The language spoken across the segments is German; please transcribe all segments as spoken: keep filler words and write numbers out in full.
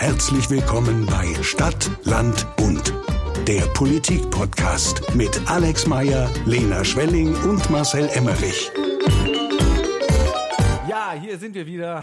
Herzlich willkommen bei Stadt, Land, Bund. Der Politik-Podcast mit Alex Meyer, Lena Schwelling und Marcel Emmerich. Ja, hier sind wir wieder.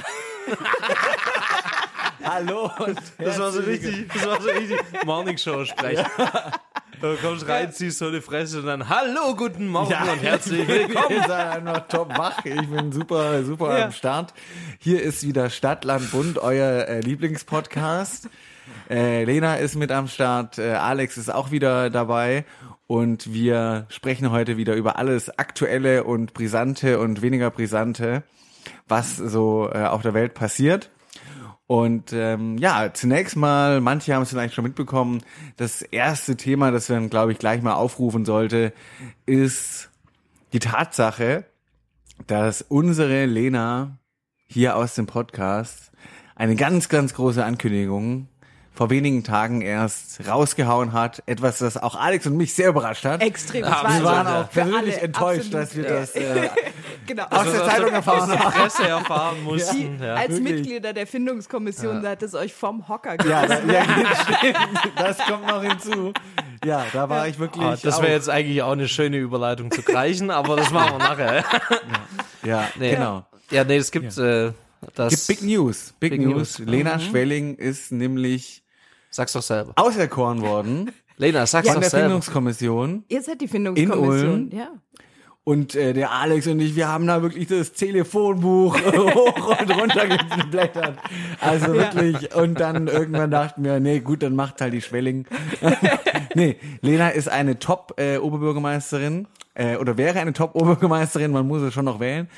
Hallo und das war so richtig, das war so richtig Morningshow-Sprech. Ja. Du kommst rein, ziehst so eine Fresse und dann Hallo, guten Morgen ja. und herzlich willkommen. Ihr seid einfach top wach. Ich bin super, super ja. am Start. Hier ist wieder Stadt, Land, Bund, euer äh, Lieblingspodcast. Äh, Lena ist mit am Start, äh, Alex ist auch wieder dabei und wir sprechen heute wieder über alles Aktuelle und Brisante und weniger Brisante, was so äh, auf der Welt passiert. Und ähm, ja, zunächst mal, manche haben es vielleicht schon mitbekommen, das erste Thema, das man, glaube ich, gleich mal aufrufen sollte, ist die Tatsache, dass unsere Lena hier aus dem Podcast eine ganz, ganz große Ankündigung vor wenigen Tagen erst rausgehauen hat. Etwas, das auch Alex und mich sehr überrascht hat. Extrem. Ja, wir waren auch persönlich enttäuscht, absolut, dass wir ja. das äh, genau. aus also, der Zeitung erfahren haben. Presse erfahren mussten. Ja, ja. Als Wirklich. Mitglieder der Findungskommission ja. hat es euch vom Hocker ja, gerissen. ja, stimmt. Das kommt noch hinzu. Ja, da war ja. ich wirklich oh, Das wäre jetzt eigentlich auch eine schöne Überleitung zu Greichen, aber das machen wir nachher. Ja, ja nee. genau. Ja, nee, es gibt ja. äh, das... gibt Big News. Big, Big News. News. Lena mhm. Schwelling ist nämlich... Sag's doch selber. Auserkoren worden. Lena, sag's ja, doch der selber. Findungskommission. Jetzt hat die Findungskommission, ja. Und äh, der Alex und ich, wir haben da wirklich das Telefonbuch hoch und runter geblättert. Also wirklich. Und dann irgendwann dachten wir, nee, gut, dann macht halt die Schwelling. Nee, Lena ist eine Top-Oberbürgermeisterin. Äh, oder wäre eine Top-Oberbürgermeisterin, man muss es schon noch wählen.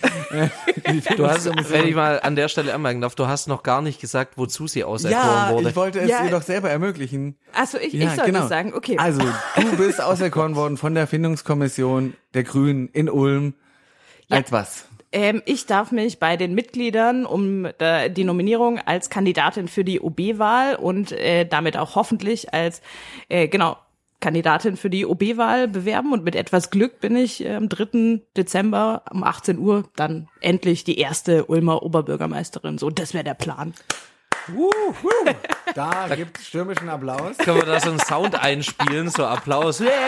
Du hast, wenn ich mal an der Stelle anmerken darf, du hast noch gar nicht gesagt, wozu sie auserkoren ja, wurde. Ja, ich wollte es ja. ihr doch selber ermöglichen. Achso, ich, ja, ich soll genau. das sagen, okay. Also, du bist auserkoren worden von der Findungskommission der Grünen in Ulm. Ja. Als was? Ähm, ich darf mich bei den Mitgliedern um äh, die Nominierung als Kandidatin für die O B-Wahl und äh, damit auch hoffentlich als, äh, genau, Kandidatin für die O B-Wahl bewerben und mit etwas Glück bin ich äh, am dritten Dezember um achtzehn Uhr dann endlich die erste Ulmer Oberbürgermeisterin. So, das wäre der Plan. Uh, uh. Da, da gibt's stürmischen Applaus. Können wir da so einen Sound einspielen, so Applaus. Yay!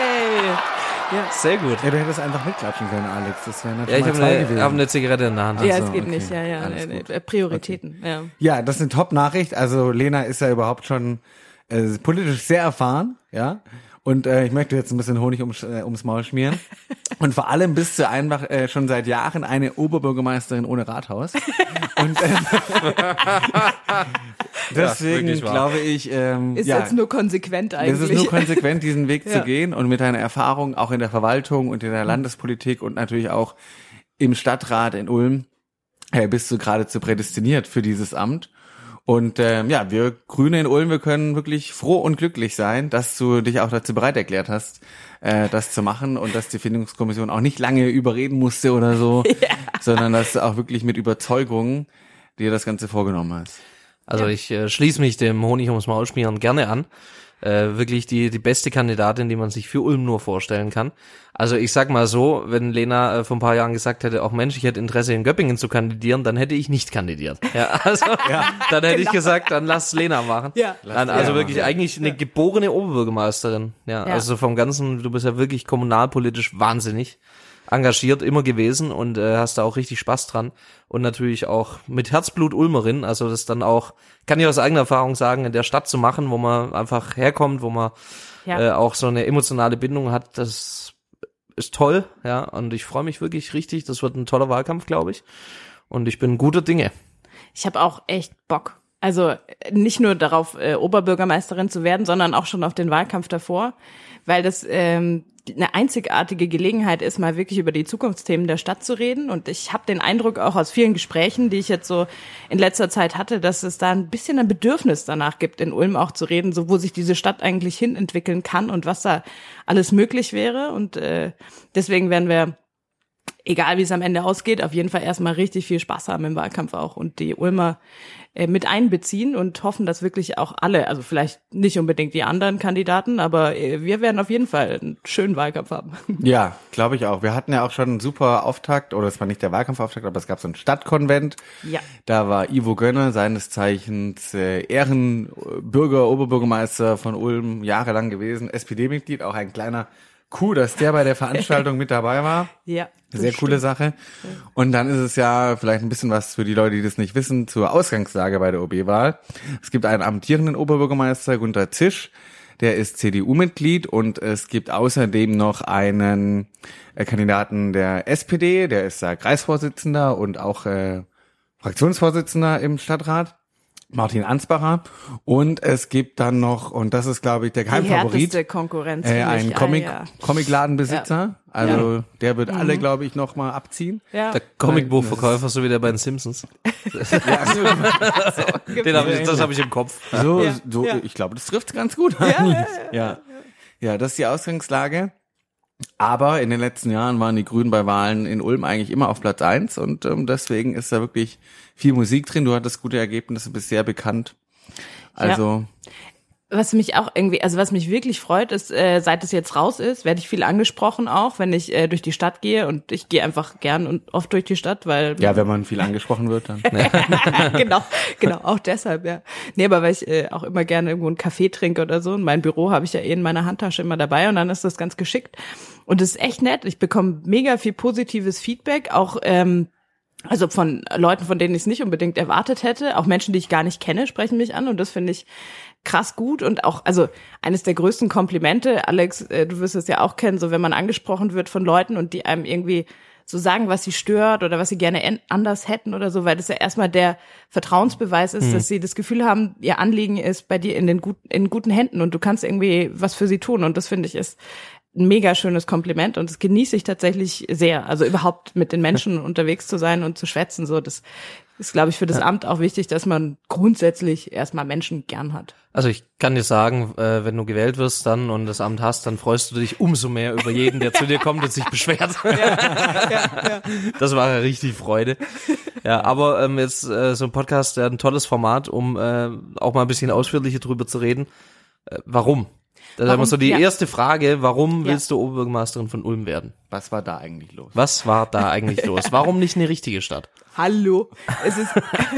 Ja, sehr gut. Ja, du hättest einfach mitklatschen können, Alex. Das wäre natürlich Ja, ich habe eine, hab eine Zigarette in der Hand. Ja, also, es geht okay. nicht. Ja, ja, nee, nee, Prioritäten. Okay. Ja. ja, das ist eine Top-Nachricht. Also Lena ist ja überhaupt schon äh, politisch sehr erfahren, ja. Und äh, ich möchte jetzt ein bisschen Honig ums, äh, ums Maul schmieren. Und vor allem bist du einfach äh, schon seit Jahren eine Oberbürgermeisterin ohne Rathaus. Und äh, deswegen ja, glaube ich... Ähm, ist ja, jetzt nur konsequent eigentlich. Es ist nur konsequent, diesen Weg ja. zu gehen und mit deiner Erfahrung auch in der Verwaltung und in der Landespolitik und natürlich auch im Stadtrat in Ulm äh, bist du geradezu prädestiniert für dieses Amt. Und ähm, ja, wir Grüne in Ulm, wir können wirklich froh und glücklich sein, dass du dich auch dazu bereit erklärt hast, äh, das zu machen und dass die Findungskommission auch nicht lange überreden musste oder so, ja. sondern dass du auch wirklich mit Überzeugung dir das Ganze vorgenommen hast. Also ja. ich äh, schließe mich dem Honig ums Maul schmieren gerne an. Äh, wirklich die die beste Kandidatin, die man sich für Ulm nur vorstellen kann. Also ich sag mal so, wenn Lena äh, vor ein paar Jahren gesagt hätte, auch Mensch, ich hätte Interesse in Göppingen zu kandidieren, dann hätte ich nicht kandidiert. Ja, also ja. dann hätte genau. ich gesagt, dann lass Lena machen. Ja. Dann, also ja, wirklich ja. eigentlich eine geborene Oberbürgermeisterin. Ja, ja, also vom Ganzen, du bist ja wirklich kommunalpolitisch wahnsinnig engagiert immer gewesen und äh, hast da auch richtig Spaß dran und natürlich auch mit Herzblut Ulmerin, also das dann auch, kann ich aus eigener Erfahrung sagen, in der Stadt zu machen, wo man einfach herkommt, wo man ja. äh, auch so eine emotionale Bindung hat, das ist toll, ja, und ich freue mich wirklich richtig, das wird ein toller Wahlkampf, glaube ich, und ich bin guter Dinge. Ich habe auch echt Bock. Also nicht nur darauf, äh, Oberbürgermeisterin zu werden, sondern auch schon auf den Wahlkampf davor, weil das ähm, eine einzigartige Gelegenheit ist, mal wirklich über die Zukunftsthemen der Stadt zu reden. Und ich habe den Eindruck auch aus vielen Gesprächen, die ich jetzt so in letzter Zeit hatte, dass es da ein bisschen ein Bedürfnis danach gibt, in Ulm auch zu reden, so wo sich diese Stadt eigentlich hin entwickeln kann und was da alles möglich wäre. Und äh, deswegen werden wir egal wie es am Ende ausgeht, auf jeden Fall erstmal richtig viel Spaß haben im Wahlkampf auch und die Ulmer äh, mit einbeziehen und hoffen, dass wirklich auch alle, also vielleicht nicht unbedingt die anderen Kandidaten, aber äh, wir werden auf jeden Fall einen schönen Wahlkampf haben. Ja, glaube ich auch. Wir hatten ja auch schon einen super Auftakt, oder es war nicht der Wahlkampfauftakt, aber es gab so einen Stadtkonvent. Ja. Da war Ivo Gönner, seines Zeichens äh, Ehrenbürger, Oberbürgermeister von Ulm, jahrelang gewesen, S P D-Mitglied, auch ein kleiner Coup, dass der bei der Veranstaltung mit dabei war. Ja. Sehr coole stimmt. Sache. Und dann ist es ja vielleicht ein bisschen was für die Leute, die das nicht wissen, zur Ausgangslage bei der O B-Wahl. Es gibt einen amtierenden Oberbürgermeister, Gunter Zisch, der ist C D U-Mitglied, und es gibt außerdem noch einen äh, Kandidaten der S P D, der ist da Kreisvorsitzender und auch äh, Fraktionsvorsitzender im Stadtrat. Martin Ansbacher, und es gibt dann noch, und das ist, glaube ich, der Geheimfavorit, Die Konkurrenz äh, ein ah, Comic, ja. Comicladenbesitzer, Ja. also Ja. der wird mhm. alle, glaube ich, noch mal abziehen. Ja. Der Comicbuchverkäufer, so wie der bei den Simpsons. so, Den hab ich, das habe ich im Kopf. So, Ja. so Ja. ich glaube, das trifft's ganz gut eigentlich. ja, ja, ja. Ja, das ist die Ausgangslage. Aber in den letzten Jahren waren die Grünen bei Wahlen in Ulm eigentlich immer auf Platz eins, und ähm, deswegen ist da wirklich viel Musik drin. Du hattest gute Ergebnisse, bist sehr bekannt. Also Was mich auch irgendwie, also was mich wirklich freut, ist, äh, seit es jetzt raus ist, werde ich viel angesprochen auch, wenn ich äh, durch die Stadt gehe, und ich gehe einfach gern und oft durch die Stadt, weil ja, wenn man viel angesprochen wird, dann. genau, genau, auch deshalb, ja. Nee, aber weil ich äh, auch immer gerne irgendwo einen Kaffee trinke oder so, und mein Büro habe ich ja eh in meiner Handtasche immer dabei, und dann ist das ganz geschickt. Und es ist echt nett, ich bekomme mega viel positives Feedback, auch ähm, also von Leuten, von denen ich es nicht unbedingt erwartet hätte. Auch Menschen, die ich gar nicht kenne, sprechen mich an, und das finde ich krass gut. Und auch, also eines der größten Komplimente, Alex, äh, du wirst es ja auch kennen, so wenn man angesprochen wird von Leuten und die einem irgendwie so sagen, was sie stört oder was sie gerne en- anders hätten oder so, weil das ja erstmal der Vertrauensbeweis ist, mhm. dass sie das Gefühl haben, ihr Anliegen ist bei dir in den gut, in guten Händen, und du kannst irgendwie was für sie tun. Und das finde ich ist ein mega schönes Kompliment, und das genieße ich tatsächlich sehr. Also überhaupt mit den Menschen unterwegs zu sein und zu schwätzen, so, das ist, glaube ich, für das Amt auch wichtig, dass man grundsätzlich erstmal Menschen gern hat. Also ich kann dir sagen, äh, wenn du gewählt wirst dann und das Amt hast, dann freust du dich umso mehr über jeden, der zu dir kommt und sich beschwert. Ja, ja, ja. Das war ja richtig Freude. Ja, aber ähm, jetzt äh, so ein Podcast, ja, ein tolles Format, um äh, auch mal ein bisschen ausführlicher drüber zu reden. Äh, warum? Das ist immer so die ja. erste Frage, warum ja. willst du Oberbürgermeisterin von Ulm werden? Was war da eigentlich los? Was war da eigentlich los? Warum nicht eine richtige Stadt? Hallo, es ist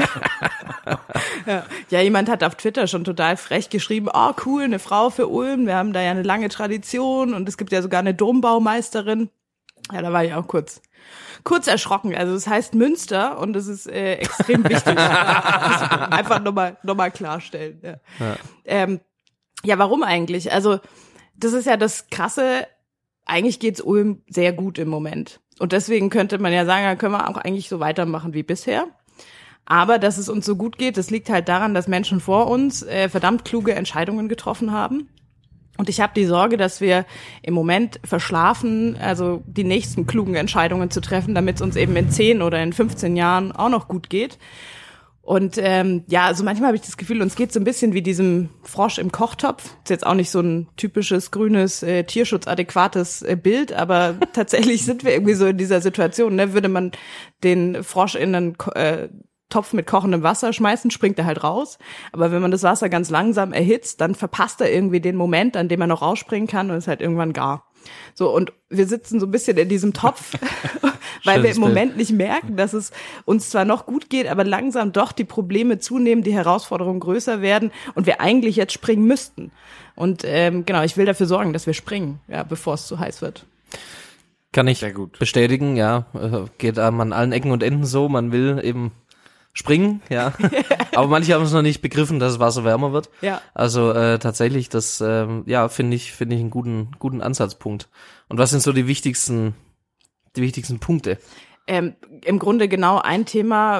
ja. ja, jemand hat auf Twitter schon total frech geschrieben, oh cool, eine Frau für Ulm, wir haben da ja eine lange Tradition, und es gibt ja sogar eine Dombaumeisterin. Ja, da war ich auch kurz kurz erschrocken. Also es heißt Münster, und es ist äh, extrem wichtig. Einfach nochmal noch mal klarstellen. Ja. Ja. Ähm, Ja, warum eigentlich? Also das ist ja das Krasse, eigentlich geht's Ulm sehr gut im Moment. Und deswegen könnte man ja sagen, da können wir auch eigentlich so weitermachen wie bisher. Aber dass es uns so gut geht, das liegt halt daran, dass Menschen vor uns äh, verdammt kluge Entscheidungen getroffen haben. Und ich habe die Sorge, dass wir im Moment verschlafen, also die nächsten klugen Entscheidungen zu treffen, damit es uns eben in zehn oder in fünfzehn Jahren auch noch gut geht. Und ähm, ja, also manchmal habe ich das Gefühl, uns geht so ein bisschen wie diesem Frosch im Kochtopf. Ist jetzt auch nicht so ein typisches grünes, äh, tierschutzadäquates äh, Bild, aber tatsächlich sind wir irgendwie so in dieser Situation. Ne? Würde man den Frosch in einen äh, Topf mit kochendem Wasser schmeißen, springt er halt raus. Aber wenn man das Wasser ganz langsam erhitzt, dann verpasst er irgendwie den Moment, an dem er noch rausspringen kann, und ist halt irgendwann gar. So, und wir sitzen so ein bisschen in diesem Topf, weil wir im Moment nicht merken, dass es uns zwar noch gut geht, aber langsam doch die Probleme zunehmen, die Herausforderungen größer werden und wir eigentlich jetzt springen müssten. Und ähm, genau, ich will dafür sorgen, dass wir springen, ja, bevor es zu heiß wird. Kann ich bestätigen, ja, geht ähm, an allen Ecken und Enden so, man will eben springen, ja. Aber manche haben es noch nicht begriffen, dass das Wasser wärmer wird. Ja. Also äh, tatsächlich, das ähm, ja finde ich finde ich einen guten guten Ansatzpunkt. Und was sind so die wichtigsten die wichtigsten Punkte? Ähm, im Grunde genau ein Thema,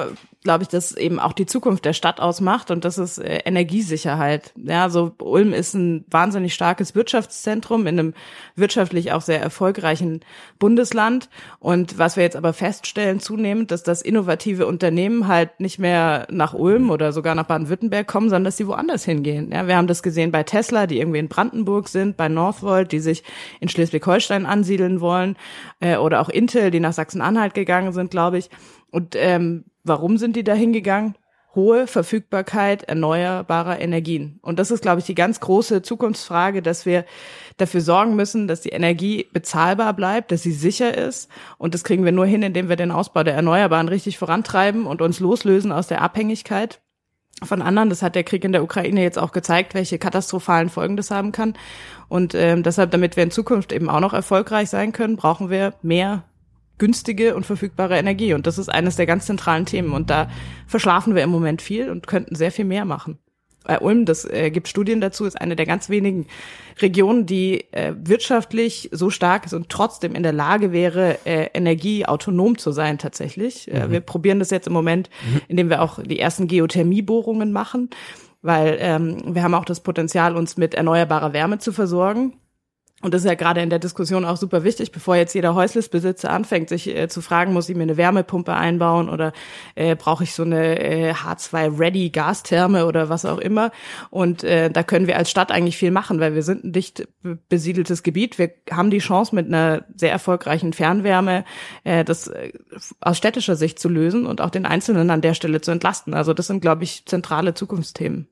glaube ich, das eben auch die Zukunft der Stadt ausmacht und das ist äh, Energiesicherheit. Ja, so Ulm ist ein wahnsinnig starkes Wirtschaftszentrum in einem wirtschaftlich auch sehr erfolgreichen Bundesland und was wir jetzt aber feststellen zunehmend, dass das innovative Unternehmen halt nicht mehr nach Ulm oder sogar nach Baden-Württemberg kommen, sondern dass sie woanders hingehen. Ja, wir haben das gesehen bei Tesla, die irgendwie in Brandenburg sind, bei Northvolt, die sich in Schleswig-Holstein ansiedeln wollen, äh, oder auch Intel, die nach Sachsen-Anhalt gegangen sind, glaube ich. Und ähm, warum sind die da hingegangen? Hohe Verfügbarkeit erneuerbarer Energien. Und das ist, glaube ich, die ganz große Zukunftsfrage, dass wir dafür sorgen müssen, dass die Energie bezahlbar bleibt, dass sie sicher ist. Und das kriegen wir nur hin, indem wir den Ausbau der Erneuerbaren richtig vorantreiben und uns loslösen aus der Abhängigkeit von anderen. Das hat der Krieg in der Ukraine jetzt auch gezeigt, welche katastrophalen Folgen das haben kann. Und ähm, deshalb, damit wir in Zukunft eben auch noch erfolgreich sein können, brauchen wir mehr günstige und verfügbare Energie. Und das ist eines der ganz zentralen Themen. Und da verschlafen wir im Moment viel und könnten sehr viel mehr machen. Bei Ulm, das äh, gibt Studien dazu, ist eine der ganz wenigen Regionen, die äh, wirtschaftlich so stark ist und trotzdem in der Lage wäre, äh, energieautonom zu sein tatsächlich. Mhm. Äh, wir probieren das jetzt im Moment, indem wir auch die ersten Geothermiebohrungen machen, weil ähm, wir haben auch das Potenzial, uns mit erneuerbarer Wärme zu versorgen. Und das ist ja gerade in der Diskussion auch super wichtig, bevor jetzt jeder Häuslisbesitzer anfängt, sich äh, zu fragen, muss ich mir eine Wärmepumpe einbauen oder äh, brauche ich so eine äh, H zwei Ready Gastherme oder was auch immer. Und äh, da können wir als Stadt eigentlich viel machen, weil wir sind ein dicht besiedeltes Gebiet. Wir haben die Chance, mit einer sehr erfolgreichen Fernwärme äh, das äh, aus städtischer Sicht zu lösen und auch den Einzelnen an der Stelle zu entlasten. Also das sind, glaube ich, zentrale Zukunftsthemen.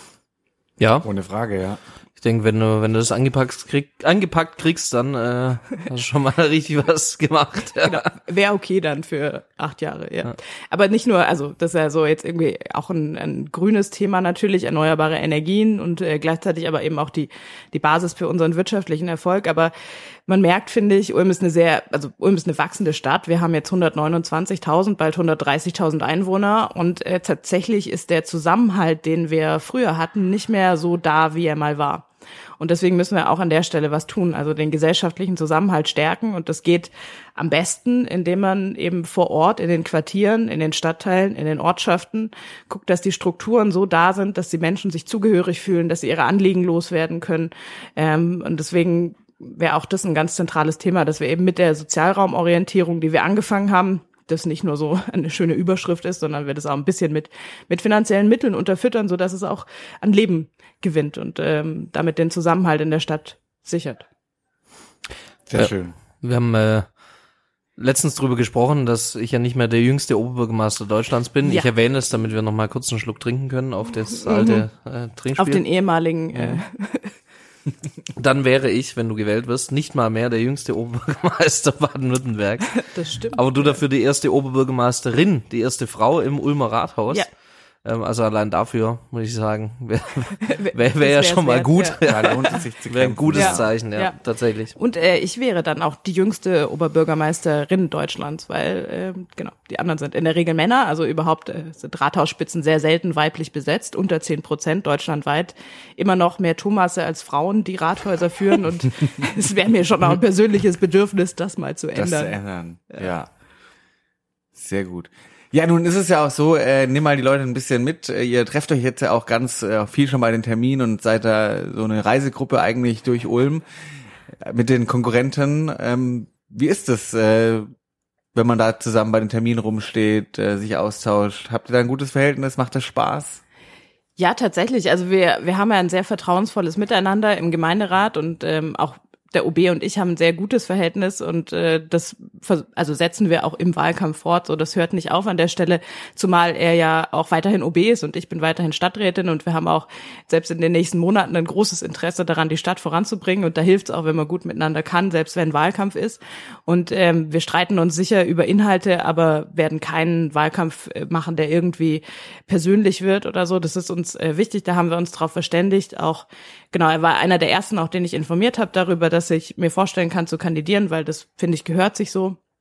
Ja. Ohne Frage, ja. Ich denke, wenn du, wenn du das angepackt, krieg, angepackt kriegst, dann äh, hast du schon mal richtig was gemacht. Ja. Genau. Wäre okay dann für acht Jahre, ja. ja. Aber nicht nur, also das ist ja so jetzt irgendwie auch ein, ein grünes Thema natürlich, erneuerbare Energien und äh, gleichzeitig aber eben auch die die Basis für unseren wirtschaftlichen Erfolg. Aber man merkt, finde ich, Ulm ist eine sehr, also Ulm ist eine wachsende Stadt. Wir haben jetzt hundertneunundzwanzigtausend, bald hundertdreißigtausend Einwohner und äh, tatsächlich ist der Zusammenhalt, den wir früher hatten, nicht mehr so da, wie er mal war. Und deswegen müssen wir auch an der Stelle was tun, also den gesellschaftlichen Zusammenhalt stärken. Und das geht am besten, indem man eben vor Ort in den Quartieren, in den Stadtteilen, in den Ortschaften guckt, dass die Strukturen so da sind, dass die Menschen sich zugehörig fühlen, dass sie ihre Anliegen loswerden können. Ähm, und deswegen wäre auch das ein ganz zentrales Thema, dass wir eben mit der Sozialraumorientierung, die wir angefangen haben, das nicht nur so eine schöne Überschrift ist, sondern wir das auch ein bisschen mit mit finanziellen Mitteln unterfüttern, so dass es auch an Leben gewinnt und ähm, damit den Zusammenhalt in der Stadt sichert. Sehr ja, schön. Wir haben äh, letztens drüber gesprochen, dass ich ja nicht mehr der jüngste Oberbürgermeister Deutschlands bin. Ja. Ich erwähne es, damit wir noch mal kurz einen Schluck trinken können auf das alte äh, Trinkspiel. Auf den ehemaligen äh, Dann wäre ich, wenn du gewählt wirst, nicht mal mehr der jüngste Oberbürgermeister Baden-Württemberg. Das stimmt. Aber du dafür die erste Oberbürgermeisterin, die erste Frau im Ulmer Rathaus. Ja. Ähm, also allein dafür, muss ich sagen, wäre wär, wär ja schon mal wert, gut. Ja. Da lohnt es sich zu Wäre ein kämpfen. gutes Ja. Zeichen, ja, Ja. tatsächlich. Und äh, ich wäre dann auch die jüngste Oberbürgermeisterin Deutschlands, weil äh, genau, die anderen sind in der Regel Männer, also überhaupt äh, sind Rathausspitzen sehr selten weiblich besetzt, unter zehn Prozent deutschlandweit. Immer noch mehr Thomasse als Frauen, die Rathäuser führen und es wäre mir schon auch ein persönliches Bedürfnis, das mal zu ändern. Das zu ändern, ja. Sehr gut. Ja, nun ist es ja auch so, äh, nimm mal die Leute ein bisschen mit. Äh, ihr trefft euch jetzt ja auch ganz äh, viel schon bei den Terminen und seid da so eine Reisegruppe eigentlich durch Ulm äh, mit den Konkurrenten. Ähm, wie ist es, äh, wenn man da zusammen bei den Terminen rumsteht, äh, sich austauscht? Habt ihr da ein gutes Verhältnis? Macht das Spaß? Ja, tatsächlich. Also wir wir haben ja ein sehr vertrauensvolles Miteinander im Gemeinderat und ähm, auch der O B und ich haben ein sehr gutes Verhältnis und äh, das also setzen wir auch im Wahlkampf fort. So, das hört nicht auf an der Stelle, zumal er ja auch weiterhin O B ist und ich bin weiterhin Stadträtin und wir haben auch selbst in den nächsten Monaten ein großes Interesse daran, die Stadt voranzubringen und da hilft es auch, wenn man gut miteinander kann, selbst wenn Wahlkampf ist. Und ähm, wir streiten uns sicher über Inhalte, aber werden keinen Wahlkampf machen, der irgendwie persönlich wird oder so. Das ist uns äh, wichtig, da haben wir uns drauf verständigt. Auch genau, er war einer der ersten, auch den ich informiert habe darüber, dass ich mir vorstellen kann zu kandidieren, weil das, finde ich, gehört sich so.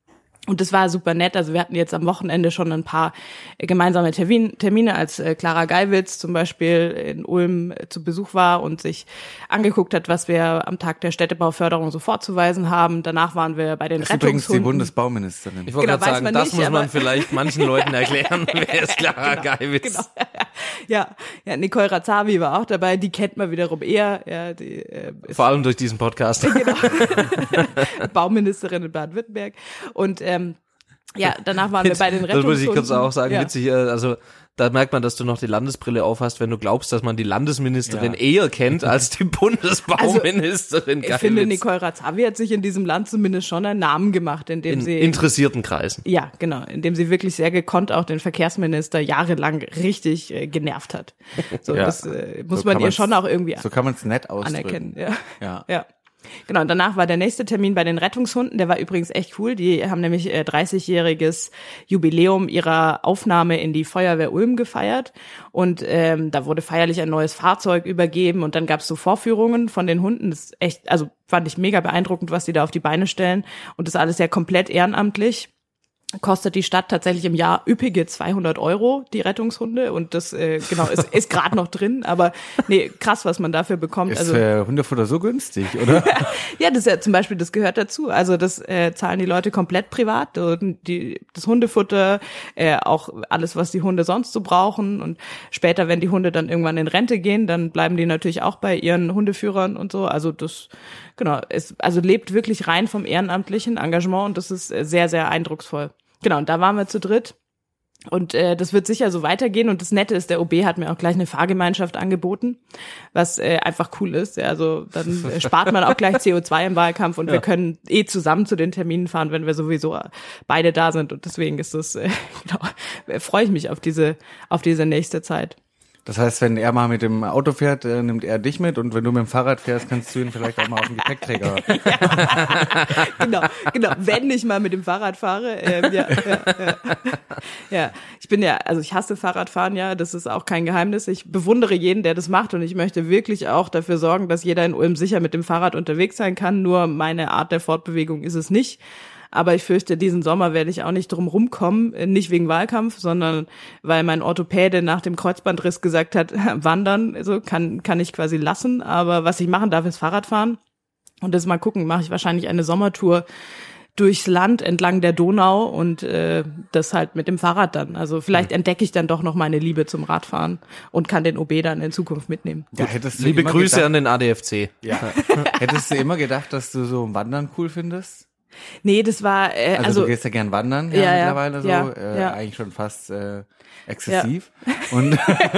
Und das war super nett. Also wir hatten jetzt am Wochenende schon ein paar gemeinsame Termin, Termine, als äh, Clara Geiwitz zum Beispiel in Ulm äh, zu Besuch war und sich angeguckt hat, was wir am Tag der Städtebauförderung so vorzuweisen haben. Danach waren wir bei den das ist Rettungshunden. Übrigens die Bundesbauministerin. Ich wollte Genau, gerade sagen, das nicht, muss man vielleicht manchen Leuten erklären. Wer ist Clara Genau, Geiwitz? Genau. Ja, ja, Nicole Razavi war auch dabei. Die kennt man wiederum eher. Ja, die, äh, ist Vor allem durch diesen Podcast. Genau. Bauministerin in Baden-Württemberg. Und ähm, ja, danach waren wir bei den Rettungshunden. Das muss ich kurz auch sagen, ja. witzig, also da merkt man, dass du noch die Landesbrille aufhast, wenn du glaubst, dass man die Landesministerin Ja. eher kennt als die Bundesbauministerin. Ich finde, Nicole Razavi hat sich in diesem Land zumindest schon einen Namen gemacht, indem in sie interessierten Kreisen. ja, genau, indem sie wirklich sehr gekonnt auch den Verkehrsminister jahrelang richtig äh, genervt hat. So, Ja. das äh, muss So man kann ihr man's- schon auch irgendwie So kann man es nett ausdrücken. anerkennen. Ja. Ja. Ja. Genau, und danach war der nächste Termin bei den Rettungshunden, der war übrigens echt cool. Die haben nämlich äh, dreißigjähriges Jubiläum ihrer Aufnahme in die Feuerwehr Ulm gefeiert und ähm, da wurde feierlich ein neues Fahrzeug übergeben und dann gab's so Vorführungen von den Hunden. Das ist echt, also fand ich mega beeindruckend, was die da auf die Beine stellen und das alles ja komplett ehrenamtlich. Kostet die Stadt tatsächlich im Jahr üppige zweihundert Euro, die Rettungshunde. Und das, äh, genau, ist, ist gerade noch drin. Aber nee, krass, was man dafür bekommt. Ist Also äh, Hundefutter so günstig, oder? ja, das ist ja zum Beispiel, das gehört dazu. Also das äh, zahlen die Leute komplett privat. Und die, das Hundefutter, äh, auch alles, was die Hunde sonst so brauchen. Und später, wenn die Hunde dann irgendwann in Rente gehen, dann bleiben die natürlich auch bei ihren Hundeführern und so. Also das, genau, es also lebt wirklich rein vom ehrenamtlichen Engagement und das ist äh, sehr, sehr eindrucksvoll. Genau, und da waren wir zu dritt. Und äh, das wird sicher so weitergehen. Und das Nette ist, der O B hat mir auch gleich eine Fahrgemeinschaft angeboten, was äh, einfach cool ist. Ja, also dann äh, spart man auch gleich C O zwei im Wahlkampf und ja. wir können eh zusammen zu den Terminen fahren, wenn wir sowieso beide da sind. Und deswegen ist das, äh, genau, freue ich mich auf diese auf diese nächste Zeit. Das heißt, wenn er mal mit dem Auto fährt, äh, nimmt er dich mit und wenn du mit dem Fahrrad fährst, kannst du ihn vielleicht auch mal auf den Gepäckträger. Ja, genau, genau. Wenn ich mal mit dem Fahrrad fahre, ähm, ja, ja, ja. ja, ich bin ja, also ich hasse Fahrradfahren, ja, das ist auch kein Geheimnis. Ich bewundere jeden, der das macht und ich möchte wirklich auch dafür sorgen, dass jeder in Ulm sicher mit dem Fahrrad unterwegs sein kann. Nur meine Art der Fortbewegung ist es nicht. Aber ich fürchte, diesen Sommer werde ich auch nicht drum rumkommen, nicht wegen Wahlkampf, sondern weil mein Orthopäde nach dem Kreuzbandriss gesagt hat, wandern, so kann kann ich quasi lassen. Aber was ich machen darf, ist Fahrradfahren. Und das mal gucken, mache ich wahrscheinlich eine Sommertour durchs Land entlang der Donau und äh, das halt mit dem Fahrrad dann. Also vielleicht mhm. entdecke ich dann doch noch meine Liebe zum Radfahren und kann den O B dann in Zukunft mitnehmen. Ja, hättest du Liebe Grüße gedacht, an den A D F C. Ja. Hättest du immer gedacht, dass du so Wandern cool findest? Nee, das war äh, Also, also du gehst ja gern wandern ja, ja, mittlerweile so, ja, äh, ja. eigentlich schon fast äh, exzessiv. Ja. Und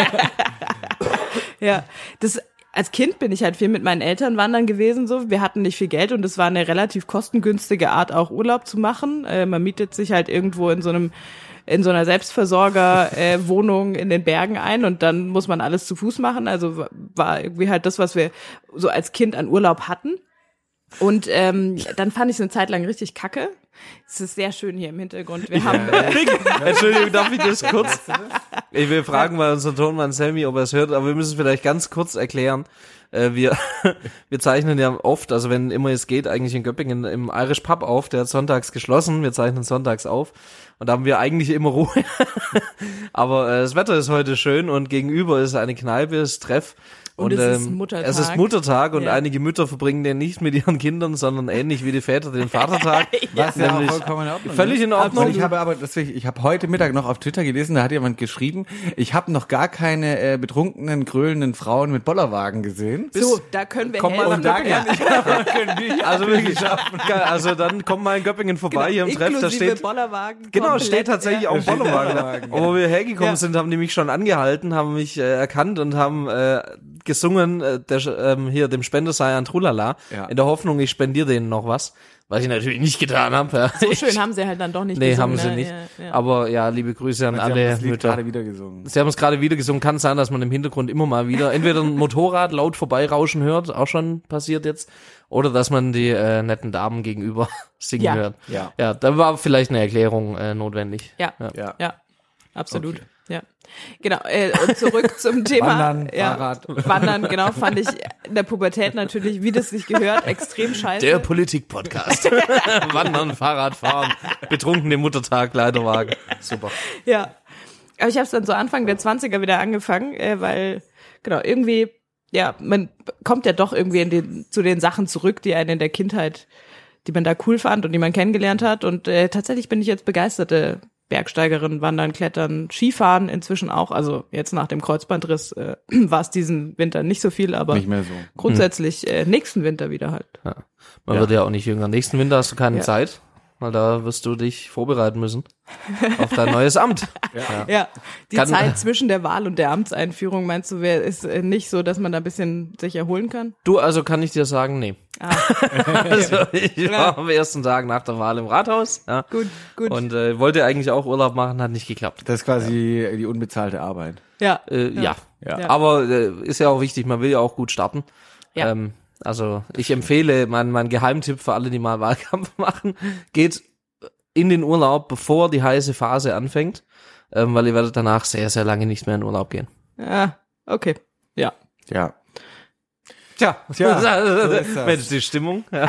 ja, das als Kind bin ich halt viel mit meinen Eltern wandern gewesen, so. Wir hatten nicht viel Geld und es war eine relativ kostengünstige Art, auch Urlaub zu machen. Äh, man mietet sich halt irgendwo in so einem in so einer Selbstversorger-Wohnung äh, in den Bergen ein und dann muss man alles zu Fuß machen. Also war irgendwie halt das, was wir so als Kind an Urlaub hatten. Und ähm, dann fand ich es eine Zeit lang richtig kacke. Es ist sehr schön hier im Hintergrund. Wir haben äh, Entschuldigung, darf ich das kurz? Ich will fragen mal unseren Tonmann Sammy, ob er es hört, aber wir müssen es vielleicht ganz kurz erklären. Äh, wir wir zeichnen ja oft, also wenn immer es geht, eigentlich in Göppingen im Irish Pub auf, der hat sonntags geschlossen, wir zeichnen sonntags auf und da haben wir eigentlich immer Ruhe. Aber äh, das Wetter ist heute schön und gegenüber ist eine Kneipe, das Treff. Und, und es ist ähm, Muttertag. Es ist Muttertag und Ja. einige Mütter verbringen den nicht mit ihren Kindern, sondern ähnlich wie die Väter den Vatertag. was ja auch Nämlich vollkommen in Ordnung völlig ist. in Ordnung. Und ich habe aber deswegen, ich habe heute Mittag noch auf Twitter gelesen, da hat jemand geschrieben, ich habe noch gar keine äh, betrunkenen, gröhlenden Frauen mit Bollerwagen gesehen. so, da können wir Komm mal helfen. nach Göppingen. können wir Also wirklich, geil. Also dann komm mal in Göppingen vorbei, hier im Treff, da Inklusive steht, Bollerwagen. genau, komplett, steht tatsächlich ja. auch ein steht ein Bollerwagen. Bollerwagen, Aber wo wir hergekommen Ja. sind, haben die mich schon angehalten, haben mich äh, erkannt und haben äh, gesungen, äh, der, ähm, hier dem Spender sei ein Trulala, Ja. in der Hoffnung, ich spendiere denen noch was, was ich natürlich nicht getan habe. Ja. So schön haben sie halt dann doch nicht Nee, gesungen, haben sie ne? nicht. Ja, ja. Aber ja, liebe Grüße an Sie haben alle das Lied Mütter. gerade wieder gesungen. Sie haben es gerade wieder gesungen. Kann sein, dass man im Hintergrund immer mal wieder entweder ein Motorrad laut vorbeirauschen hört, auch schon passiert jetzt, oder dass man die äh, netten Damen gegenüber singen Ja. hört. Ja. Ja, da war vielleicht eine Erklärung äh, notwendig. Ja, Ja. ja, Ja. absolut. Ja, genau. Äh, und zurück zum Thema Wandern, ja, Fahrrad. Wandern, genau, fand ich in der Pubertät natürlich, wie das sich gehört, extrem scheiße. Der Politik-Podcast. Wandern, Fahrrad fahren, betrunken den Muttertag, Leiterwagen. Super. Ja, aber ich habe es dann so Anfang der zwanziger wieder angefangen, äh, weil, genau, irgendwie, ja, man kommt ja doch irgendwie in den, zu den Sachen zurück, die einen in der Kindheit, die man da cool fand und die man kennengelernt hat. Und äh, tatsächlich bin ich jetzt begeisterte Bergsteigerin, Wandern, Klettern, Skifahren inzwischen auch. Also jetzt nach dem Kreuzbandriss äh, war es diesen Winter nicht so viel, aber Nicht mehr so. grundsätzlich äh, nächsten Winter wieder halt. Ja. Man Ja. wird ja auch nicht jünger. Nächsten Winter hast du keine Ja. Zeit, weil da wirst du dich vorbereiten müssen auf dein neues Amt. Ja. Ja, die Kann- Zeit zwischen der Wahl und der Amtseinführung, meinst du, wär, ist äh, nicht so, dass man da ein bisschen sich erholen kann? Du, also kann ich dir sagen, nee. Ah, Also ich war Ja. am ersten Tag nach der Wahl im Rathaus, ja. gut, gut. Und äh, wollte eigentlich auch Urlaub machen, hat nicht geklappt. Das ist quasi die unbezahlte Arbeit. ja, Äh, ja. Ja. Ja. Aber äh, ist ja auch wichtig, man will ja auch gut starten. Ja. Ähm, also ich empfehle, mein, mein Geheimtipp für alle, die mal Wahlkampf machen, geht in den Urlaub, bevor die heiße Phase anfängt, ähm, weil ihr werdet danach sehr, sehr lange nicht mehr in Urlaub gehen. ja, okay, ja. Ja. Tja, Tja, so ist das. Mensch, die Stimmung. Ja.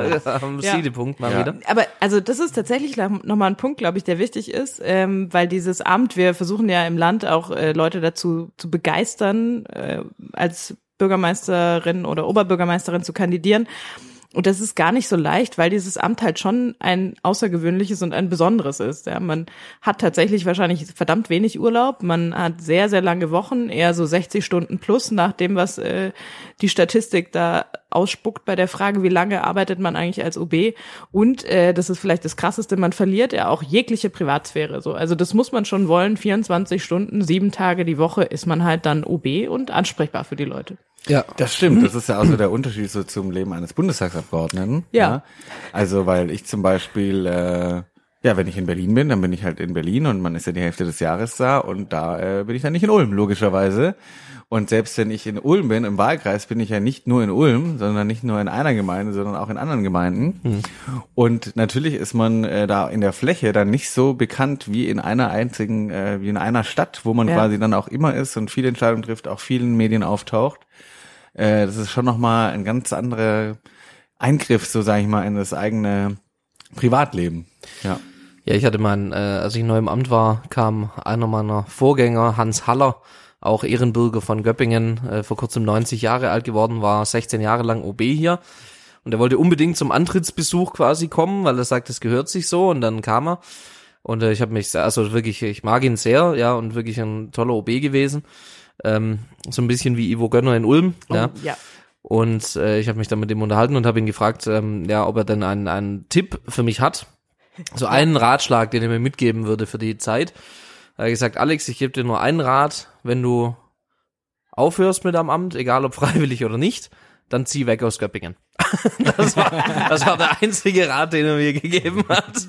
Am Ja. Siedepunkt mal Ja. wieder. Aber also das ist tatsächlich nochmal ein Punkt, glaube ich, der wichtig ist, ähm, weil dieses Amt, wir versuchen ja im Land auch äh, Leute dazu zu begeistern, äh, als Bürgermeisterin oder Oberbürgermeisterin zu kandidieren. Und das ist gar nicht so leicht, weil dieses Amt halt schon ein außergewöhnliches und ein besonderes ist. Ja, man hat tatsächlich wahrscheinlich verdammt wenig Urlaub. Man hat sehr, sehr lange Wochen, eher so sechzig Stunden plus, nach dem, was äh, die Statistik da ausspuckt bei der Frage, wie lange arbeitet man eigentlich als O B. Und äh, das ist vielleicht das Krasseste, man verliert ja auch jegliche Privatsphäre. So, also das muss man schon wollen. vierundzwanzig Stunden, sieben Tage die Woche ist man halt dann O B und ansprechbar für die Leute. Ja. Das stimmt, das ist ja auch so der Unterschied so zum Leben eines Bundestagsabgeordneten. Ja. Also, weil ich zum Beispiel, äh, ja, wenn ich in Berlin bin, dann bin ich halt in Berlin und man ist ja die Hälfte des Jahres da und da äh, bin ich dann nicht in Ulm, logischerweise. Und selbst wenn ich in Ulm bin, im Wahlkreis, bin ich ja nicht nur in Ulm, sondern nicht nur in einer Gemeinde, sondern auch in anderen Gemeinden. Mhm. Und natürlich ist man äh, da in der Fläche dann nicht so bekannt wie in einer einzigen, äh, wie in einer Stadt, wo man Ja. quasi dann auch immer ist und viele Entscheidungen trifft, auch vielen Medien auftaucht. Äh, das ist schon nochmal ein ganz anderer Eingriff, so sage ich mal, in das eigene Privatleben. Ja. Ja, ich hatte mal, äh, als ich neu im Amt war, kam einer meiner Vorgänger, Hans Haller, auch Ehrenbürger von Göppingen, äh, vor kurzem neunzig Jahre alt geworden, war sechzehn Jahre lang O B hier. Und er wollte unbedingt zum Antrittsbesuch quasi kommen, weil er sagt, es gehört sich so. Und dann kam er. Und äh, ich habe mich, sehr, also wirklich, ich mag ihn sehr, ja, und wirklich ein toller O B gewesen. Ähm, so ein bisschen wie Ivo Gönner in Ulm, Oh, ja. ja. Und äh, ich habe mich dann mit ihm unterhalten und habe ihn gefragt, ähm, ja, ob er denn einen, einen Tipp für mich hat. So einen Ratschlag, den er mir mitgeben würde für die Zeit. Er hat gesagt, Alex, ich gebe dir nur einen Rat, wenn du aufhörst mit am Amt, egal ob freiwillig oder nicht, dann zieh weg aus Göppingen. Das war, das war der einzige Rat, den er mir gegeben hat.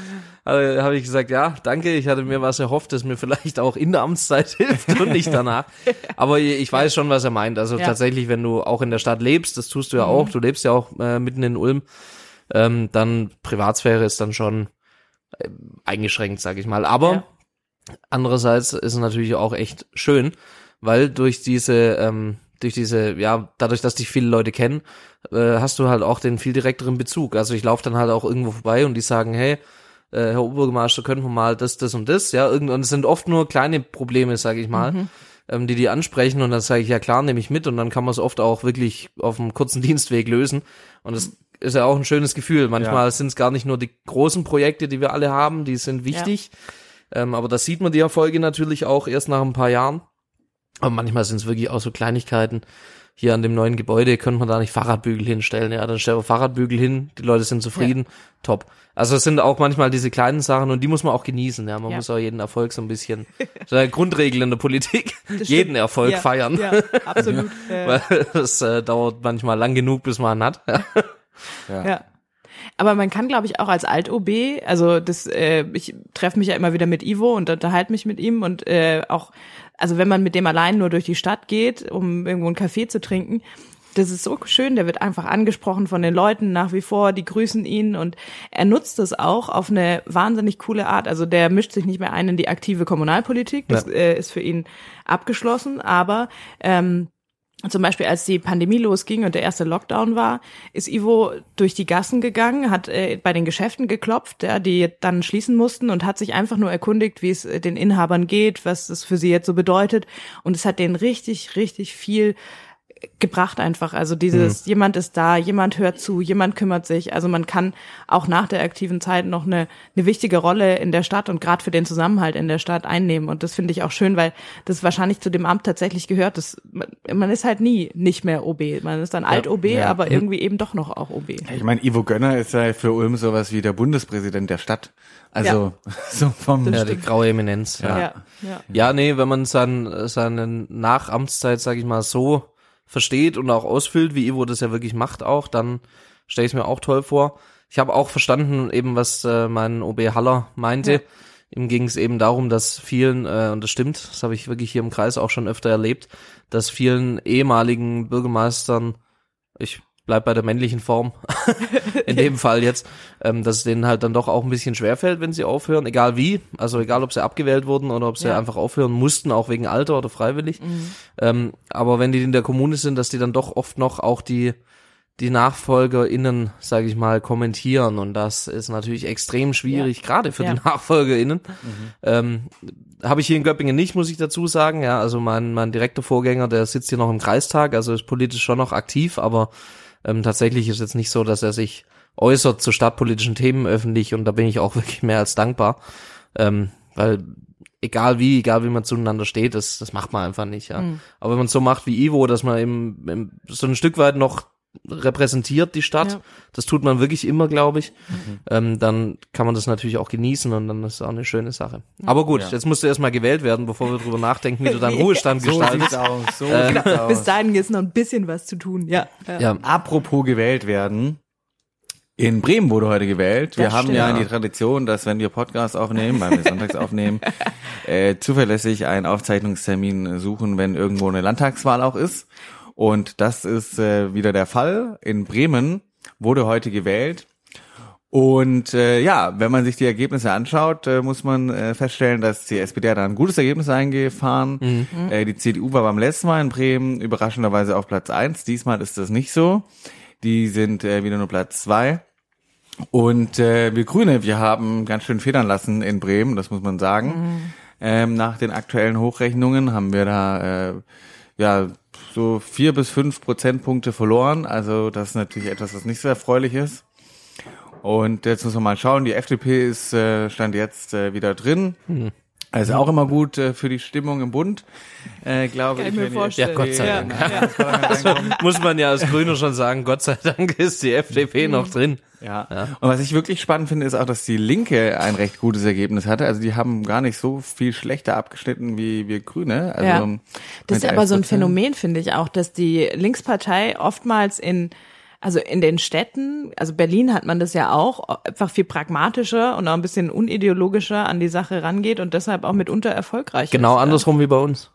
Also habe ich gesagt, ja, danke, ich hatte mir was erhofft, das mir vielleicht auch in der Amtszeit hilft und nicht danach. Aber ich weiß schon, was er meint. Also Ja. tatsächlich, wenn du auch in der Stadt lebst, das tust du ja auch, du lebst ja auch äh, mitten in Ulm, ähm, dann Privatsphäre ist dann schon äh, eingeschränkt, sag ich mal. Aber Ja. andererseits ist es natürlich auch echt schön, weil durch diese, ähm, durch diese, ja, dadurch, dass dich viele Leute kennen, äh, hast du halt auch den viel direkteren Bezug. Also ich laufe dann halt auch irgendwo vorbei und die sagen, hey, äh, Herr Oberbürgermeister, können wir mal das, das und das, ja, irgend, und es sind oft nur kleine Probleme, sage ich mal, Mhm. ähm, die die ansprechen und dann sage ich, ja klar, nehme ich mit und dann kann man es oft auch wirklich auf einem kurzen Dienstweg lösen und das ist ja auch ein schönes Gefühl. Manchmal Ja. sind es gar nicht nur die großen Projekte, die wir alle haben, die sind wichtig, ähm, aber da sieht man die Erfolge natürlich auch erst nach ein paar Jahren. Aber manchmal sind es wirklich auch so Kleinigkeiten. Hier an dem neuen Gebäude könnte man da nicht Fahrradbügel hinstellen. Ja, dann stellen wir Fahrradbügel hin, die Leute sind zufrieden, top. Also es sind auch manchmal diese kleinen Sachen und die muss man auch genießen. Ja, man Ja. muss auch jeden Erfolg so ein bisschen, das ist eine Grundregel in der Politik, Das jeden stimmt. Erfolg ja, feiern. Ja, absolut. Äh, Weil das äh, dauert manchmal lang genug, bis man ihn hat. Ja. Aber man kann, glaube ich, auch als Alt-O B, also das, äh, ich treffe mich ja immer wieder mit Ivo und unterhalte mich mit ihm und äh, auch, also wenn man mit dem allein nur durch die Stadt geht, um irgendwo einen Kaffee zu trinken, das ist so schön, der wird einfach angesprochen von den Leuten nach wie vor, die grüßen ihn und er nutzt das auch auf eine wahnsinnig coole Art. Also der mischt sich nicht mehr ein in die aktive Kommunalpolitik, das Ja. äh, ist für ihn abgeschlossen, aber ähm, Zum Beispiel, als die Pandemie losging und der erste Lockdown war, ist Ivo durch die Gassen gegangen, hat äh, bei den Geschäften geklopft, ja, die dann schließen mussten und hat sich einfach nur erkundigt, wie es äh, den Inhabern geht, was das für sie jetzt so bedeutet. Und es hat denen richtig, richtig viel gebracht einfach. Also dieses, mhm. jemand ist da, jemand hört zu, jemand kümmert sich. Also man kann auch nach der aktiven Zeit noch eine, eine wichtige Rolle in der Stadt und gerade für den Zusammenhalt in der Stadt einnehmen. Und das finde ich auch schön, weil das wahrscheinlich zu dem Amt tatsächlich gehört. Das, man ist halt nie nicht mehr O B. Man ist dann ja, Alt-O B, ja. aber irgendwie eben doch noch auch O B. Ich meine, Ivo Gönner ist ja für Ulm sowas wie der Bundespräsident der Stadt. Also ja. so vom ja, die graue Eminenz. Ja, ja, ja. ja nee, wenn man sein, seine Nachamtszeit, sag ich mal, so versteht und auch ausfüllt, wie Ivo das ja wirklich macht auch, dann stelle ich es mir auch toll vor. Ich habe auch verstanden, eben was äh, mein O B Haller meinte. Ja. Ihm ging es eben darum, dass vielen, äh, und das stimmt, das habe ich wirklich hier im Kreis auch schon öfter erlebt, dass vielen ehemaligen Bürgermeistern, ich bleib bei der männlichen Form, in dem Fall jetzt, ähm, dass es denen halt dann doch auch ein bisschen schwerfällt, wenn sie aufhören, egal wie, also egal, ob sie abgewählt wurden oder ob sie ja. einfach aufhören mussten, auch wegen Alter oder freiwillig. Mhm. Ähm, aber wenn die in der Kommune sind, dass die dann doch oft noch auch die die NachfolgerInnen, sage ich mal, kommentieren und das ist natürlich extrem schwierig, ja. gerade für ja. die NachfolgerInnen. Mhm. Ähm, habe ich hier in Göppingen nicht, muss ich dazu sagen. Ja, also mein mein direkter Vorgänger, der sitzt hier noch im Kreistag, also ist politisch schon noch aktiv, aber ähm, tatsächlich ist jetzt nicht so, dass er sich äußert zu stadtpolitischen Themen öffentlich und da bin ich auch wirklich mehr als dankbar, ähm, weil egal wie, egal wie man zueinander steht, das das macht man einfach nicht. Ja, mhm. aber wenn man es so macht wie Ivo, dass man eben, eben so ein Stück weit noch repräsentiert die Stadt, ja. das tut man wirklich immer, glaube ich, mhm. ähm, dann kann man das natürlich auch genießen und dann ist es auch eine schöne Sache. Aber gut, ja. jetzt musst du erstmal gewählt werden, bevor wir drüber nachdenken, wie du deinen Ruhestand so gestaltest. Sieht's aus, so äh, sieht's aus. Bis dahin ist noch ein bisschen was zu tun, ja. ja. ja. Apropos gewählt werden, in Bremen wurde heute gewählt. Wir das haben stimmt. ja die Tradition, dass wenn wir Podcasts aufnehmen, weil wir sonntags aufnehmen, äh, zuverlässig einen Aufzeichnungstermin suchen, wenn irgendwo eine Landtagswahl auch ist. Und das ist äh, wieder der Fall. In Bremen wurde heute gewählt. Und äh, ja, wenn man sich die Ergebnisse anschaut, äh, muss man äh, feststellen, dass die S P D da ein gutes Ergebnis eingefahren. Mhm. Äh, die C D U war beim letzten Mal in Bremen überraschenderweise auf Platz eins. Diesmal ist das nicht so. Die sind äh, wieder nur Platz zwei. Und äh, wir Grüne, wir haben ganz schön federn lassen in Bremen, das muss man sagen. Mhm. Ähm, nach den aktuellen Hochrechnungen haben wir da äh, ja so vier bis fünf Prozentpunkte verloren. Also das ist natürlich etwas, was nicht so erfreulich ist. Und jetzt muss man mal schauen, die F D P ist äh, stand jetzt äh, wieder drin. Hm. Also auch immer gut äh, für die Stimmung im Bund, äh, glaube ich. Mir vorstellen. Ja, Gott sei Dank. Ja, ja. Also, muss man ja als Grüner schon sagen, Gott sei Dank ist die F D P noch drin. Ja. ja. Und was ich wirklich spannend finde, ist auch, dass die Linke ein recht gutes Ergebnis hatte. Also die haben gar nicht so viel schlechter abgeschnitten wie wir Grüne. Also ja. Das ist aber so ein Phänomen, finde ich auch, dass die Linkspartei oftmals in Also in den Städten, also Berlin hat man das ja auch, einfach viel pragmatischer und auch ein bisschen unideologischer an die Sache rangeht und deshalb auch mitunter erfolgreich genau ist. Andersrum wie bei uns.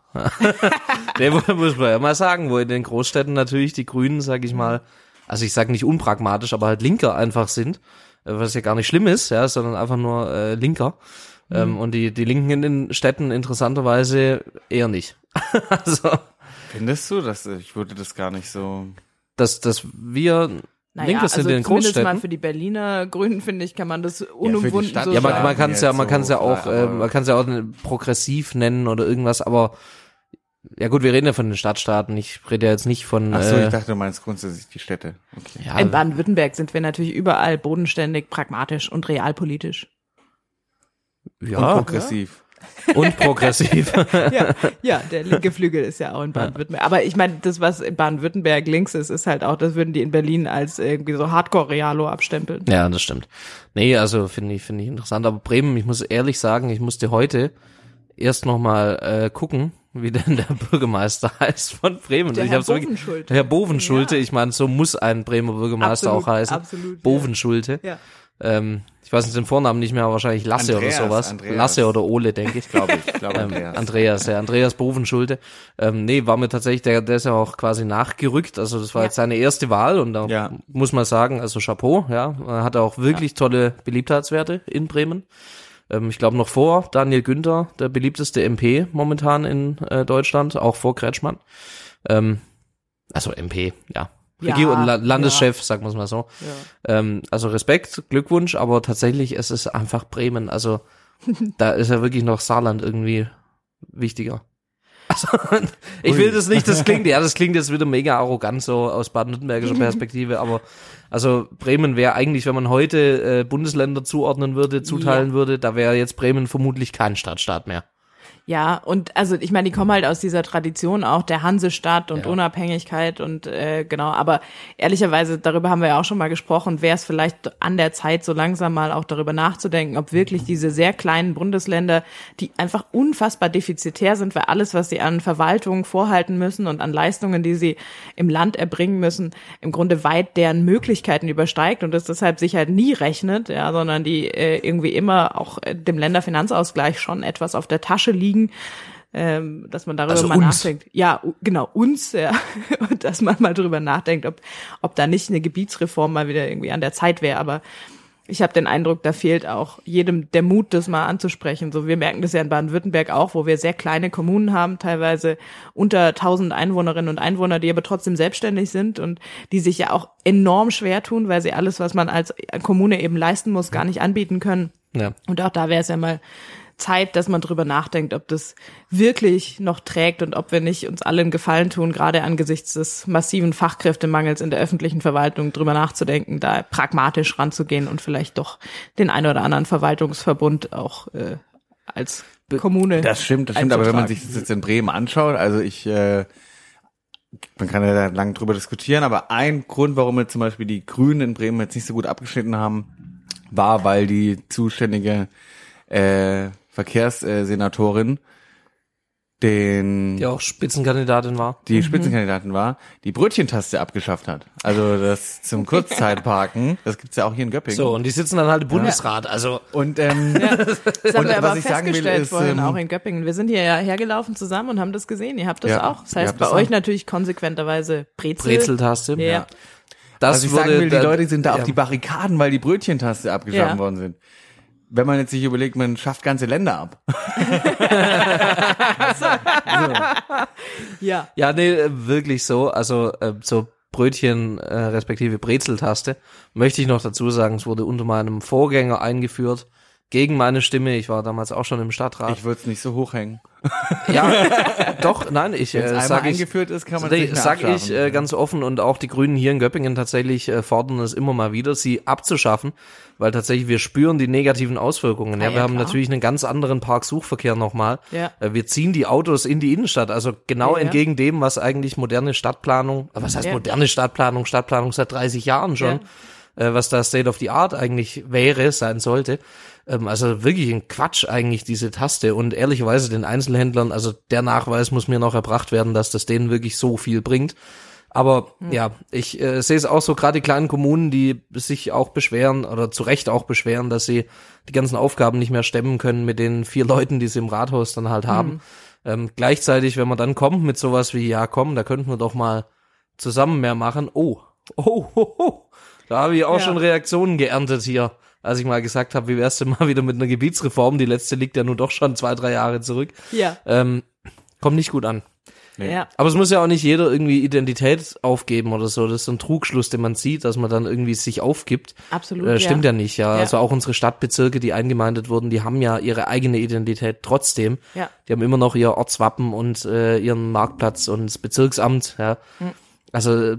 Der muss man ja mal sagen, wo in den Großstädten natürlich die Grünen, sag ich mal, also ich sag nicht unpragmatisch, aber halt linker einfach sind, was ja gar nicht schlimm ist, ja, sondern einfach nur äh, linker. Mhm. Ähm, und die die Linken in den Städten interessanterweise eher nicht. Also findest du, dass ich würde das gar nicht so dass dass wir naja, Linke sind also in den Großstädten. Mal für die Berliner Grünen, finde ich, kann man das unumwunden ja, so ja, man, man kann es ja, man so kann es ja auch, klar, äh, man kann es ja auch progressiv nennen oder irgendwas, aber ja gut, wir reden ja von den Stadtstaaten, ich rede ja jetzt nicht von... Ach so, äh, ich dachte, du meinst grundsätzlich die Städte. Okay. Ja, in Baden-Württemberg sind wir natürlich überall bodenständig, pragmatisch und realpolitisch. Ja. Und progressiv. Und progressiv. ja, ja, der linke Flügel ist ja auch in Baden-Württemberg. Aber ich meine, das, was in Baden-Württemberg links ist, ist halt auch, das würden die in Berlin als irgendwie so Hardcore-Realo abstempeln. Ja, das stimmt. Nee, also finde ich, finde ich interessant. Aber Bremen, ich muss ehrlich sagen, ich musste heute erst nochmal äh, gucken, wie denn der Bürgermeister heißt von Bremen. Der ich Herr Bovenschulte. Herr Bovenschulte, ja. Ich meine, so muss ein Bremer Bürgermeister absolut, auch heißen. Absolut, Bovenschulte. Ja. Ähm, ich weiß nicht den Vornamen nicht mehr, aber wahrscheinlich Lasse Andreas, oder sowas. Andreas. Lasse oder Ole, denke ich. Glaube ich. Glaube ähm, Andreas. Andreas, ja. Andreas Bovenschulte. Ähm, nee, war mir tatsächlich, der, der ist ja auch quasi nachgerückt. Also das war ja. jetzt seine erste Wahl und da ja. muss man sagen, also Chapeau, ja. Er hatte auch wirklich ja. tolle Beliebtheitswerte in Bremen. Ähm, ich glaube noch vor Daniel Günther, der beliebteste M P momentan in äh, Deutschland, auch vor Kretschmann. Ähm, Also M P, ja. Ja, Regierung, Landeschef, ja. sagen wir es mal so. Ja. Ähm, also Respekt, Glückwunsch, aber tatsächlich es ist einfach Bremen. Also da ist ja wirklich noch Saarland irgendwie wichtiger. Also, ich will das nicht, das klingt, ja, das klingt jetzt wieder mega arrogant so aus baden-württembergischer Perspektive, aber also Bremen wäre eigentlich, wenn man heute äh, Bundesländer zuordnen würde, zuteilen ja. würde, da wäre jetzt Bremen vermutlich kein Stadtstaat mehr. Ja, und also ich meine, die kommen halt aus dieser Tradition auch der Hansestadt und ja. Unabhängigkeit und äh, genau, aber ehrlicherweise, darüber haben wir ja auch schon mal gesprochen, wäre es vielleicht an der Zeit, so langsam mal auch darüber nachzudenken, ob wirklich diese sehr kleinen Bundesländer, die einfach unfassbar defizitär sind, weil alles, was sie an Verwaltung vorhalten müssen und an Leistungen, die sie im Land erbringen müssen, im Grunde weit deren Möglichkeiten übersteigt und das deshalb sich halt nie rechnet, ja, sondern die äh, irgendwie immer auch äh, dem Länderfinanzausgleich schon etwas auf der Tasche liegen. Ähm, dass man darüber also mal uns. nachdenkt. Ja, genau, uns, ja. Und dass man mal drüber nachdenkt, ob, ob da nicht eine Gebietsreform mal wieder irgendwie an der Zeit wäre. Aber ich habe den Eindruck, da fehlt auch jedem der Mut, das mal anzusprechen. So, wir merken das ja in Baden-Württemberg auch, wo wir sehr kleine Kommunen haben, teilweise unter tausend Einwohnerinnen und Einwohner, die aber trotzdem selbstständig sind und die sich ja auch enorm schwer tun, weil sie alles, was man als Kommune eben leisten muss, gar nicht anbieten können. Ja. Und auch da wäre es ja mal Zeit, dass man drüber nachdenkt, ob das wirklich noch trägt und ob wir nicht uns alle einen Gefallen tun, gerade angesichts des massiven Fachkräftemangels in der öffentlichen Verwaltung drüber nachzudenken, da pragmatisch ranzugehen und vielleicht doch den ein oder anderen Verwaltungsverbund auch äh, als Kommune. Das stimmt, das stimmt, aber wenn man sich das jetzt in Bremen anschaut, also ich, äh, man kann ja da lang drüber diskutieren, aber ein Grund, warum wir zum Beispiel die Grünen in Bremen jetzt nicht so gut abgeschnitten haben, war, weil die zuständige äh, Verkehrssenatorin, den die auch Spitzenkandidatin war, die mhm. Spitzenkandidatin war, die Brötchentaste abgeschafft hat. Also das zum Kurzzeitparken, das gibt's ja auch hier in Göppingen. So, und die sitzen dann halt im Bundesrat, also und ähm, ja, das haben und, wir aber was ich sagen will, festgestellt ist, vorhin ähm, auch in Göppingen. Wir sind hier ja hergelaufen zusammen und haben das gesehen. Ihr habt das ja, auch. Das heißt bei das euch auch. natürlich konsequenterweise Brezel. Brezeltaste. Ja. ja. Das was ich wurde, sagen will, die da, Leute sind da ja. auf die Barrikaden, weil die Brötchentaste abgeschaffen ja. worden sind. Wenn man jetzt sich überlegt, man schafft ganze Länder ab. so. Ja. Ja, nee, wirklich so. Also äh, so Brötchen äh, respektive Brezeltaste. Möchte ich noch dazu sagen, es wurde unter meinem Vorgänger eingeführt. Gegen meine Stimme. Ich war damals auch schon im Stadtrat. Ich würde es nicht so hochhängen. Ja, doch, nein, ich äh, sage ich, eingeführt ist, kann man nee, es nicht mehr sag abschaffen. ich äh, ganz offen und auch die Grünen hier in Göppingen tatsächlich äh, fordern es immer mal wieder, sie abzuschaffen, weil tatsächlich wir spüren die negativen Auswirkungen. Ja, ah, wir ja, haben klar. natürlich einen ganz anderen Parksuchverkehr nochmal. Ja. Äh, wir ziehen die Autos in die Innenstadt, also genau ja, entgegen dem, was eigentlich moderne Stadtplanung, was heißt ja. moderne Stadtplanung, Stadtplanung seit dreißig Jahren schon, ja. äh, was da State of the Art eigentlich wäre, sein sollte. Also wirklich ein Quatsch eigentlich, diese Taste, und ehrlicherweise den Einzelhändlern, also der Nachweis muss mir noch erbracht werden, dass das denen wirklich so viel bringt. Aber mhm. ja, ich äh, sehe es auch so, gerade die kleinen Kommunen, die sich auch beschweren oder zu Recht auch beschweren, dass sie die ganzen Aufgaben nicht mehr stemmen können mit den vier Leuten, die sie im Rathaus dann halt haben. Mhm. Ähm, gleichzeitig, wenn man dann kommt mit sowas wie, ja komm, da könnten wir doch mal zusammen mehr machen. Oh, oh, oh, oh. Da habe ich auch ja. schon Reaktionen geerntet hier, als ich mal gesagt habe, wie wär's denn mal wieder mit einer Gebietsreform? Die letzte liegt ja nun doch schon zwei, drei Jahre zurück. Ja. Ähm, kommt nicht gut an. Nee. Ja. Aber es muss ja auch nicht jeder irgendwie Identität aufgeben oder so. Das ist so ein Trugschluss, den man sieht, dass man dann irgendwie sich aufgibt. Absolut, äh, Stimmt ja. ja nicht, ja. ja. Also auch unsere Stadtbezirke, die eingemeindet wurden, die haben ja ihre eigene Identität trotzdem. Ja. Die haben immer noch ihr Ortswappen und äh, ihren Marktplatz und das Bezirksamt, ja. Mhm. Also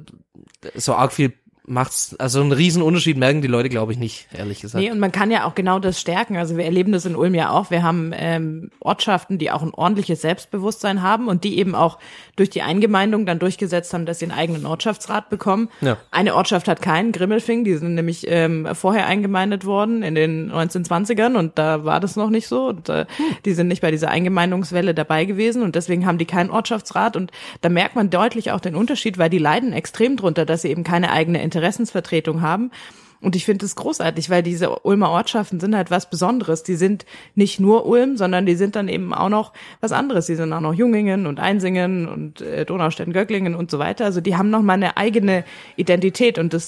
so arg viel macht's, also einen riesen Unterschied merken die Leute, glaube ich, nicht, ehrlich gesagt. Nee, und man kann ja auch genau das stärken. Also wir erleben das in Ulm ja auch. Wir haben ähm, Ortschaften, die auch ein ordentliches Selbstbewusstsein haben und die eben auch durch die Eingemeindung dann durchgesetzt haben, dass sie einen eigenen Ortschaftsrat bekommen. Ja. Eine Ortschaft hat keinen, Grimmelfing, die sind nämlich ähm, vorher eingemeindet worden in den neunzehnhundertzwanzigern und da war das noch nicht so. Und äh, hm. die sind nicht bei dieser Eingemeindungswelle dabei gewesen und deswegen haben die keinen Ortschaftsrat und da merkt man deutlich auch den Unterschied, weil die leiden extrem drunter, dass sie eben keine eigene Interessensvertretung haben. Und ich finde es großartig, weil diese Ulmer Ortschaften sind halt was Besonderes. Die sind nicht nur Ulm, sondern die sind dann eben auch noch was anderes. Die sind auch noch Jungingen und Einsingen und äh, Donaustetten-Göcklingen und so weiter. Also die haben noch mal eine eigene Identität und das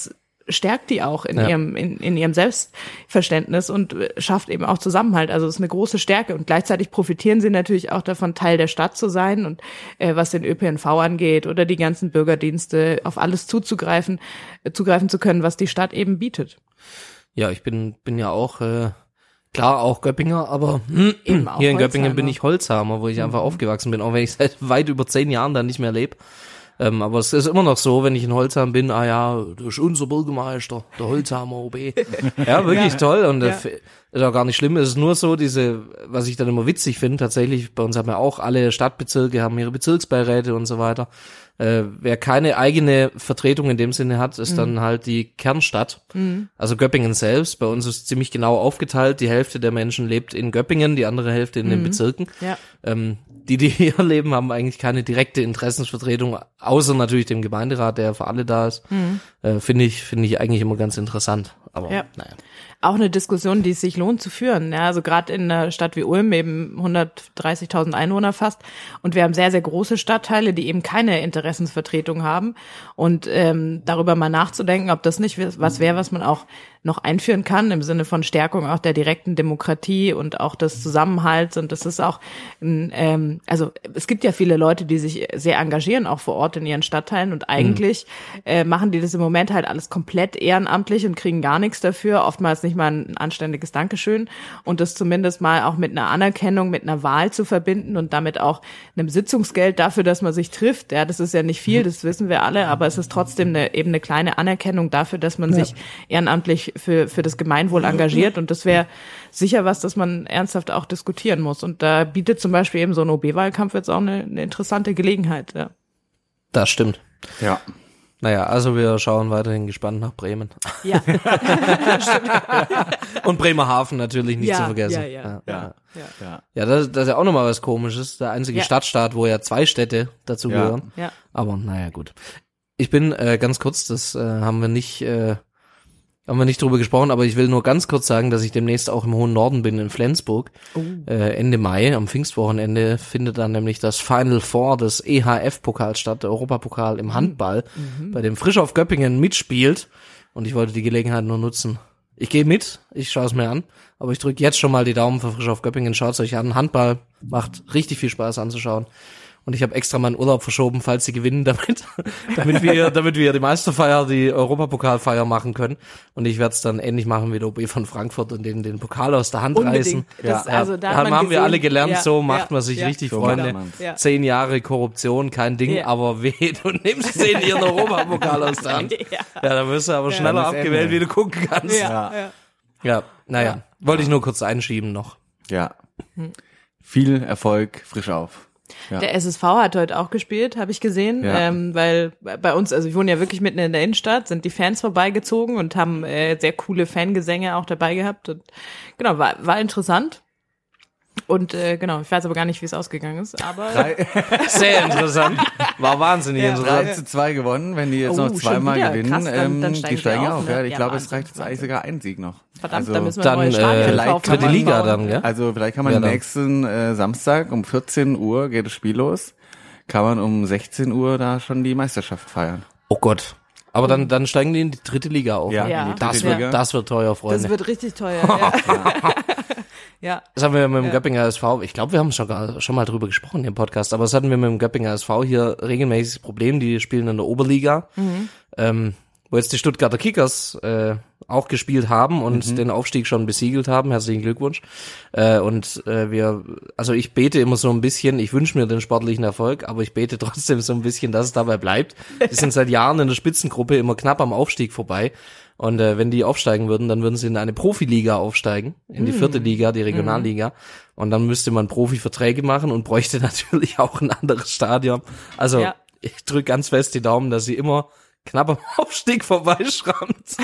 stärkt die auch in ja. ihrem in, in ihrem Selbstverständnis und schafft eben auch Zusammenhalt. Also es ist eine große Stärke und gleichzeitig profitieren sie natürlich auch davon, Teil der Stadt zu sein und äh, was den Ö P N V angeht oder die ganzen Bürgerdienste, auf alles zuzugreifen, äh, zugreifen zu können, was die Stadt eben bietet. Ja, ich bin bin ja auch äh, klar auch Göppinger, aber eben auch hier in Holzheimer. Göppingen bin ich Holzheimer, wo ich einfach mhm. aufgewachsen bin, auch wenn ich seit weit über zehn Jahren da nicht mehr lebe. Ähm, aber es ist immer noch so, wenn ich in Holzheim bin, ah ja, das ist unser Bürgermeister, der Holzheimer O B. Ja, wirklich ja. toll und ja. das ist auch gar nicht schlimm. Es ist nur so, diese, was ich dann immer witzig finde, tatsächlich, bei uns haben ja auch alle Stadtbezirke, haben ihre Bezirksbeiräte und so weiter. Äh, wer keine eigene Vertretung in dem Sinne hat, ist mhm. dann halt die Kernstadt. Mhm. Also Göppingen selbst. Bei uns ist ziemlich genau aufgeteilt. Die Hälfte der Menschen lebt in Göppingen, die andere Hälfte in mhm. den Bezirken. Ja. Ähm, die, die hier leben, haben eigentlich keine direkte Interessensvertretung, außer natürlich dem Gemeinderat, der für alle da ist. Mhm. Äh, finde ich, finde ich eigentlich immer ganz interessant. Aber ja. naja. Auch eine Diskussion, die es sich lohnt zu führen. Ja, also gerade in einer Stadt wie Ulm, eben hundertdreißigtausend Einwohner fast. Und wir haben sehr, sehr große Stadtteile, die eben keine Interessensvertretung haben. Und ähm, darüber mal nachzudenken, ob das nicht was wäre, was man auch noch einführen kann, im Sinne von Stärkung auch der direkten Demokratie und auch des Zusammenhalts. Und das ist auch, ähm, also es gibt ja viele Leute, die sich sehr engagieren, auch vor Ort in ihren Stadtteilen. Und eigentlich mhm. äh, machen die das im Moment halt alles komplett ehrenamtlich und kriegen gar nichts dafür, oftmals nicht mal ein anständiges Dankeschön. Und das zumindest mal auch mit einer Anerkennung, mit einer Wahl zu verbinden und damit auch einem Sitzungsgeld dafür, dass man sich trifft. Ja, das ist ja nicht viel, das wissen wir alle, aber es ist trotzdem eine, eben eine kleine Anerkennung dafür, dass man ja. sich ehrenamtlich für für das Gemeinwohl engagiert. Und das wäre sicher was, das man ernsthaft auch diskutieren muss. Und da bietet zum Beispiel eben so ein O B-Wahlkampf jetzt auch eine, eine interessante Gelegenheit. Ja. Das stimmt. Ja. Naja, also wir schauen weiterhin gespannt nach Bremen. Ja. Und Bremerhaven natürlich nicht ja, zu vergessen. Ja, ja, ja. Ja, ja. ja. ja das, das ist ja auch nochmal was Komisches. Der einzige ja. Stadtstaat, wo ja zwei Städte dazu ja. gehören. Ja. Aber naja, gut. Ich bin äh, ganz kurz, das äh, haben wir nicht... Äh, Haben wir nicht drüber gesprochen, aber ich will nur ganz kurz sagen, dass ich demnächst auch im hohen Norden bin, in Flensburg. Oh. Äh, Ende Mai, am Pfingstwochenende, findet dann nämlich das Final Four des E H F-Pokals statt, der Europapokal im Handball, mhm. bei dem Frischhoff Göppingen mitspielt. Und ich wollte die Gelegenheit nur nutzen. Ich gehe mit, ich schaue es mir an, aber ich drücke jetzt schon mal die Daumen für Frischhoff Göppingen. Schaut's euch an, Handball macht richtig viel Spaß anzuschauen. Und ich habe extra meinen Urlaub verschoben, falls sie gewinnen damit, damit wir, damit wir die Meisterfeier, die Europapokalfeier machen können. Und ich werde es dann ähnlich machen wie der O B von Frankfurt und denen den Pokal aus der Hand Unbedingt. reißen. Das, ja, also, da haben, hat man haben wir gesehen, alle gelernt, ja, so macht ja, man sich ja, richtig, so Freunde. ja. Zehn Jahre Korruption, kein Ding, ja. aber weh, du nimmst den ihren Europapokal aus der Hand. Ja, ja da wirst du aber ja, schneller abgewählt, wie du gucken kannst. Ja, ja. ja. ja naja, ja. wollte ich nur kurz einschieben noch. Ja. Hm. Viel Erfolg, frisch auf. Ja. Der S S V hat heute auch gespielt, habe ich gesehen, ja. ähm, weil bei uns, also wir wohnen ja wirklich mitten in der Innenstadt, sind die Fans vorbeigezogen und haben äh, sehr coole Fangesänge auch dabei gehabt und genau, war, war interessant. Und äh, genau, ich weiß aber gar nicht, wie es ausgegangen ist, aber sehr interessant. War wahnsinnig ja, interessant. drei zu zwei gewonnen, wenn die jetzt oh, noch zweimal gewinnen, Krass, dann, dann ähm, steigen die steigen auf. auf, ne? Ja. Ich ja, glaube, Wahnsinn. es reicht jetzt eigentlich sogar ein Sieg noch. Verdammt, also, da müssen wir dann, neue Stadien äh, kaufen. dritte Liga dann, ja? Also vielleicht kann man ja, nächsten äh, Samstag um vierzehn Uhr geht das Spiel los, kann man um sechzehn Uhr da schon die Meisterschaft feiern. Oh Gott. Aber dann, dann steigen die in die dritte Liga auf. Ja, ja. in die das, dritte wird, Liga. das wird teuer, Freunde. Das wird richtig teuer, ja. ja. Das haben wir mit dem ja. Göppinger S V, ich glaube, wir haben schon, schon mal drüber gesprochen im Podcast, aber das hatten wir mit dem Göppinger S V hier regelmäßiges Problem, die spielen in der Oberliga, mhm. ähm, wo jetzt die Stuttgarter Kickers äh, auch gespielt haben und mhm. den Aufstieg schon besiegelt haben. Herzlichen Glückwunsch. Äh, und äh, wir, also ich bete immer so ein bisschen, ich wünsche mir den sportlichen Erfolg, aber ich bete trotzdem so ein bisschen, dass es dabei bleibt. Die sind seit Jahren in der Spitzengruppe immer knapp am Aufstieg vorbei. Und äh, wenn die aufsteigen würden, dann würden sie in eine Profiliga aufsteigen, in die vierte Liga, die Regionalliga. Und dann müsste man Profiverträge machen und bräuchte natürlich auch ein anderes Stadion. Also ja. ich drücke ganz fest die Daumen, dass sie immer knapp am Aufstieg vorbeischrammt.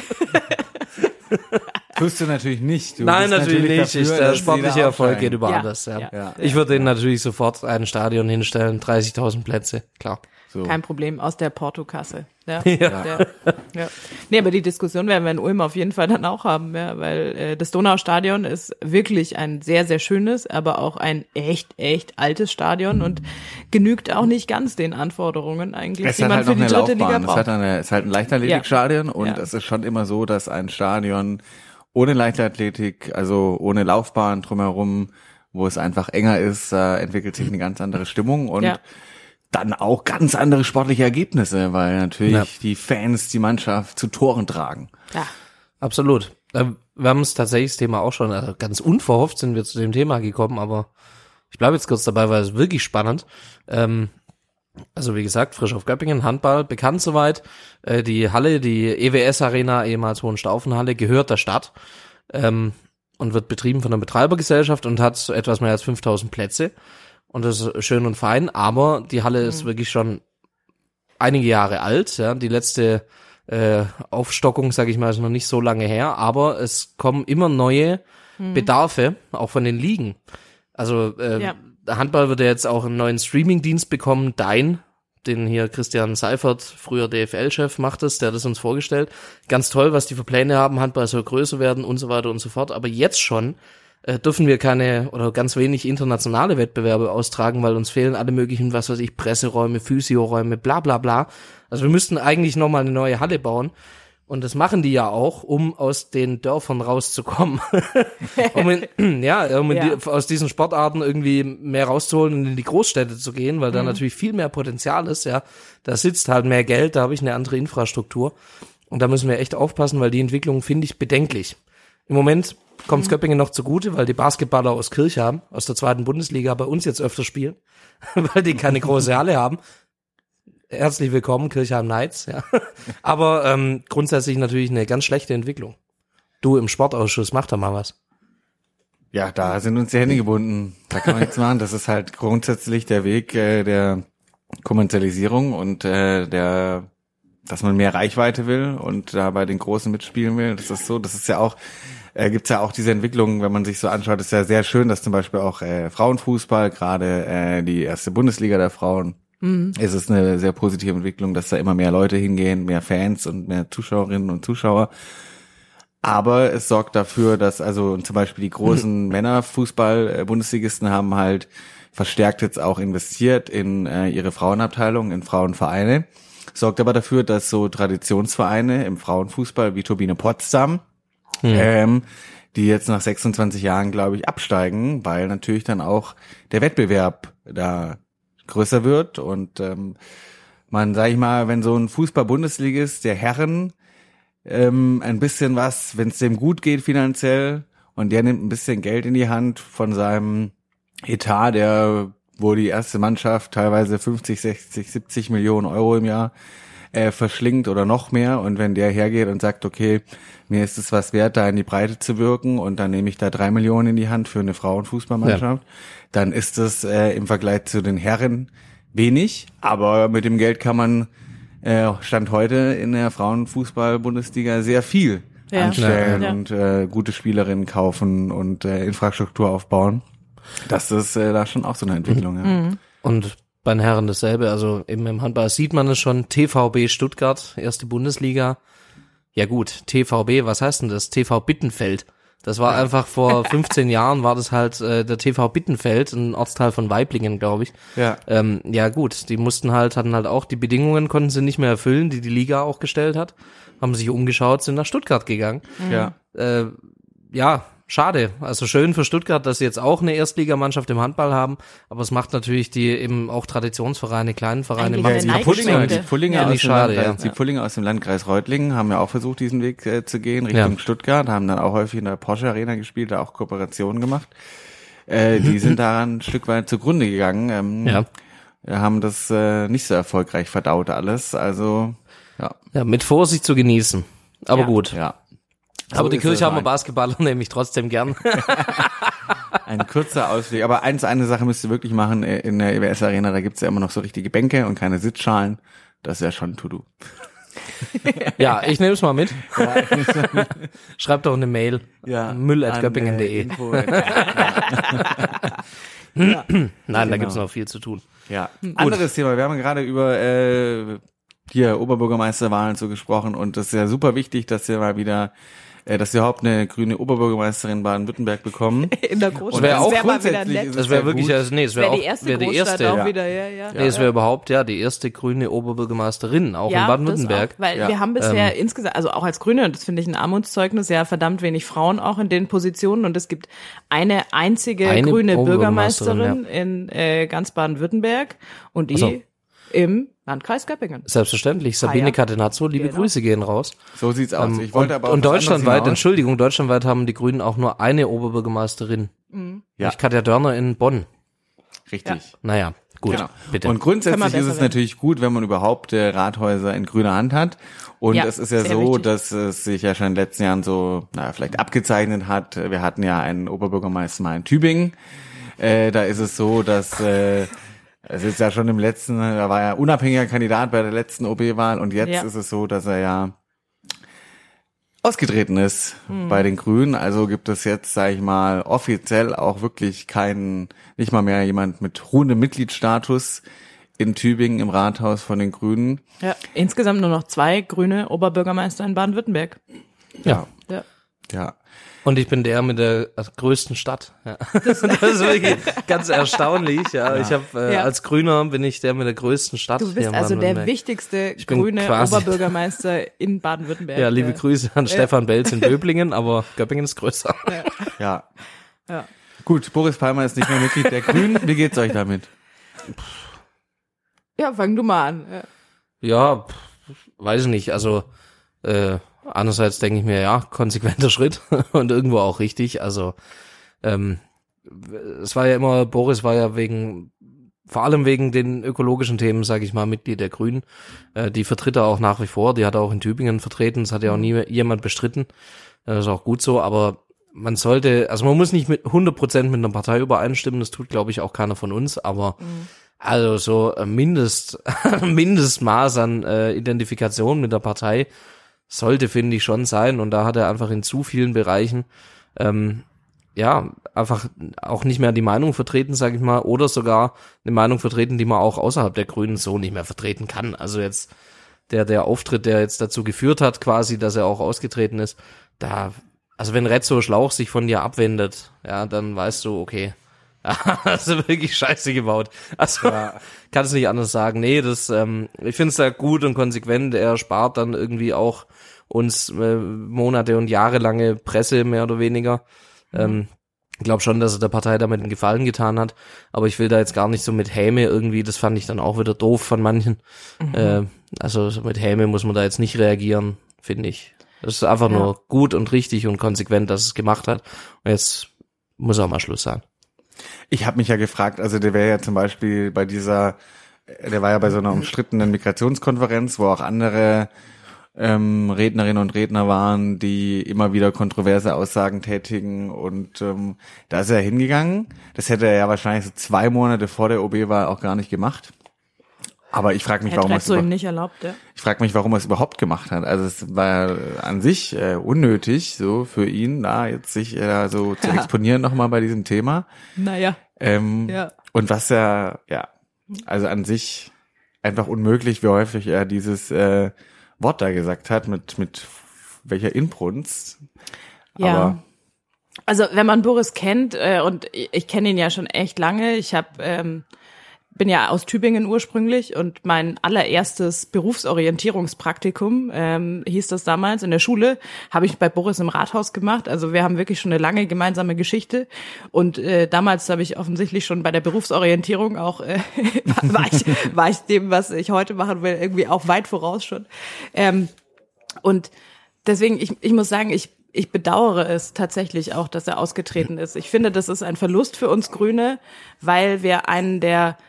Tust du natürlich nicht. Du Nein, natürlich, natürlich nicht. Dafür, der sportliche Erfolg geht über ja. alles. Ja. Ja. Ja. Ich würde ihnen natürlich sofort ein Stadion hinstellen, dreißigtausend Plätze, klar. So. Kein Problem, aus der Portokasse. Ja, Ja. Der, ja. Nee, aber die Diskussion werden wir in Ulm auf jeden Fall dann auch haben, ja, weil äh, das Donaustadion ist wirklich ein sehr, sehr schönes, aber auch ein echt, echt altes Stadion und genügt auch nicht ganz den Anforderungen eigentlich, Es die hat man halt für noch die eine dritte Liga Laufbahn. Es braucht. hat eine, es ist halt ein Leichtathletikstadion Ja. und Ja. es ist schon immer so, dass ein Stadion ohne Leichtathletik, also ohne Laufbahn drumherum, wo es einfach enger ist, äh, entwickelt sich eine ganz andere Stimmung und Ja. dann auch ganz andere sportliche Ergebnisse, weil natürlich Ja. die Fans die Mannschaft zu Toren tragen. Ja. Absolut. Äh, Wir haben es tatsächlich das Thema auch schon, also ganz unverhofft sind wir zu dem Thema gekommen, aber ich bleibe jetzt kurz dabei, weil es wirklich spannend. Ähm, also wie gesagt, frisch auf Göppingen, Handball, bekannt soweit. Äh, die Halle, die E W S-Arena, ehemals Hohenstaufenhalle, gehört der Stadt ähm, und wird betrieben von einer Betreibergesellschaft und hat etwas mehr als fünftausend Plätze. Und das ist schön und fein, aber die Halle ist wirklich schon einige Jahre alt. Ja, die letzte äh, Aufstockung, sage ich mal, ist noch nicht so lange her, aber es kommen immer neue Bedarfe, auch von den Ligen. Also äh, Ja. der Handball wird ja jetzt auch einen neuen Streaming-Dienst bekommen, Dein, den hier Christian Seifert, früher D F L-Chef, macht es, der hat es uns vorgestellt. Ganz toll, was die für Pläne haben, Handball soll größer werden und so weiter und so fort, aber jetzt schon äh, dürfen wir keine oder ganz wenig internationale Wettbewerbe austragen, weil uns fehlen alle möglichen, was weiß ich, Presseräume, Physioräume, bla bla bla. Also wir müssten eigentlich nochmal eine neue Halle bauen. Und das machen die ja auch, um aus den Dörfern rauszukommen. um in, ja, um in Ja. Die, aus diesen Sportarten irgendwie mehr rauszuholen und in die Großstädte zu gehen, weil da natürlich viel mehr Potenzial ist, ja. Da sitzt halt mehr Geld, da habe ich eine andere Infrastruktur. Und da müssen wir echt aufpassen, weil die Entwicklung finde ich bedenklich. Im Moment kommt Göppingen noch zugute, weil die Basketballer aus Kirchheim, aus der zweiten Bundesliga, bei uns jetzt öfter spielen, weil die keine große Halle haben. Herzlich willkommen, Kirchheim Knights, ja. Aber ähm, grundsätzlich natürlich eine ganz schlechte Entwicklung. Du im Sportausschuss, mach da mal was. Ja, da sind uns die Hände gebunden. Da kann man nichts machen. Das ist halt grundsätzlich der Weg äh, der Kommerzialisierung und äh, der, dass man mehr Reichweite will und da bei den Großen mitspielen will. Das ist so, das ist ja auch, äh, gibt's ja auch diese Entwicklung, wenn man sich so anschaut, ist ja sehr schön, dass zum Beispiel auch äh, Frauenfußball, gerade äh, die erste Bundesliga der Frauen, mhm. es ist eine sehr positive Entwicklung, dass da immer mehr Leute hingehen, mehr Fans und mehr Zuschauerinnen und Zuschauer. Aber es sorgt dafür, dass also zum Beispiel die großen Männerfußball-Bundesligisten haben halt verstärkt jetzt auch investiert in äh, ihre Frauenabteilung, in Frauenvereine. Sorgt aber dafür, dass so Traditionsvereine im Frauenfußball wie Turbine Potsdam, hm. ähm, die jetzt nach sechsundzwanzig Jahren, glaube ich, absteigen, weil natürlich dann auch der Wettbewerb da größer wird und ähm, man, sag ich mal, wenn so ein Fußball-Bundesligist der Herren ähm, ein bisschen was, wenn es dem gut geht finanziell und der nimmt ein bisschen Geld in die Hand von seinem Etat, der, wo die erste Mannschaft teilweise fünfzig, sechzig, siebzig Millionen Euro im Jahr äh, verschlingt oder noch mehr und wenn der hergeht und sagt, okay, mir ist es was wert, da in die Breite zu wirken und dann nehme ich da drei Millionen in die Hand für eine Frauenfußballmannschaft, ja. dann ist das äh, im Vergleich zu den Herren wenig, aber mit dem Geld kann man äh, Stand heute in der Frauenfußball-Bundesliga sehr viel ja. anstellen ja. und äh, gute Spielerinnen kaufen und äh, Infrastruktur aufbauen. Das ist äh, da schon auch so eine Entwicklung. Ja. Mhm. Und bei den Herren dasselbe, also eben im Handball sieht man es schon, T V B Stuttgart, erste Bundesliga. Ja gut, T V B, was heißt denn das? T V Bittenfeld. Das war einfach vor fünfzehn Jahren war das halt äh, der T V Bittenfeld, ein Ortsteil von Waiblingen, glaube ich. Ja. Ähm, ja gut, die mussten halt, hatten halt auch, die Bedingungen konnten sie nicht mehr erfüllen, die die Liga auch gestellt hat. Haben sich umgeschaut, sind nach Stuttgart gegangen. Ja. Äh, ja, schade. Also schön für Stuttgart, dass sie jetzt auch eine Erstligamannschaft im Handball haben, aber es macht natürlich die eben auch Traditionsvereine, kleinen Vereine, Eigentlich macht eine sie Die kaputt. Pullinger, die Pullinger, Ja, aus, nicht dem schade, Landkreis, ja. die Pullinger aus dem Landkreis Reutlingen haben ja auch versucht, diesen Weg äh, zu gehen, Richtung Ja. Stuttgart, haben dann auch häufig in der Porsche Arena gespielt, da auch Kooperationen gemacht. Äh, die sind daran ein Stück weit zugrunde gegangen, ähm, Ja. haben das äh, nicht so erfolgreich verdaut alles, also ja. Ja, mit Vorsicht zu genießen. Aber Ja. gut. ja. Aber So die ist es Kirchheimer halt. Basketballer nehme ich trotzdem gern. Ein kurzer Ausflug. Aber eins, eine Sache müsst ihr wirklich machen in der E W S Arena, da gibt's ja immer noch so richtige Bänke und keine Sitzschalen. Das ist ja schon ein To-Do. Ja, ich nehme es mal mit. Schreibt doch eine Mail. Ja, müll at an, göppingen punkt de. äh, info at- Ja. Nein, Genau. da gibt's noch viel zu tun. Ja, anderes Thema. Wir haben gerade über äh, hier Oberbürgermeisterwahlen so gesprochen und das ist ja super wichtig, dass wir mal wieder, äh, dass wir überhaupt eine grüne Oberbürgermeisterin in Baden-Württemberg bekommen. In der Und Großstadt. wäre auch wär mal wieder grundsätzlich nett. ist es Das wäre ja wirklich, gut. also, nee, es wäre Wäre auch die erste wär die Großstadt erste, auch ja. wieder, ja, ja. nee, es wäre überhaupt ja die erste grüne Oberbürgermeisterin auch ja, in Baden-Württemberg. das auch, weil Ja. wir haben bisher insgesamt, also auch als Grüne, und das finde ich ein Armutszeugnis, ja verdammt wenig Frauen auch in den Positionen und es gibt eine einzige Eine grüne Oberbürgermeisterin, Bürgermeisterin in äh, ganz Baden-Württemberg und die Ach so. im Landkreis Göppingen. Selbstverständlich. Sabine Ah, ja. Catenazzo, liebe Genau. Grüße gehen raus. So sieht's aus. Ähm, Ich wollte und, aber auf und was anderes deutschlandweit, hinaus. Entschuldigung, deutschlandweit haben die Grünen auch nur eine Oberbürgermeisterin. Ja. Nämlich Katja Dörner in Bonn. Richtig. Naja, gut, Genau. bitte. Und grundsätzlich Können wir ist es besser natürlich gut, wenn man überhaupt äh, Rathäuser in grüner Hand hat. Und Ja, es ist ja sehr so, wichtig. dass es sich ja schon in den letzten Jahren so, naja, vielleicht abgezeichnet hat. Wir hatten ja einen Oberbürgermeister mal in Tübingen. Äh, da ist es so, dass äh, es ist ja schon im letzten, da war er unabhängiger Kandidat bei der letzten O B-Wahl und jetzt Ja. ist es so, dass er ja ausgetreten ist Hm. bei den Grünen. Also gibt es jetzt, sage ich mal, offiziell auch wirklich keinen, nicht mal mehr jemand mit ruhendem Mitgliedsstatus in Tübingen im Rathaus von den Grünen. Ja, insgesamt nur noch zwei grüne Oberbürgermeister in Baden-Württemberg. ja. Ja. Ja. Und ich bin der mit der größten Stadt. Ja. Das ist wirklich ganz erstaunlich. Ja, ich habe äh, Ja. als Grüner bin ich der mit der größten Stadt. Du hier bist in also der Baden-Württemberg. wichtigste bin grüne quasi- Oberbürgermeister in Baden-Württemberg. Ja, liebe Grüße an Stefan Belz in Böblingen, aber Göppingen ist größer. Ja. Ja. Gut, Boris Palmer ist nicht mehr Mitglied der Grünen. Wie geht's euch damit? Ja, fang du mal an. Ja. Ja, pff, weiß ich nicht. Also äh, andererseits denke ich mir, ja, konsequenter Schritt und irgendwo auch richtig. Also ähm, es war ja immer, Boris war ja wegen, vor allem wegen den ökologischen Themen, sage ich mal, Mitglied der Grünen. Äh, die vertritt er auch nach wie vor. Die hat er auch in Tübingen vertreten. Das hat ja auch nie jemand bestritten. Das ist auch gut so. Aber man sollte, also man muss nicht mit hundert Prozent mit einer Partei übereinstimmen. Das tut, glaube ich, auch keiner von uns. Aber Mhm. also so ein Mindest, Mindestmaß an äh, Identifikation mit der Partei sollte, finde ich, schon sein. Und da hat er einfach in zu vielen Bereichen ähm, ja einfach auch nicht mehr die Meinung vertreten, sage ich mal, oder sogar eine Meinung vertreten, die man auch außerhalb der Grünen so nicht mehr vertreten kann. Also jetzt der der Auftritt, der jetzt dazu geführt hat, quasi, dass er auch ausgetreten ist, da, also wenn Retzo Schlauch sich von dir abwendet, ja, dann weißt du, okay, hast du wirklich Scheiße gebaut. Also ja. Kannst nicht anders sagen. Nee, das, ähm, ich finde es da gut und konsequent. Er spart dann irgendwie auch uns äh, Monate und jahrelange Presse mehr oder weniger. Mhm. Ähm, ich glaube schon, dass er der Partei damit einen Gefallen getan hat. Aber ich will da jetzt gar nicht so mit Häme irgendwie, das fand ich dann auch wieder doof von manchen. Mhm. Äh, also so mit Häme muss man da jetzt nicht reagieren, finde ich. Das ist einfach ja. nur gut und richtig und konsequent, dass es gemacht hat. Und jetzt muss auch mal Schluss sein. Ich habe mich ja gefragt, also der wäre ja zum Beispiel bei dieser, der war ja bei so einer umstrittenen Migrationskonferenz, wo auch andere ähm, Rednerinnen und Redner waren, die immer wieder kontroverse Aussagen tätigen und ähm, da ist er hingegangen. Das hätte er ja wahrscheinlich so zwei Monate vor der O B-Wahl auch gar nicht gemacht. Aber ich frage mich, warum er es so ihm über- nicht erlaubt, ja. ich frage mich, warum er es überhaupt gemacht hat. Also es war an sich äh, unnötig, so für ihn, da jetzt sich äh, so zu exponieren nochmal bei diesem Thema. Naja. Ähm, Ja. Und was er, ja, also an sich einfach unmöglich, wie häufig er dieses äh, Wort da gesagt hat, mit mit welcher Inbrunst. Ja. Aber Also wenn man Boris kennt, äh, und ich, ich kenne ihn ja schon echt lange, ich habe ähm, bin ja aus Tübingen ursprünglich und mein allererstes Berufsorientierungspraktikum ähm, hieß das damals in der Schule, habe ich bei Boris im Rathaus gemacht. Also wir haben wirklich schon eine lange gemeinsame Geschichte und äh, damals habe ich offensichtlich schon bei der Berufsorientierung auch äh, war ich war ich dem, was ich heute machen will, irgendwie auch weit voraus schon. Ähm, und deswegen, ich ich muss sagen, ich Ich bedauere es tatsächlich auch, dass er ausgetreten ist. Ich finde, das ist ein Verlust für uns Grüne, weil wir einen der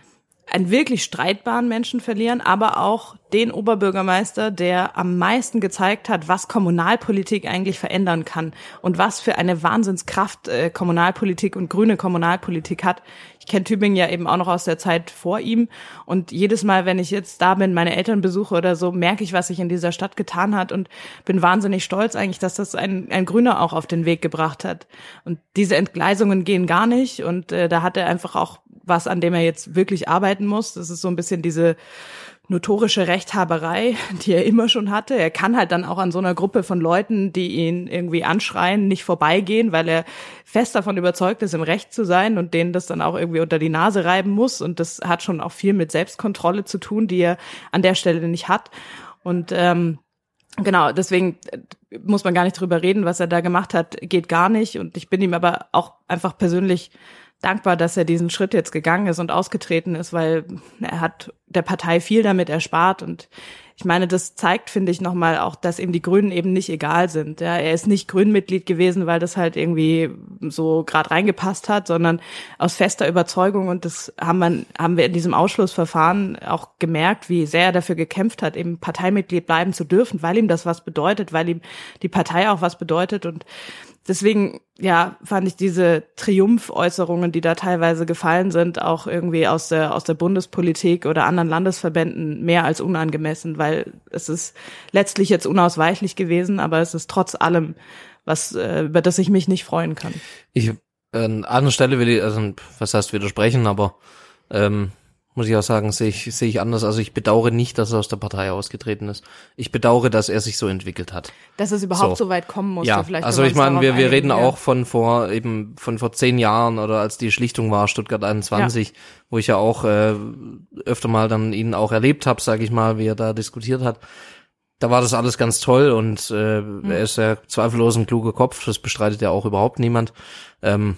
einen wirklich streitbaren Menschen verlieren, aber auch den Oberbürgermeister, der am meisten gezeigt hat, was Kommunalpolitik eigentlich verändern kann und was für eine Wahnsinnskraft äh, Kommunalpolitik und grüne Kommunalpolitik hat. Ich kenne Tübingen ja eben auch noch aus der Zeit vor ihm und jedes Mal, wenn ich jetzt da bin, meine Eltern besuche oder so, merke ich, was sich in dieser Stadt getan hat und bin wahnsinnig stolz eigentlich, dass das ein, ein Grüner auch auf den Weg gebracht hat. Und diese Entgleisungen gehen gar nicht und äh, da hat er einfach auch was, an dem er jetzt wirklich arbeiten muss. Das ist so ein bisschen diese notorische Rechthaberei, die er immer schon hatte. Er kann halt dann auch an so einer Gruppe von Leuten, die ihn irgendwie anschreien, nicht vorbeigehen, weil er fest davon überzeugt ist, im Recht zu sein und denen das dann auch irgendwie unter die Nase reiben muss. Und das hat schon auch viel mit Selbstkontrolle zu tun, die er an der Stelle nicht hat. Und ähm, genau, deswegen muss man gar nicht drüber reden, was er da gemacht hat, geht gar nicht. Und ich bin ihm aber auch einfach persönlich dankbar, dass er diesen Schritt jetzt gegangen ist und ausgetreten ist, weil er hat der Partei viel damit erspart und ich meine, das zeigt, finde ich, nochmal auch, dass ihm die Grünen eben nicht egal sind. Ja, er ist nicht Grünmitglied gewesen, weil das halt irgendwie so gerade reingepasst hat, sondern aus fester Überzeugung und das haben wir, haben wir in diesem Ausschlussverfahren auch gemerkt, wie sehr er dafür gekämpft hat, eben Parteimitglied bleiben zu dürfen, weil ihm das was bedeutet, weil ihm die Partei auch was bedeutet und deswegen, ja, fand ich diese Triumph-Äußerungen, die da teilweise gefallen sind, auch irgendwie aus der, aus der Bundespolitik oder anderen Landesverbänden mehr als unangemessen, weil es ist letztlich jetzt unausweichlich gewesen, aber es ist trotz allem was, äh, über das ich mich nicht freuen kann. Ich, äh, an anderer Stelle will ich, also, was heißt widersprechen, aber, ähm, muss ich auch sagen, sehe ich, sehe ich anders. Also ich bedauere nicht, dass er aus der Partei ausgetreten ist. Ich bedauere, dass er sich so entwickelt hat. Dass es überhaupt so, so weit kommen musste. Ja, vielleicht. Also ich meine, wir, wir reden ja. auch von vor, eben von vor zehn Jahren oder als die Schlichtung war, Stuttgart einundzwanzig, ja. wo ich ja auch äh, öfter mal dann ihn auch erlebt habe, sage ich mal, wie er da diskutiert hat. Da war das alles ganz toll und äh, mhm. er ist ja zweifellos ein kluger Kopf, das bestreitet ja auch überhaupt niemand. Ähm,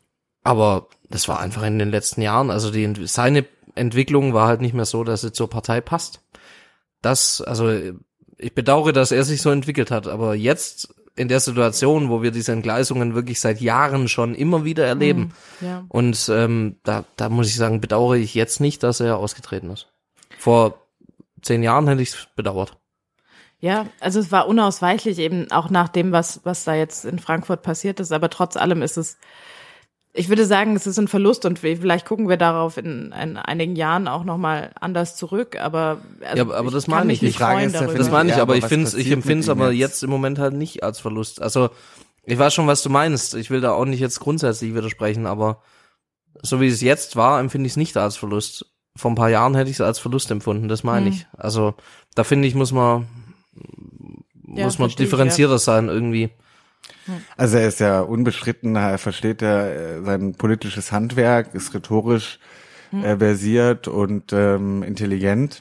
aber das war einfach in den letzten Jahren, also die seine Entwicklung war halt nicht mehr so, dass sie zur Partei passt. Das, also ich bedauere, dass er sich so entwickelt hat, aber jetzt in der Situation, wo wir diese Entgleisungen wirklich seit Jahren schon immer wieder erleben mhm, ja. und ähm, da, da muss ich sagen, bedauere ich jetzt nicht, dass er ausgetreten ist. Vor zehn Jahren hätte ich es bedauert. Ja, also es war unausweichlich eben auch nach dem, was was da jetzt in Frankfurt passiert ist, aber trotz allem ist es ich würde sagen, es ist ein Verlust und vielleicht gucken wir darauf in, in einigen Jahren auch nochmal anders zurück, aber also ja, aber das meine ich nicht. Freuen ja, das meine ich, aber ich finde ich empfinde es aber jetzt im Moment halt nicht als Verlust. Also ich weiß schon, was du meinst. Ich will da auch nicht jetzt grundsätzlich widersprechen, aber so wie es jetzt war, empfinde ich es nicht als Verlust. Vor ein paar Jahren hätte ich es als Verlust empfunden. Das meine hm. ich. Also da finde ich, muss man ja, muss man differenzierter ich, ja. sein irgendwie. Also er ist ja unbestritten, er versteht ja sein politisches Handwerk, ist rhetorisch äh, versiert und ähm, intelligent.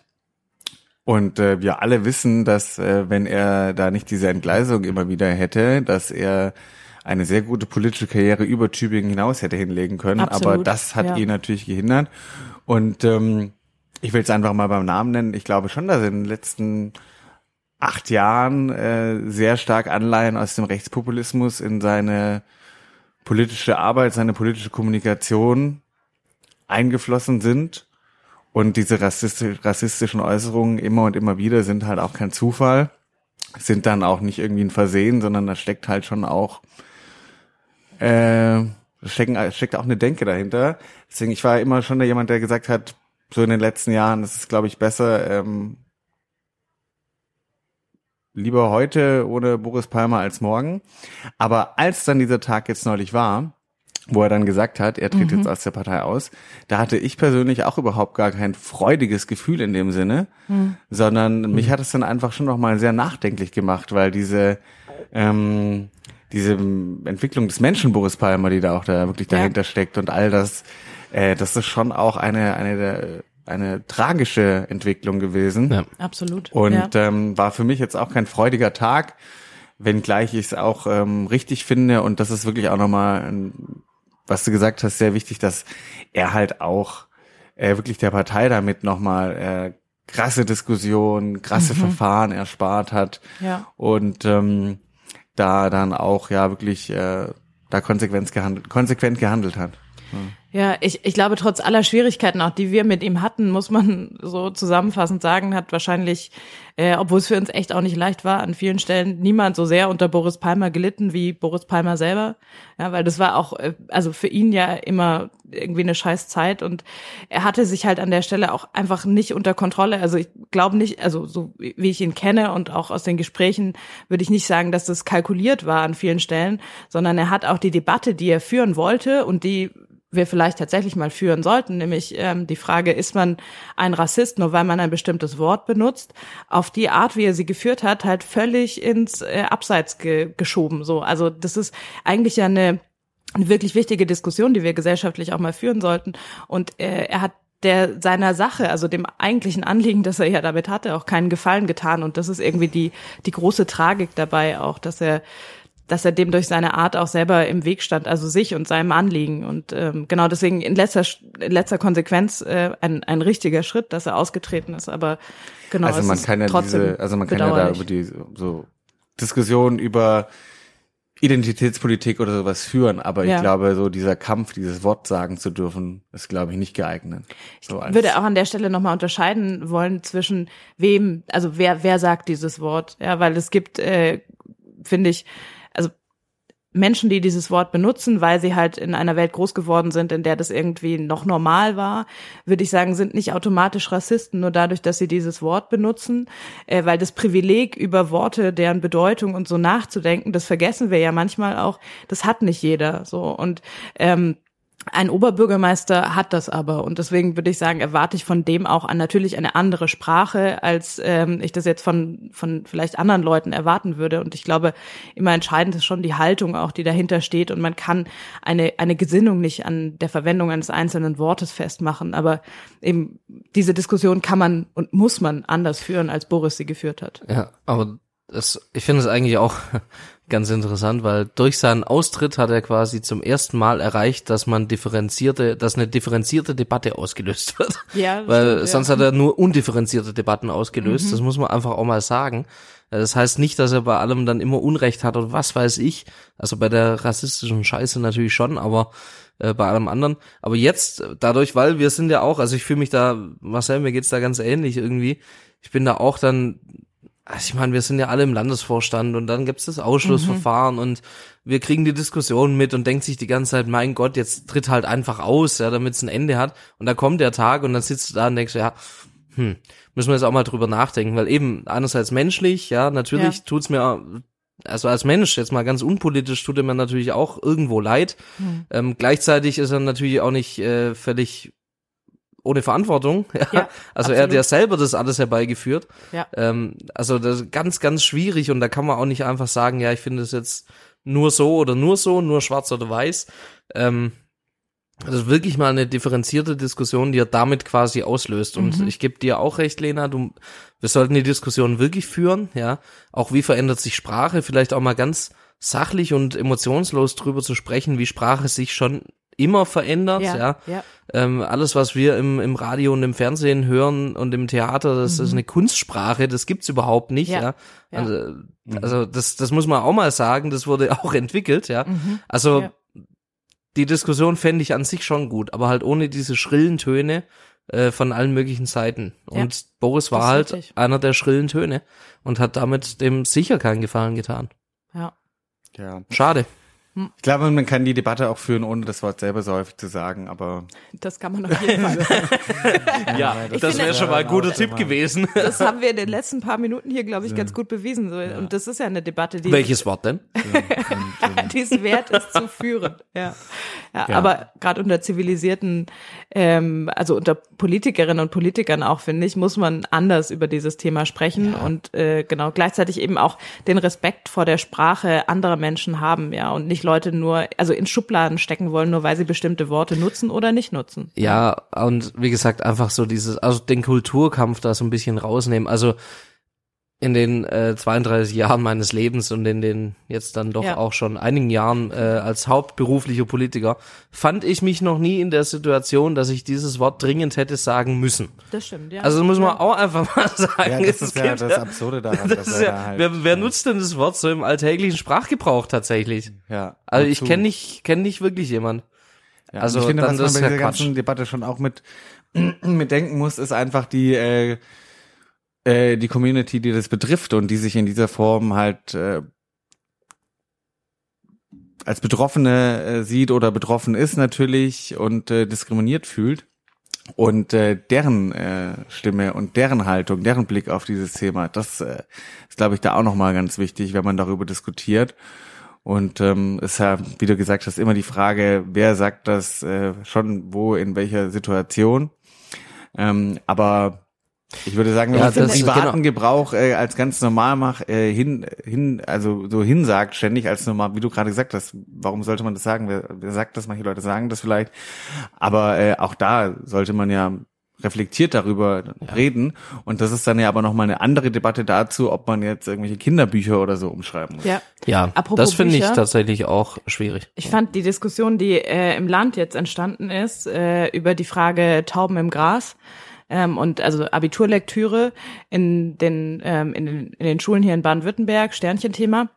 Und äh, wir alle wissen, dass äh, wenn er da nicht diese Entgleisung immer wieder hätte, dass er eine sehr gute politische Karriere über Tübingen hinaus hätte hinlegen können. Absolut, aber das hat ja. ihn natürlich gehindert. Und ähm, ich will es einfach mal beim Namen nennen. Ich glaube schon, dass er in den letzten acht Jahren äh, sehr stark Anleihen aus dem Rechtspopulismus in seine politische Arbeit, seine politische Kommunikation eingeflossen sind. Und diese rassistisch, rassistischen Äußerungen immer und immer wieder sind halt auch kein Zufall, sind dann auch nicht irgendwie ein Versehen, sondern da steckt halt schon auch äh, stecken, steckt auch eine Denke dahinter. Deswegen, ich war immer schon da jemand, der gesagt hat, so in den letzten Jahren, das ist, glaube ich, besser, ähm, lieber heute ohne Boris Palmer als morgen. Aber als dann dieser Tag jetzt neulich war, wo er dann gesagt hat, er tritt mhm. jetzt aus der Partei aus, da hatte ich persönlich auch überhaupt gar kein freudiges Gefühl in dem Sinne, mhm. sondern mhm. mich hat es dann einfach schon noch mal sehr nachdenklich gemacht, weil diese ähm, diese Entwicklung des Menschen Boris Palmer, die da auch da wirklich dahinter ja. steckt und all das, äh, das ist schon auch eine eine der eine tragische Entwicklung gewesen. Ja. Absolut. Und ja. ähm, war für mich jetzt auch kein freudiger Tag, wenngleich ich es auch ähm, richtig finde. Und das ist wirklich auch nochmal, ein, was du gesagt hast, sehr wichtig, dass er halt auch äh, wirklich der Partei damit nochmal äh, krasse Diskussionen, krasse mhm. Verfahren erspart hat. Ja. Und ähm, da dann auch ja wirklich äh, da konsequent gehandelt, konsequent gehandelt hat. Ja. Ja, ich, ich glaube, trotz aller Schwierigkeiten, auch die wir mit ihm hatten, muss man so zusammenfassend sagen, hat wahrscheinlich, äh, obwohl es für uns echt auch nicht leicht war, an vielen Stellen niemand so sehr unter Boris Palmer gelitten wie Boris Palmer selber. Ja, weil das war auch, äh, also für ihn ja immer irgendwie eine scheiß Zeit und er hatte sich halt an der Stelle auch einfach nicht unter Kontrolle. Also ich glaube nicht, also so wie ich ihn kenne und auch aus den Gesprächen würde ich nicht sagen, dass das kalkuliert war an vielen Stellen, sondern er hat auch die Debatte, die er führen wollte und die wir vielleicht tatsächlich mal führen sollten, nämlich ähm, die Frage, ist man ein Rassist, nur weil man ein bestimmtes Wort benutzt, auf die Art, wie er sie geführt hat, halt völlig ins äh, Abseits ge- geschoben. So, also das ist eigentlich ja eine, eine wirklich wichtige Diskussion, die wir gesellschaftlich auch mal führen sollten. Und äh, er hat der seiner Sache, also dem eigentlichen Anliegen, das er ja damit hatte, auch keinen Gefallen getan. Und das ist irgendwie die die große Tragik dabei auch, dass er dass er dem durch seine Art auch selber im Weg stand, also sich und seinem Anliegen. Und ähm, genau deswegen in letzter in letzter Konsequenz äh, ein ein richtiger Schritt, dass er ausgetreten ist. Aber genau, also man kann ja diese, also man kann ja da über die so Diskussionen über Identitätspolitik oder sowas führen, aber ich ja. glaube, so dieser Kampf, dieses Wort sagen zu dürfen, ist, glaube ich, nicht geeignet. So ich würde auch an der Stelle nochmal unterscheiden wollen zwischen wem, also wer wer sagt dieses Wort, ja, weil es gibt, äh, finde ich, also Menschen, die dieses Wort benutzen, weil sie halt in einer Welt groß geworden sind, in der das irgendwie noch normal war, würde ich sagen, sind nicht automatisch Rassisten, nur dadurch, dass sie dieses Wort benutzen, äh, weil das Privileg über Worte, deren Bedeutung und so nachzudenken, das vergessen wir ja manchmal auch, das hat nicht jeder, so, und ähm, ein Oberbürgermeister hat das aber und deswegen würde ich sagen, erwarte ich von dem auch an natürlich eine andere Sprache, als ähm, ich das jetzt von von vielleicht anderen Leuten erwarten würde. Und ich glaube, immer entscheidend ist schon die Haltung auch, die dahinter steht. Und man kann eine eine Gesinnung nicht an der Verwendung eines einzelnen Wortes festmachen. Aber eben diese Diskussion kann man und muss man anders führen, als Boris sie geführt hat. Ja, aber das, ich finde es eigentlich auch ganz interessant, weil durch seinen Austritt hat er quasi zum ersten Mal erreicht, dass man differenzierte, dass eine differenzierte Debatte ausgelöst wird. Ja, weil stimmt, sonst ja. hat er nur undifferenzierte Debatten ausgelöst. Mhm. Das muss man einfach auch mal sagen. Das heißt nicht, dass er bei allem dann immer Unrecht hat oder was weiß ich. Also bei der rassistischen Scheiße natürlich schon, aber äh, bei allem anderen. Aber jetzt dadurch, weil wir sind ja auch, also ich fühle mich da, Marcel, mir geht's da ganz ähnlich irgendwie. Ich bin da auch dann, also ich meine, wir sind ja alle im Landesvorstand und dann gibt's das Ausschlussverfahren mhm. und wir kriegen die Diskussion mit und denkt sich die ganze Zeit, mein Gott, jetzt tritt halt einfach aus, ja, damit es ein Ende hat. Und da kommt der Tag und dann sitzt du da und denkst, ja, hm, müssen wir jetzt auch mal drüber nachdenken, weil eben einerseits menschlich, ja, natürlich ja. tut's mir, also als Mensch, jetzt mal ganz unpolitisch, tut er mir natürlich auch irgendwo leid. Mhm. Ähm, gleichzeitig ist er natürlich auch nicht äh, völlig ohne Verantwortung, ja. ja also absolut. Er hat ja selber das alles herbeigeführt. Ja. Ähm, also das ist ganz, ganz schwierig und da kann man auch nicht einfach sagen, ja, ich finde es jetzt nur so oder nur so, nur schwarz oder weiß. Ähm, das ist wirklich mal eine differenzierte Diskussion, die er damit quasi auslöst. Und mhm. ich gebe dir auch recht, Lena, du, wir sollten die Diskussion wirklich führen, ja. Auch wie verändert sich Sprache, vielleicht auch mal ganz sachlich und emotionslos drüber zu sprechen, wie Sprache sich schon immer verändert, ja. ja. ja. Ähm, alles, was wir im, im Radio und im Fernsehen hören und im Theater, das mhm. ist eine Kunstsprache, das gibt's überhaupt nicht, ja. ja. ja. Also, mhm. also das, das muss man auch mal sagen, das wurde auch entwickelt, ja. Mhm. Also ja. die Diskussion fände ich an sich schon gut, aber halt ohne diese schrillen Töne äh, von allen möglichen Seiten. Und ja. Boris war halt richtig. einer der schrillen Töne und hat damit dem sicher keinen Gefallen getan. Ja. Ja. Schade. Ich glaube, man kann die Debatte auch führen, ohne das Wort selber so häufig zu sagen, aber... Das kann man auf jeden Fall. ja, das, das wäre schon mal ein guter Tipp gewesen. Das haben wir in den letzten paar Minuten hier, glaube ich, ja. ganz gut bewiesen. Ja. Und das ist ja eine Debatte, die... Welches Wort denn? die es wert ist zu führen. Ja, ja, ja. Aber gerade unter zivilisierten, ähm, also unter Politikerinnen und Politikern auch, finde ich, muss man anders über dieses Thema sprechen ja. und äh, genau gleichzeitig eben auch den Respekt vor der Sprache anderer Menschen haben, ja, und nicht Leute nur, also in Schubladen stecken wollen, nur weil sie bestimmte Worte nutzen oder nicht nutzen. Ja, und wie gesagt, einfach so dieses, also den Kulturkampf da so ein bisschen rausnehmen. Also in den äh, zweiunddreißig Jahren meines Lebens und in den jetzt dann doch ja. auch schon einigen Jahren äh, als hauptberuflicher Politiker fand ich mich noch nie in der Situation, dass ich dieses Wort dringend hätte sagen müssen. Das stimmt, ja. Also das muss man auch einfach mal sagen. Ja, das ist ja das Absurde daran. Das dass er ja, da halt, wer, wer nutzt denn das Wort so im alltäglichen Sprachgebrauch tatsächlich? Ja. Also ich kenne nicht, kenne nicht wirklich jemand. Ja, also ich finde, dann was man bei ist dieser ja ganzen Quatsch. Debatte schon auch mit, mit denken muss, ist einfach die, äh, äh, die Community, die das betrifft und die sich in dieser Form halt äh, als Betroffene äh, sieht oder betroffen ist natürlich und äh, diskriminiert fühlt. Und äh, deren äh, Stimme und deren Haltung, deren Blick auf dieses Thema, das äh, ist, glaube ich, da auch nochmal ganz wichtig, wenn man darüber diskutiert. Und ähm, ist ja, wie du gesagt hast, immer die Frage, wer sagt das äh, schon, wo, in welcher Situation. Ähm, aber ich würde sagen, wenn Ja, man den das- privaten genau. Gebrauch äh, als ganz normal macht, äh, hin, hin, also so hinsagt, ständig als normal, wie du gerade gesagt hast, warum sollte man das sagen? Wer, wer sagt das? Manche Leute sagen das vielleicht. Aber äh, auch da sollte man ja reflektiert darüber ja. reden. Und das ist dann ja aber nochmal eine andere Debatte dazu, ob man jetzt irgendwelche Kinderbücher oder so umschreiben muss. Ja, Ja, Apropos das finde ich Bücher. tatsächlich auch schwierig. Ich fand die Diskussion, die äh, im Land jetzt entstanden ist, äh, über die Frage Tauben im Gras, ähm, und also Abiturlektüre in den, ähm, in den in den Schulen hier in Baden-Württemberg, Sternchenthema.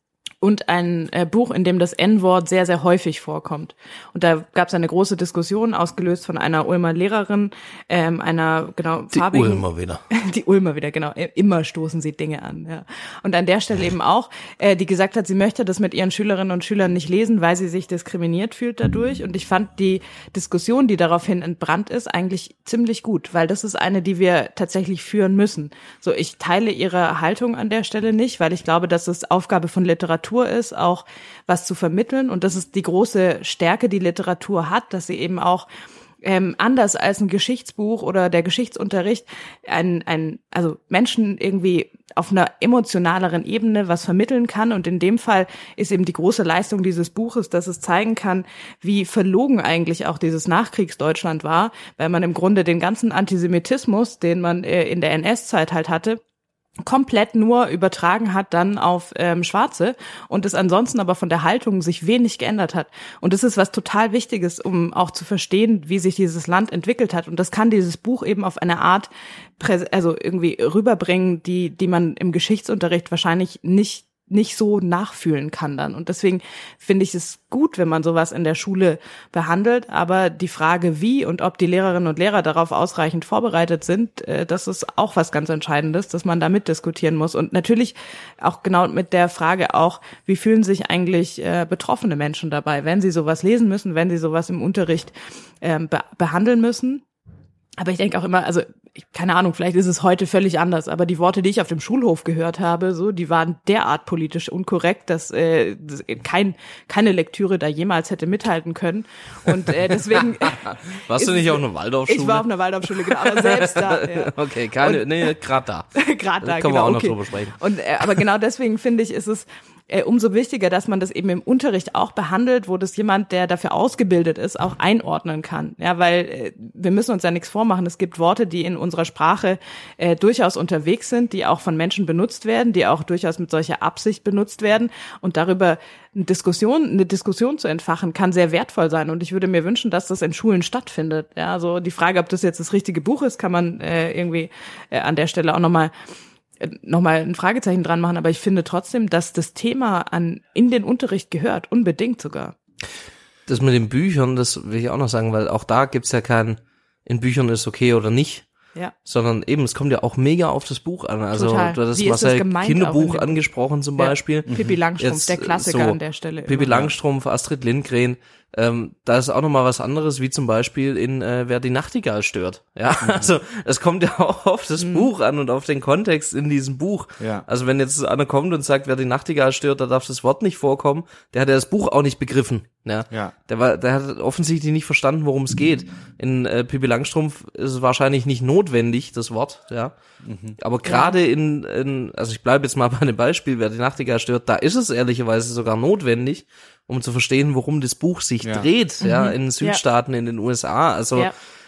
Und ein äh, Buch, in dem das En-Wort sehr, sehr häufig vorkommt. Und da gab es eine große Diskussion, ausgelöst von einer Ulmer Lehrerin, ähm, einer, genau, Die farbigen... Ulmer wieder. Die Ulmer wieder, genau. Immer stoßen sie Dinge an, ja. Und an der Stelle eben auch, äh, die gesagt hat, sie möchte das mit ihren Schülerinnen und Schülern nicht lesen, weil sie sich diskriminiert fühlt dadurch. Und ich fand die Diskussion, die daraufhin entbrannt ist, eigentlich ziemlich gut, weil das ist eine, die wir tatsächlich führen müssen. So, ich teile ihre Haltung an der Stelle nicht, weil ich glaube, dass es Aufgabe von Literatur ist, auch was zu vermitteln. Und das ist die große Stärke, die Literatur hat, dass sie eben auch ähm, anders als ein Geschichtsbuch oder der Geschichtsunterricht ein, ein, also Menschen irgendwie auf einer emotionaleren Ebene was vermitteln kann. Und in dem Fall ist eben die große Leistung dieses Buches, dass es zeigen kann, wie verlogen eigentlich auch dieses Nachkriegsdeutschland war, weil man im Grunde den ganzen Antisemitismus, den man äh, in der N S-Zeit halt hatte, komplett nur übertragen hat dann auf ähm, Schwarze und es ansonsten aber von der Haltung sich wenig geändert hat. Und das ist was total Wichtiges, um auch zu verstehen, wie sich dieses Land entwickelt hat. Und das kann dieses Buch eben auf eine Art, präs- also irgendwie rüberbringen, die die man im Geschichtsunterricht wahrscheinlich nicht nicht so nachfühlen kann dann. Und deswegen finde ich es gut, wenn man sowas in der Schule behandelt. Aber die Frage, wie und ob die Lehrerinnen und Lehrer darauf ausreichend vorbereitet sind, äh, das ist auch was ganz Entscheidendes, dass man da mitdiskutieren muss. Und natürlich auch genau mit der Frage auch, wie fühlen sich eigentlich äh, betroffene Menschen dabei, wenn sie sowas lesen müssen, wenn sie sowas im Unterricht äh, be- behandeln müssen. Aber ich denke auch immer, also ich, keine Ahnung, vielleicht ist es heute völlig anders, aber die Worte, die ich auf dem Schulhof gehört habe, so, die waren derart politisch unkorrekt, dass äh, das, kein, keine Lektüre da jemals hätte mithalten können. Und äh, deswegen Warst du nicht auf einer Waldorfschule? Ich war auf einer Waldorfschule, genau, aber selbst da. Ja. Okay, keine, Und- nee, gerade da. Gerade da, Können wir genau, auch noch okay. drüber sprechen. Und äh, aber genau deswegen finde ich, ist es äh, umso wichtiger, dass man das eben im Unterricht auch behandelt, wo das jemand, der dafür ausgebildet ist, auch einordnen kann. Ja, weil äh, wir müssen uns ja nichts vormachen. Es gibt Worte, die in unserer Sprache äh, durchaus unterwegs sind, die auch von Menschen benutzt werden, die auch durchaus mit solcher Absicht benutzt werden. Und darüber eine Diskussion, eine Diskussion zu entfachen, kann sehr wertvoll sein. Und ich würde mir wünschen, dass das in Schulen stattfindet. Ja, also die Frage, ob das jetzt das richtige Buch ist, kann man äh, irgendwie äh, an der Stelle auch nochmal nochmal ein Fragezeichen dran machen, aber ich finde trotzdem, dass das Thema an in den Unterricht gehört, unbedingt sogar. Das mit den Büchern, das will ich auch noch sagen, weil auch da gibt's ja kein, in Büchern ist okay oder nicht, Ja. sondern eben, es kommt ja auch mega auf das Buch an. Also Total. du hattest Wie ist das Marcel gemeint auch in Kinderbuch dem- angesprochen zum Ja. Beispiel. Pippi Langstrumpf, Jetzt, der Klassiker so, an der Stelle. Pippi immer. Langstrumpf, Astrid Lindgren, ähm, da ist auch nochmal was anderes, wie zum Beispiel in äh, Wer die Nachtigall stört. Ja, also es kommt ja auch auf das Mhm. Buch an und auf den Kontext in diesem Buch. Ja. Also wenn jetzt einer kommt und sagt, wer die Nachtigall stört, da darf das Wort nicht vorkommen, der hat ja das Buch auch nicht begriffen. Ja. Ja. Der war, der hat offensichtlich nicht verstanden, worum es geht. In äh, Pippi Langstrumpf ist es wahrscheinlich nicht notwendig, das Wort, ja. Aber gerade in, in, also ich bleibe jetzt mal bei einem Beispiel, wer die Nachtigall stört, da ist es ehrlicherweise sogar notwendig, um zu verstehen, worum das Buch sich Ja. dreht, ja, in Südstaaten, in den U S A. Also Ja.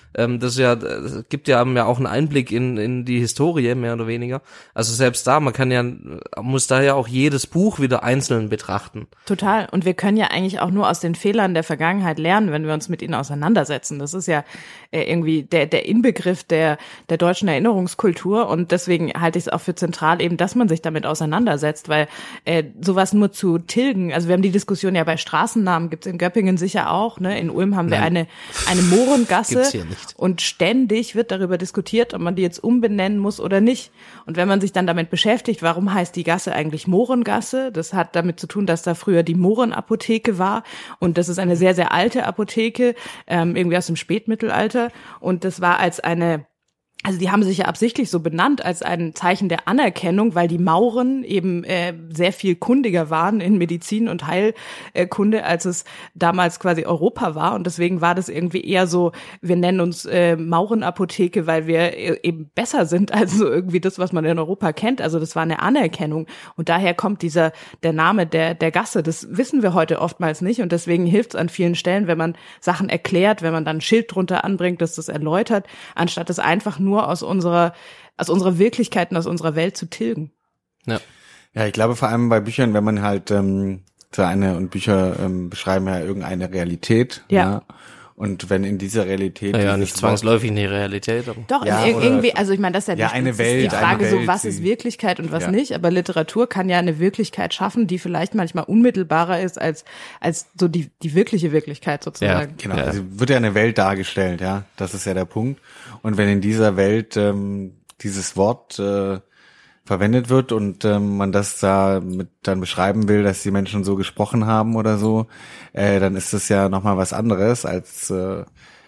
Ähm, das ist ja, das gibt ja, ja auch einen Einblick in in die Historie, mehr oder weniger. Also selbst da, man kann ja, muss da ja auch jedes Buch wieder einzeln betrachten. Total. Und wir können ja eigentlich auch nur aus den Fehlern der Vergangenheit lernen, wenn wir uns mit ihnen auseinandersetzen. Das ist ja äh, irgendwie der der Inbegriff der der deutschen Erinnerungskultur. Und deswegen halte ich es auch für zentral, eben, dass man sich damit auseinandersetzt, weil äh, sowas nur zu tilgen, also wir haben die Diskussion ja bei Straßennamen, gibt's in Göppingen sicher auch, ne? In Ulm haben wir Nein. eine eine Mohrengasse. Gibt's hier nicht. Und ständig wird darüber diskutiert, ob man die jetzt umbenennen muss oder nicht. Und wenn man sich dann damit beschäftigt, warum heißt die Gasse eigentlich Mohrengasse? Das hat damit zu tun, dass da früher die Mohrenapotheke war. Und das ist eine sehr, sehr alte Apotheke, ähm, irgendwie aus dem Spätmittelalter. Und das war als eine Also die haben sich ja absichtlich so benannt als ein Zeichen der Anerkennung, weil die Mauren eben äh, sehr viel kundiger waren in Medizin und Heilkunde, als es damals quasi Europa war. Und deswegen war das irgendwie eher so, wir nennen uns äh, Maurenapotheke, weil wir äh, eben besser sind als so irgendwie das, was man in Europa kennt. Also das war eine Anerkennung. Und daher kommt dieser der Name der der Gasse. Das wissen wir heute oftmals nicht. Und deswegen hilft es an vielen Stellen, wenn man Sachen erklärt, wenn man dann ein Schild drunter anbringt, das das erläutert, anstatt es einfach nur aus unserer, aus unserer Wirklichkeit und aus unserer Welt zu tilgen. Ja. Ja, ich glaube vor allem bei Büchern, wenn man halt ähm, so eine und Bücher ähm, beschreiben ja irgendeine Realität. Ja. ja. Und wenn in dieser Realität Ja, ja dieses nicht zwangsläufig eine Realität, aber Doch, Ja, ir- oder- irgendwie, also ich meine, das ist ja, Ja, die, eine das Welt, ist die Frage eine Welt, so, was die- ist Wirklichkeit und was Ja. nicht, aber Literatur kann ja eine Wirklichkeit schaffen, die vielleicht manchmal unmittelbarer ist als als so die die wirkliche Wirklichkeit sozusagen. Genau, Ja. also wird ja eine Welt dargestellt, ja, das ist ja der Punkt. Und wenn in dieser Welt ähm, dieses Wort äh, verwendet wird und ähm, man das da mit dann beschreiben will, dass die Menschen so gesprochen haben oder so, äh, dann ist das ja nochmal was anderes, als äh,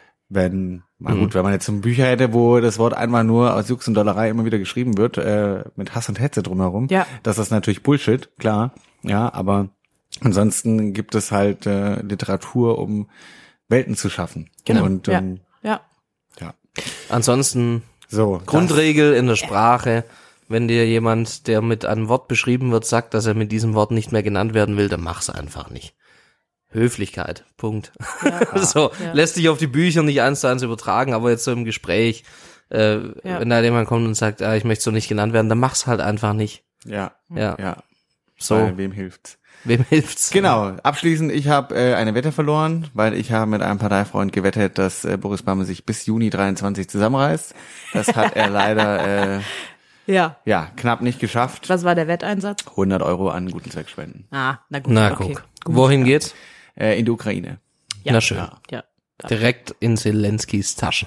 wenn, na gut, wenn man jetzt so ein Bücher hätte, wo das Wort einmal nur aus Jux und Dollerei immer wieder geschrieben wird, äh, mit Hass und Hetze drumherum, Ja. das ist natürlich Bullshit, klar, ja, aber ansonsten gibt es halt äh, Literatur, um Welten zu schaffen. Genau. Und ja. ähm, ja. ja, ansonsten so Grundregel in der Sprache, wenn dir jemand, der mit einem Wort beschrieben wird, sagt, dass er mit diesem Wort nicht mehr genannt werden will, dann mach's einfach nicht. Höflichkeit, Punkt. so, Ja. lässt sich auf die Bücher nicht eins zu eins übertragen, aber jetzt so im Gespräch, äh, Ja. wenn da jemand kommt und sagt, ah, ich möchte so nicht genannt werden, dann mach's halt einfach nicht. ja, Ja, ja. so, Weil wem hilft's? wem hilft's? Genau. Abschließend, ich habe äh, eine Wette verloren, weil ich habe mit einem Parteifreund gewettet, dass äh, Boris Bamme sich bis Juni dreiundzwanzig zusammenreißt. Das hat er leider äh, Ja. ja knapp nicht geschafft. Was war der Wetteinsatz? hundert Euro an guten Zweck spenden. Ah, na gut. Na okay. guck, wohin geht's? Äh, in die Ukraine. Ja. Na schön. Ja. ja. Direkt in Zelenskis Tasche.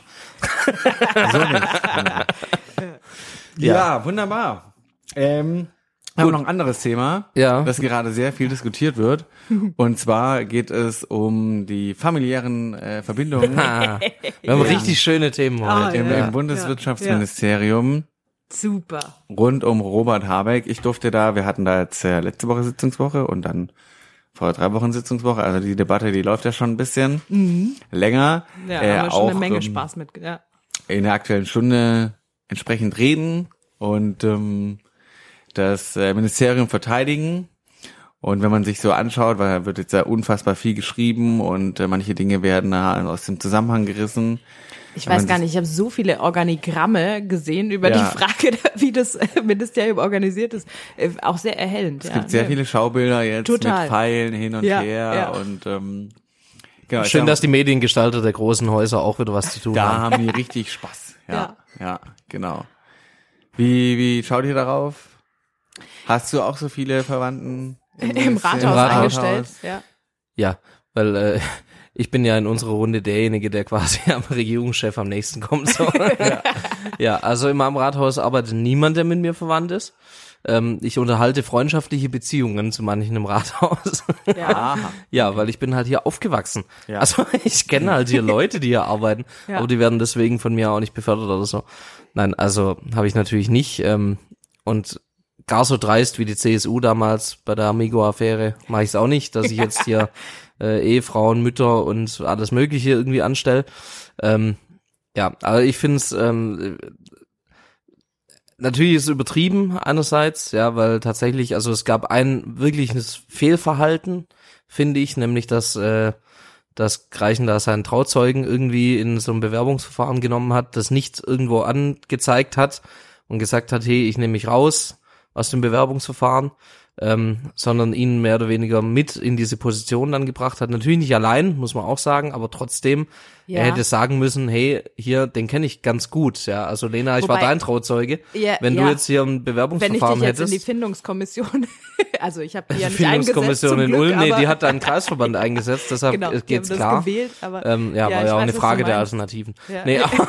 So nicht. Ja, wunderbar. Ähm, haben wir noch ein anderes Thema, Ja. das gerade sehr viel diskutiert wird. Und zwar geht es um die familiären äh, Verbindungen Ah, wir haben richtig schöne Themen Ah, heute. im, ja. im Bundeswirtschaftsministerium Super. rund um Robert Habeck. Ich durfte da, wir hatten da jetzt äh, letzte Woche Sitzungswoche und dann vor drei Wochen Sitzungswoche. Also die Debatte, die läuft ja schon ein bisschen länger. Ja, äh, haben wir schon auch eine Menge ähm, Spaß mit. Ja. in der Aktuellen Stunde entsprechend reden und ähm, das äh, Ministerium verteidigen. Und wenn man sich so anschaut, weil da wird jetzt ja unfassbar viel geschrieben und äh, manche Dinge werden äh, aus dem Zusammenhang gerissen. Ich Wenn weiß man gar sich- nicht, ich habe so viele Organigramme gesehen über Ja. die Frage, wie das Ministerium organisiert ist. Äh, Auch sehr erhellend. Es ja. gibt sehr Ja. viele Schaubilder jetzt Total. mit Pfeilen hin und Ja, her ja. und ähm, genau, Schön, ich dass sag, die Mediengestalter der großen Häuser auch wieder was zu tun da haben. haben die richtig Spaß. Ja, ja, Ja. genau. Wie wie schaut ihr darauf? Hast du auch so viele Verwandten Im Ministerium? Rathaus, Im Rathaus. eingestellt. Ja. Ja, weil äh, ich bin ja in unserer Runde derjenige, der quasi am Regierungschef am nächsten kommt. So. ja. ja, also in meinem Rathaus arbeitet niemand, der mit mir verwandt ist. Ähm, ich unterhalte freundschaftliche Beziehungen zu manchen im Rathaus. Ja. Aha. Ja, weil ich bin halt hier aufgewachsen. Ja. Also ich kenne halt hier Leute, die hier arbeiten, Ja. aber die werden deswegen von mir auch nicht befördert oder so. Nein, also habe ich natürlich nicht. Ähm, und gar so dreist wie die C S U damals bei der Amigo-Affäre mache ich es auch nicht, dass ich jetzt hier äh, Ehefrauen, Mütter und alles Mögliche irgendwie anstelle. Ähm, ja, aber ich finde es ähm, natürlich ist es übertrieben einerseits, ja, weil tatsächlich, also es gab ein wirkliches Fehlverhalten, finde ich, nämlich dass äh, dass Greichen da seinen Trauzeugen irgendwie in so ein Bewerbungsverfahren genommen hat, das nichts irgendwo angezeigt hat und gesagt hat, hey, ich nehme mich raus aus dem Bewerbungsverfahren, ähm, sondern ihn mehr oder weniger mit in diese Position dann gebracht hat. Natürlich nicht allein, muss man auch sagen, aber trotzdem, ja. Er hätte sagen müssen, hey, hier, den kenne ich ganz gut, ja, also Lena, ich Wobei, war dein Trauzeuge. Ja, wenn ja. du jetzt hier ein Bewerbungsverfahren hättest. Wenn ich dich jetzt hättest, in die Findungskommission, also ich habe die ja nicht Findungskommission eingesetzt, in Ulm, nee, aber die hat da einen Kreisverband eingesetzt, deshalb genau, geht's das klar. Gewählt, aber ähm, ja, ja, war ja auch weiß, eine Frage der Alternativen. Ja. Nee, aber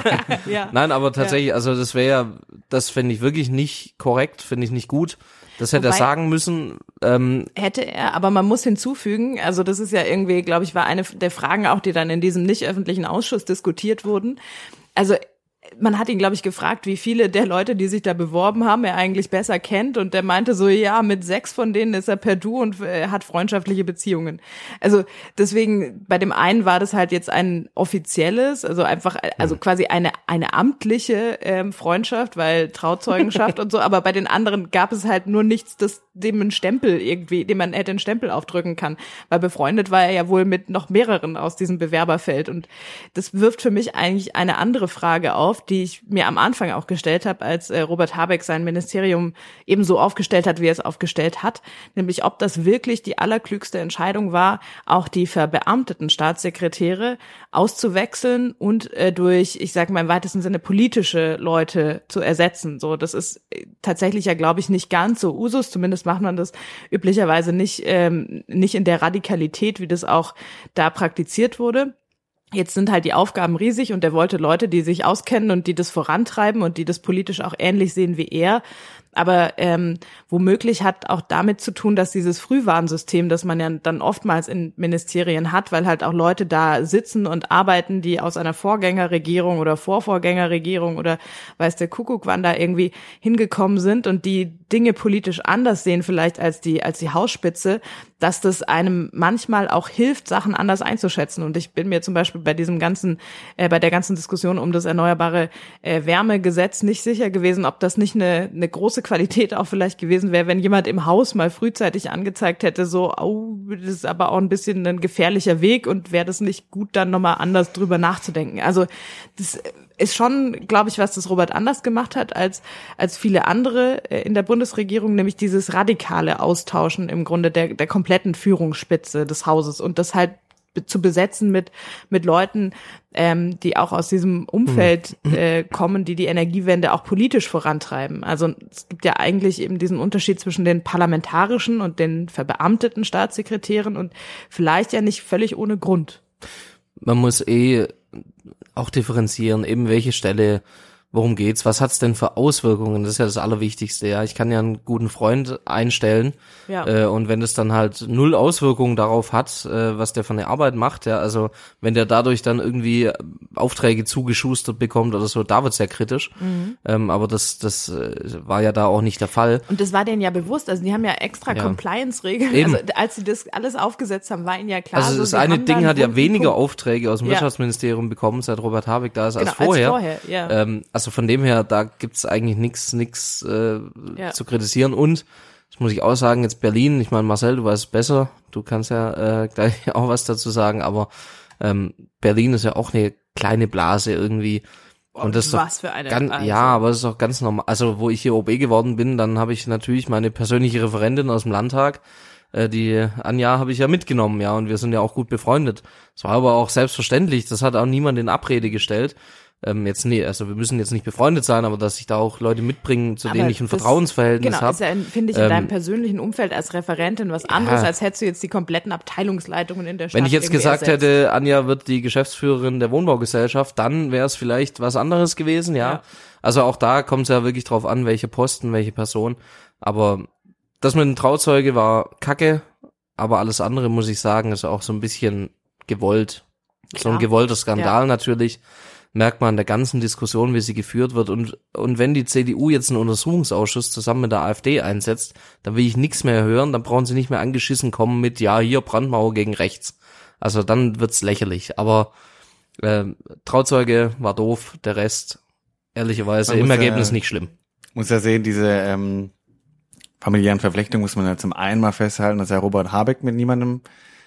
ja. Nein, aber tatsächlich, also das wäre ja, das finde ich wirklich nicht korrekt, finde ich nicht gut. Das hätte Wobei, er sagen müssen. Ähm, hätte er, aber man muss hinzufügen, also das ist ja irgendwie, glaube ich, war eine der Fragen auch, die dann in diesem nicht öffentlichen Ausschuss diskutiert wurden. Also man hat ihn, glaube ich, gefragt, wie viele der Leute, die sich da beworben haben, er eigentlich besser kennt. Und der meinte so, ja, mit sechs von denen ist er per Du und äh, hat freundschaftliche Beziehungen. Also deswegen, bei dem einen war das halt jetzt ein offizielles, also einfach, also quasi eine eine amtliche ähm, Freundschaft, weil Trauzeugenschaft und so. Aber bei den anderen gab es halt nur nichts, das dem ein Stempel irgendwie, dem man hätte einen Stempel aufdrücken kann. Weil befreundet war er ja wohl mit noch mehreren aus diesem Bewerberfeld. Und das wirft für mich eigentlich eine andere Frage auf, die ich mir am Anfang auch gestellt habe, als äh, Robert Habeck sein Ministerium ebenso aufgestellt hat, wie er es aufgestellt hat, nämlich ob das wirklich die allerklügste Entscheidung war, auch die verbeamteten Staatssekretäre auszuwechseln und äh, durch, ich sage mal im weitesten Sinne, politische Leute zu ersetzen. So, das ist tatsächlich ja, glaube ich, nicht ganz so Usus, zumindest macht man das üblicherweise nicht, ähm, nicht in der Radikalität, wie das auch da praktiziert wurde. Jetzt sind halt die Aufgaben riesig und er wollte Leute, die sich auskennen und die das vorantreiben und die das politisch auch ähnlich sehen wie er. Aber ähm, womöglich hat auch damit zu tun, dass dieses Frühwarnsystem, das man ja dann oftmals in Ministerien hat, weil halt auch Leute da sitzen und arbeiten, die aus einer Vorgängerregierung oder Vorvorgängerregierung oder weiß der Kuckuck wann da irgendwie hingekommen sind und die Dinge politisch anders sehen vielleicht als die als die Hausspitze, dass das einem manchmal auch hilft, Sachen anders einzuschätzen. Und ich bin mir zum Beispiel bei diesem ganzen, äh, bei der ganzen Diskussion um das erneuerbare äh, Wärmegesetz nicht sicher gewesen, ob das nicht eine eine große Qualität auch vielleicht gewesen wäre, wenn jemand im Haus mal frühzeitig angezeigt hätte, so, oh, das ist aber auch ein bisschen ein gefährlicher Weg und wäre das nicht gut, dann nochmal anders drüber nachzudenken. Also das ist schon, glaube ich, was das Robert anders gemacht hat als als viele andere in der Bundesregierung, nämlich dieses radikale Austauschen im Grunde der der kompletten Führungsspitze des Hauses und das halt zu besetzen mit mit Leuten, ähm, die auch aus diesem Umfeld äh, kommen, die die Energiewende auch politisch vorantreiben. Also es gibt ja eigentlich eben diesen Unterschied zwischen den parlamentarischen und den verbeamteten Staatssekretären und vielleicht ja nicht völlig ohne Grund. Man muss eh auch differenzieren, eben welche Stelle, worum geht's, was hat's denn für Auswirkungen, das ist ja das Allerwichtigste, ja, ich kann ja einen guten Freund einstellen, ja. äh, und wenn das dann halt null Auswirkungen darauf hat, äh, was der von der Arbeit macht, ja, also wenn der dadurch dann irgendwie Aufträge zugeschustert bekommt oder so, da wird's ja kritisch, mhm. ähm, aber das das äh, war ja da auch nicht der Fall. Und das war denen ja bewusst, also die haben ja extra ja. Compliance-Regeln, Eben. also als sie das alles aufgesetzt haben, war ihnen ja klar. Also so, das eine Ding hat ja weniger Punkt. Aufträge aus dem ja. Wirtschaftsministerium bekommen, seit Robert Habeck da ist, genau, als vorher. Als vorher ja. ähm, also von dem her, da gibt's eigentlich nichts nichts äh, ja. zu kritisieren. Und, das muss ich auch sagen, jetzt Berlin, ich meine, Marcel, du weißt es besser, du kannst ja äh, gleich auch was dazu sagen, aber ähm, Berlin ist ja auch eine kleine Blase irgendwie. Und das ist was für eine ganz, ja, aber das ist auch ganz normal. Also wo ich hier O B geworden bin, dann habe ich natürlich meine persönliche Referentin aus dem Landtag, äh, die Anja, habe ich ja mitgenommen, ja, und wir sind ja auch gut befreundet. Das war aber auch selbstverständlich, das hat auch niemand in Abrede gestellt. Ähm, jetzt nee, also wir müssen jetzt nicht befreundet sein, aber dass sich da auch Leute mitbringen, zu aber denen ich ein das, Vertrauensverhältnis habe. Genau, hab, ist ja, finde ich, in ähm, deinem persönlichen Umfeld als Referentin was anderes, ja. als hättest du jetzt die kompletten Abteilungsleitungen in der Stadt. Wenn ich jetzt gesagt ersetzt. hätte, Anja wird die Geschäftsführerin der Wohnbaugesellschaft, dann wäre es vielleicht was anderes gewesen, ja. ja. Also auch da kommt es ja wirklich drauf an, welche Posten, welche Person. Aber das mit dem Trauzeuge war kacke, aber alles andere, muss ich sagen, ist auch so ein bisschen gewollt. Klar. So ein gewollter Skandal ja. natürlich. Merkt man an der ganzen Diskussion, wie sie geführt wird. Und und wenn die C D U jetzt einen Untersuchungsausschuss zusammen mit der AfD einsetzt, dann will ich nichts mehr hören, dann brauchen sie nicht mehr angeschissen kommen mit, ja, hier Brandmauer gegen rechts. Also dann wird's lächerlich. Aber äh, Trauzeuge war doof, der Rest ehrlicherweise im Ergebnis ja, nicht schlimm. Muss ja sehen, diese ähm, familiären Verflechtungen muss man ja zum einen mal festhalten, dass ja Robert Habeck mit niemandem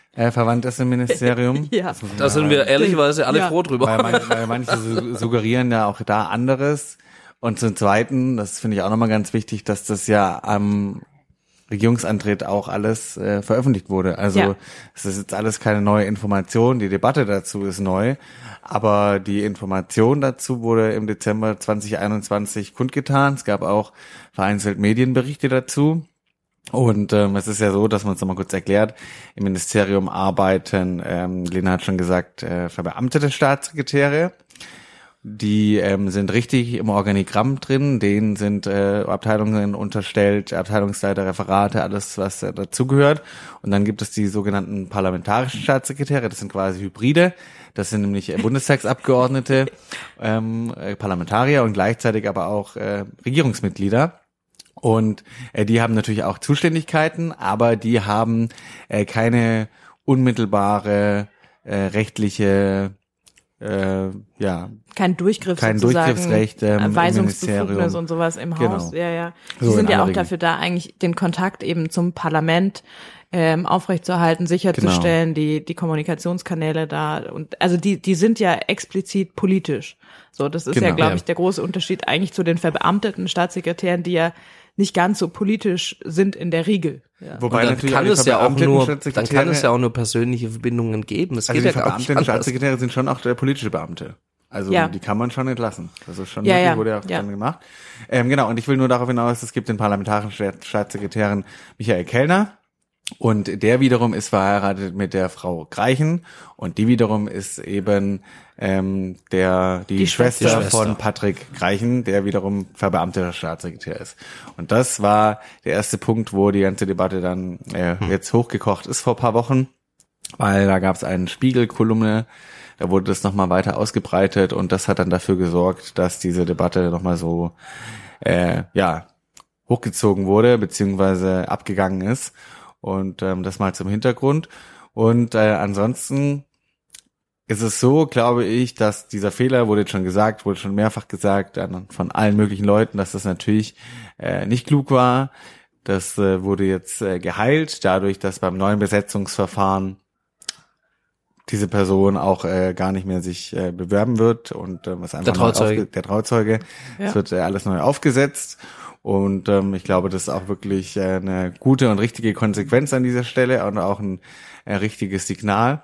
äh, verwandt ist im Ministerium. Ja. Da sind wir ehrlicherweise alle ja. froh drüber. Weil, manche, weil manche su- suggerieren ja auch da anderes. Und zum Zweiten, das finde ich auch nochmal ganz wichtig, dass das ja am Regierungsantritt auch alles äh, veröffentlicht wurde. Also ja. es ist jetzt alles keine neue Information, die Debatte dazu ist neu, aber die Information dazu wurde im Dezember zwanzig einundzwanzig kundgetan. Es gab auch vereinzelt Medienberichte dazu. Und ähm, es ist ja so, dass man es nochmal kurz erklärt, im Ministerium arbeiten, ähm, Lena hat schon gesagt, äh, verbeamtete Staatssekretäre. Die ähm, sind richtig im Organigramm drin, denen sind äh, Abteilungen unterstellt, Abteilungsleiter, Referate, alles, was äh, dazugehört. Und dann gibt es die sogenannten parlamentarischen Staatssekretäre, das sind quasi Hybride, das sind nämlich äh, Bundestagsabgeordnete, ähm, äh, Parlamentarier und gleichzeitig aber auch äh, Regierungsmitglieder. Und äh, die haben natürlich auch Zuständigkeiten, aber die haben äh, keine unmittelbare äh, rechtliche Äh, ja, kein Durchgriff kein sozusagen, Durchgriffsrecht ähm, im Weisungsbefugnis Ministerium und sowas im Genau. Haus. Ja, ja. Die So in sind ja aller auch Regel. dafür da, eigentlich den Kontakt eben zum Parlament ähm, aufrechtzuerhalten, sicherzustellen, Genau. die die Kommunikationskanäle da und also die die sind ja explizit politisch. So, das ist Genau. ja, glaube Ja. ich, der große Unterschied eigentlich zu den verbeamteten Staatssekretären, die ja nicht ganz so politisch sind in der Regel. Ja. Wobei Und dann natürlich kann die es ja auch verbeamteten nur, dann Staatssekretäre- kann es ja auch nur persönliche Verbindungen geben. Es also geht die ja gar nicht verbeamteten anders. Staatssekretäre sind schon auch der politische Beamte. Also Ja. die kann man schon entlassen. Das ist schon Ja, möglich, ja, wurde ja auch ja. dann gemacht. Ähm, genau, und ich will nur darauf hinaus, es gibt den parlamentarischen Staat- Staatssekretären Michael Kellner und der wiederum ist verheiratet mit der Frau Greichen und die wiederum ist eben ähm, der die, Die Schwester, Schwester. von Patrick Greichen, der wiederum verbeamteter Staatssekretär ist. Und das war der erste Punkt, wo die ganze Debatte dann äh, jetzt hochgekocht ist vor ein paar Wochen, weil da gab es eine Spiegel-Kolumne, da wurde das nochmal weiter ausgebreitet und das hat dann dafür gesorgt, dass diese Debatte nochmal so äh, ja hochgezogen wurde, beziehungsweise abgegangen ist. Und ähm, das mal zum Hintergrund. Und äh, ansonsten ist es so, glaube ich, dass dieser Fehler, wurde jetzt schon gesagt, wurde schon mehrfach gesagt an, von allen möglichen Leuten, dass das natürlich äh, nicht klug war. Das äh, wurde jetzt äh, geheilt, dadurch, dass beim neuen Besetzungsverfahren diese Person auch äh, gar nicht mehr sich äh, bewerben wird und äh, was einfach Der Trauzeuge. neu aufge- der Trauzeuge. Ja. Es wird äh, alles neu aufgesetzt und ähm, ich glaube, das ist auch wirklich äh, eine gute und richtige Konsequenz an dieser Stelle und auch ein äh, richtiges Signal.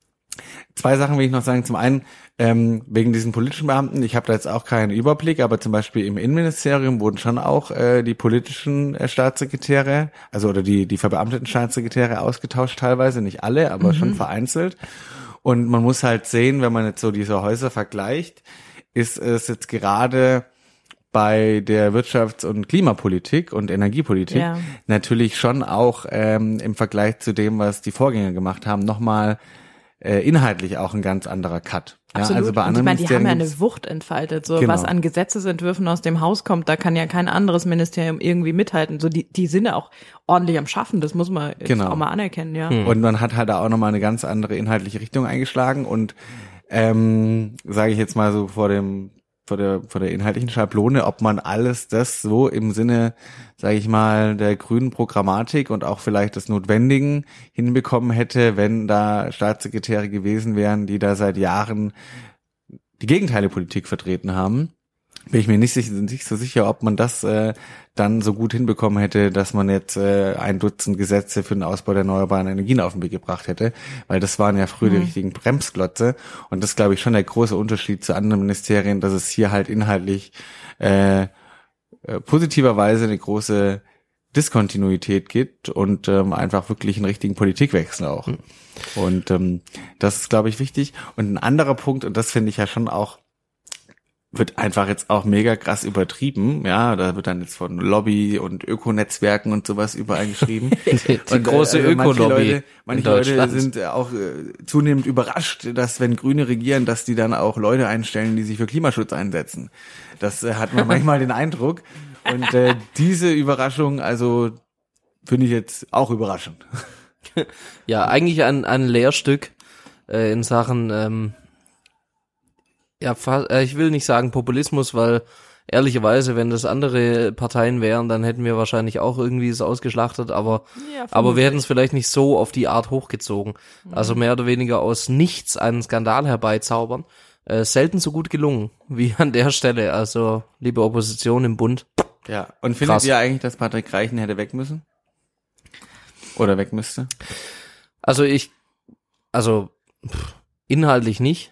Zwei Sachen will ich noch sagen. Zum einen ähm, wegen diesen politischen Beamten. Ich habe da jetzt auch keinen Überblick, aber zum Beispiel im Innenministerium wurden schon auch äh, die politischen äh, Staatssekretäre, also oder die die verbeamteten Staatssekretäre ausgetauscht teilweise, nicht alle, aber Mhm. schon vereinzelt. Und man muss halt sehen, wenn man jetzt so diese Häuser vergleicht, ist es jetzt gerade bei der Wirtschafts- und Klimapolitik und Energiepolitik Ja. natürlich schon auch ähm, im Vergleich zu dem, was die Vorgänger gemacht haben, nochmal äh, inhaltlich auch ein ganz anderer Cut. Ja, Absolut. also bei und ich anderen meine, die haben ja Ministerien eine gibt's- Wucht entfaltet. So Genau. was an Gesetzesentwürfen aus dem Haus kommt, da kann ja kein anderes Ministerium irgendwie mithalten. So die die sind ja auch ordentlich am Schaffen. Das muss man jetzt Genau. auch mal anerkennen, ja. Und man hat halt da auch nochmal eine ganz andere inhaltliche Richtung eingeschlagen und ähm, sage ich jetzt mal so vor dem vor der vor der inhaltlichen Schablone, ob man alles das so im Sinne, sage ich mal, der grünen Programmatik und auch vielleicht des Notwendigen hinbekommen hätte, wenn da Staatssekretäre gewesen wären, die da seit Jahren die Gegenteile Politik vertreten haben. Bin ich mir nicht, sicher, nicht so sicher, ob man das äh, dann so gut hinbekommen hätte, dass man jetzt äh, ein Dutzend Gesetze für den Ausbau der erneuerbaren Energien auf den Weg gebracht hätte, weil das waren ja früher die richtigen Bremsklotze und das glaube ich schon der große Unterschied zu anderen Ministerien, dass es hier halt inhaltlich äh, äh, positiverweise eine große Diskontinuität gibt und ähm, einfach wirklich einen richtigen Politikwechsel auch. Und ähm, das ist, glaube ich, wichtig. Und ein anderer Punkt, und das finde ich ja schon auch, wird einfach jetzt auch mega krass übertrieben, ja, da wird dann jetzt von Lobby und Ökonetzwerken und sowas überall geschrieben. Die Und, große äh, manche Ökolobby Leute, manche in Leute Deutschland. sind äh, auch äh, zunehmend überrascht, dass wenn Grüne regieren, dass die dann auch Leute einstellen, die sich für Klimaschutz einsetzen. Das äh, hat man manchmal den Eindruck. Und äh, diese Überraschung, also finde ich jetzt auch überraschend. Ja, eigentlich ein, ein Lehrstück äh, in Sachen, ähm, ja, fa- äh, ich will nicht sagen Populismus, weil ehrlicherweise, wenn das andere Parteien wären, dann hätten wir wahrscheinlich auch irgendwie es ausgeschlachtet, aber, ja, aber wir hätten es vielleicht nicht so auf die Art hochgezogen. Mhm. Also mehr oder weniger aus nichts einen Skandal herbeizaubern. Äh, selten so gut gelungen wie an der Stelle. Also, liebe Opposition im Bund. Ja, und findet Krass. ihr eigentlich, dass Patrick Reichen hätte weg müssen? Oder weg müsste? Also ich, also pff, inhaltlich nicht,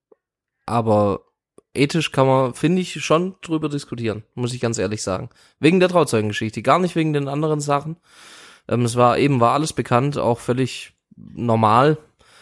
aber ethisch kann man, finde ich, schon drüber diskutieren, muss ich ganz ehrlich sagen. Wegen der Trauzeugengeschichte, gar nicht wegen den anderen Sachen. Ähm, es war eben, war alles bekannt, auch völlig normal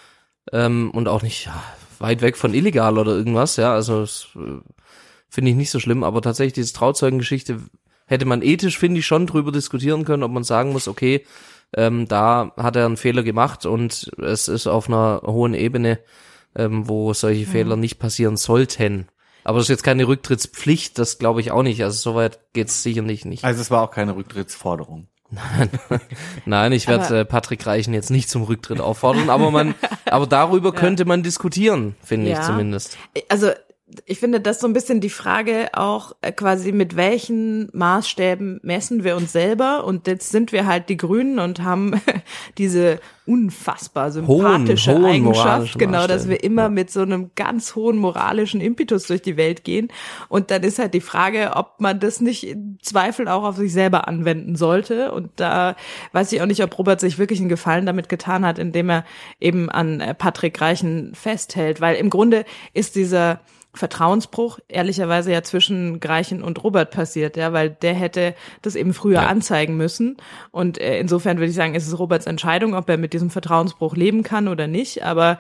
ähm, und auch nicht ja, weit weg von illegal oder irgendwas, ja, also das äh, finde ich nicht so schlimm, aber tatsächlich diese Trauzeugengeschichte hätte man ethisch, finde ich, schon drüber diskutieren können, ob man sagen muss, okay, ähm, da hat er einen Fehler gemacht und es ist auf einer hohen Ebene, ähm, wo solche mhm. Fehler nicht passieren sollten. Aber das ist jetzt keine Rücktrittspflicht, das glaube ich auch nicht, also soweit geht's sicherlich nicht. Also es war auch keine Rücktrittsforderung. Nein, nein, ich werde äh, Patrick Reichen jetzt nicht zum Rücktritt auffordern, aber man, aber darüber ja. könnte man diskutieren, finde ja. ich zumindest. Also ich finde das so ein bisschen die Frage auch äh, quasi, mit welchen Maßstäben messen wir uns selber, und jetzt sind wir halt die Grünen und haben diese unfassbar sympathische hohen, hohen Eigenschaft, genau, dass wir immer ja. mit so einem ganz hohen moralischen Impetus durch die Welt gehen, und dann ist halt die Frage, ob man das nicht im Zweifel auch auf sich selber anwenden sollte, und da weiß ich auch nicht, ob Robert sich wirklich einen Gefallen damit getan hat, indem er eben an Patrick Reichen festhält, weil im Grunde ist dieser Vertrauensbruch ehrlicherweise ja zwischen Reichen und Robert passiert, ja, weil der hätte das eben früher ja. anzeigen müssen, und äh, insofern würde ich sagen, ist es Roberts Entscheidung, ob er mit diesem Vertrauensbruch leben kann oder nicht, aber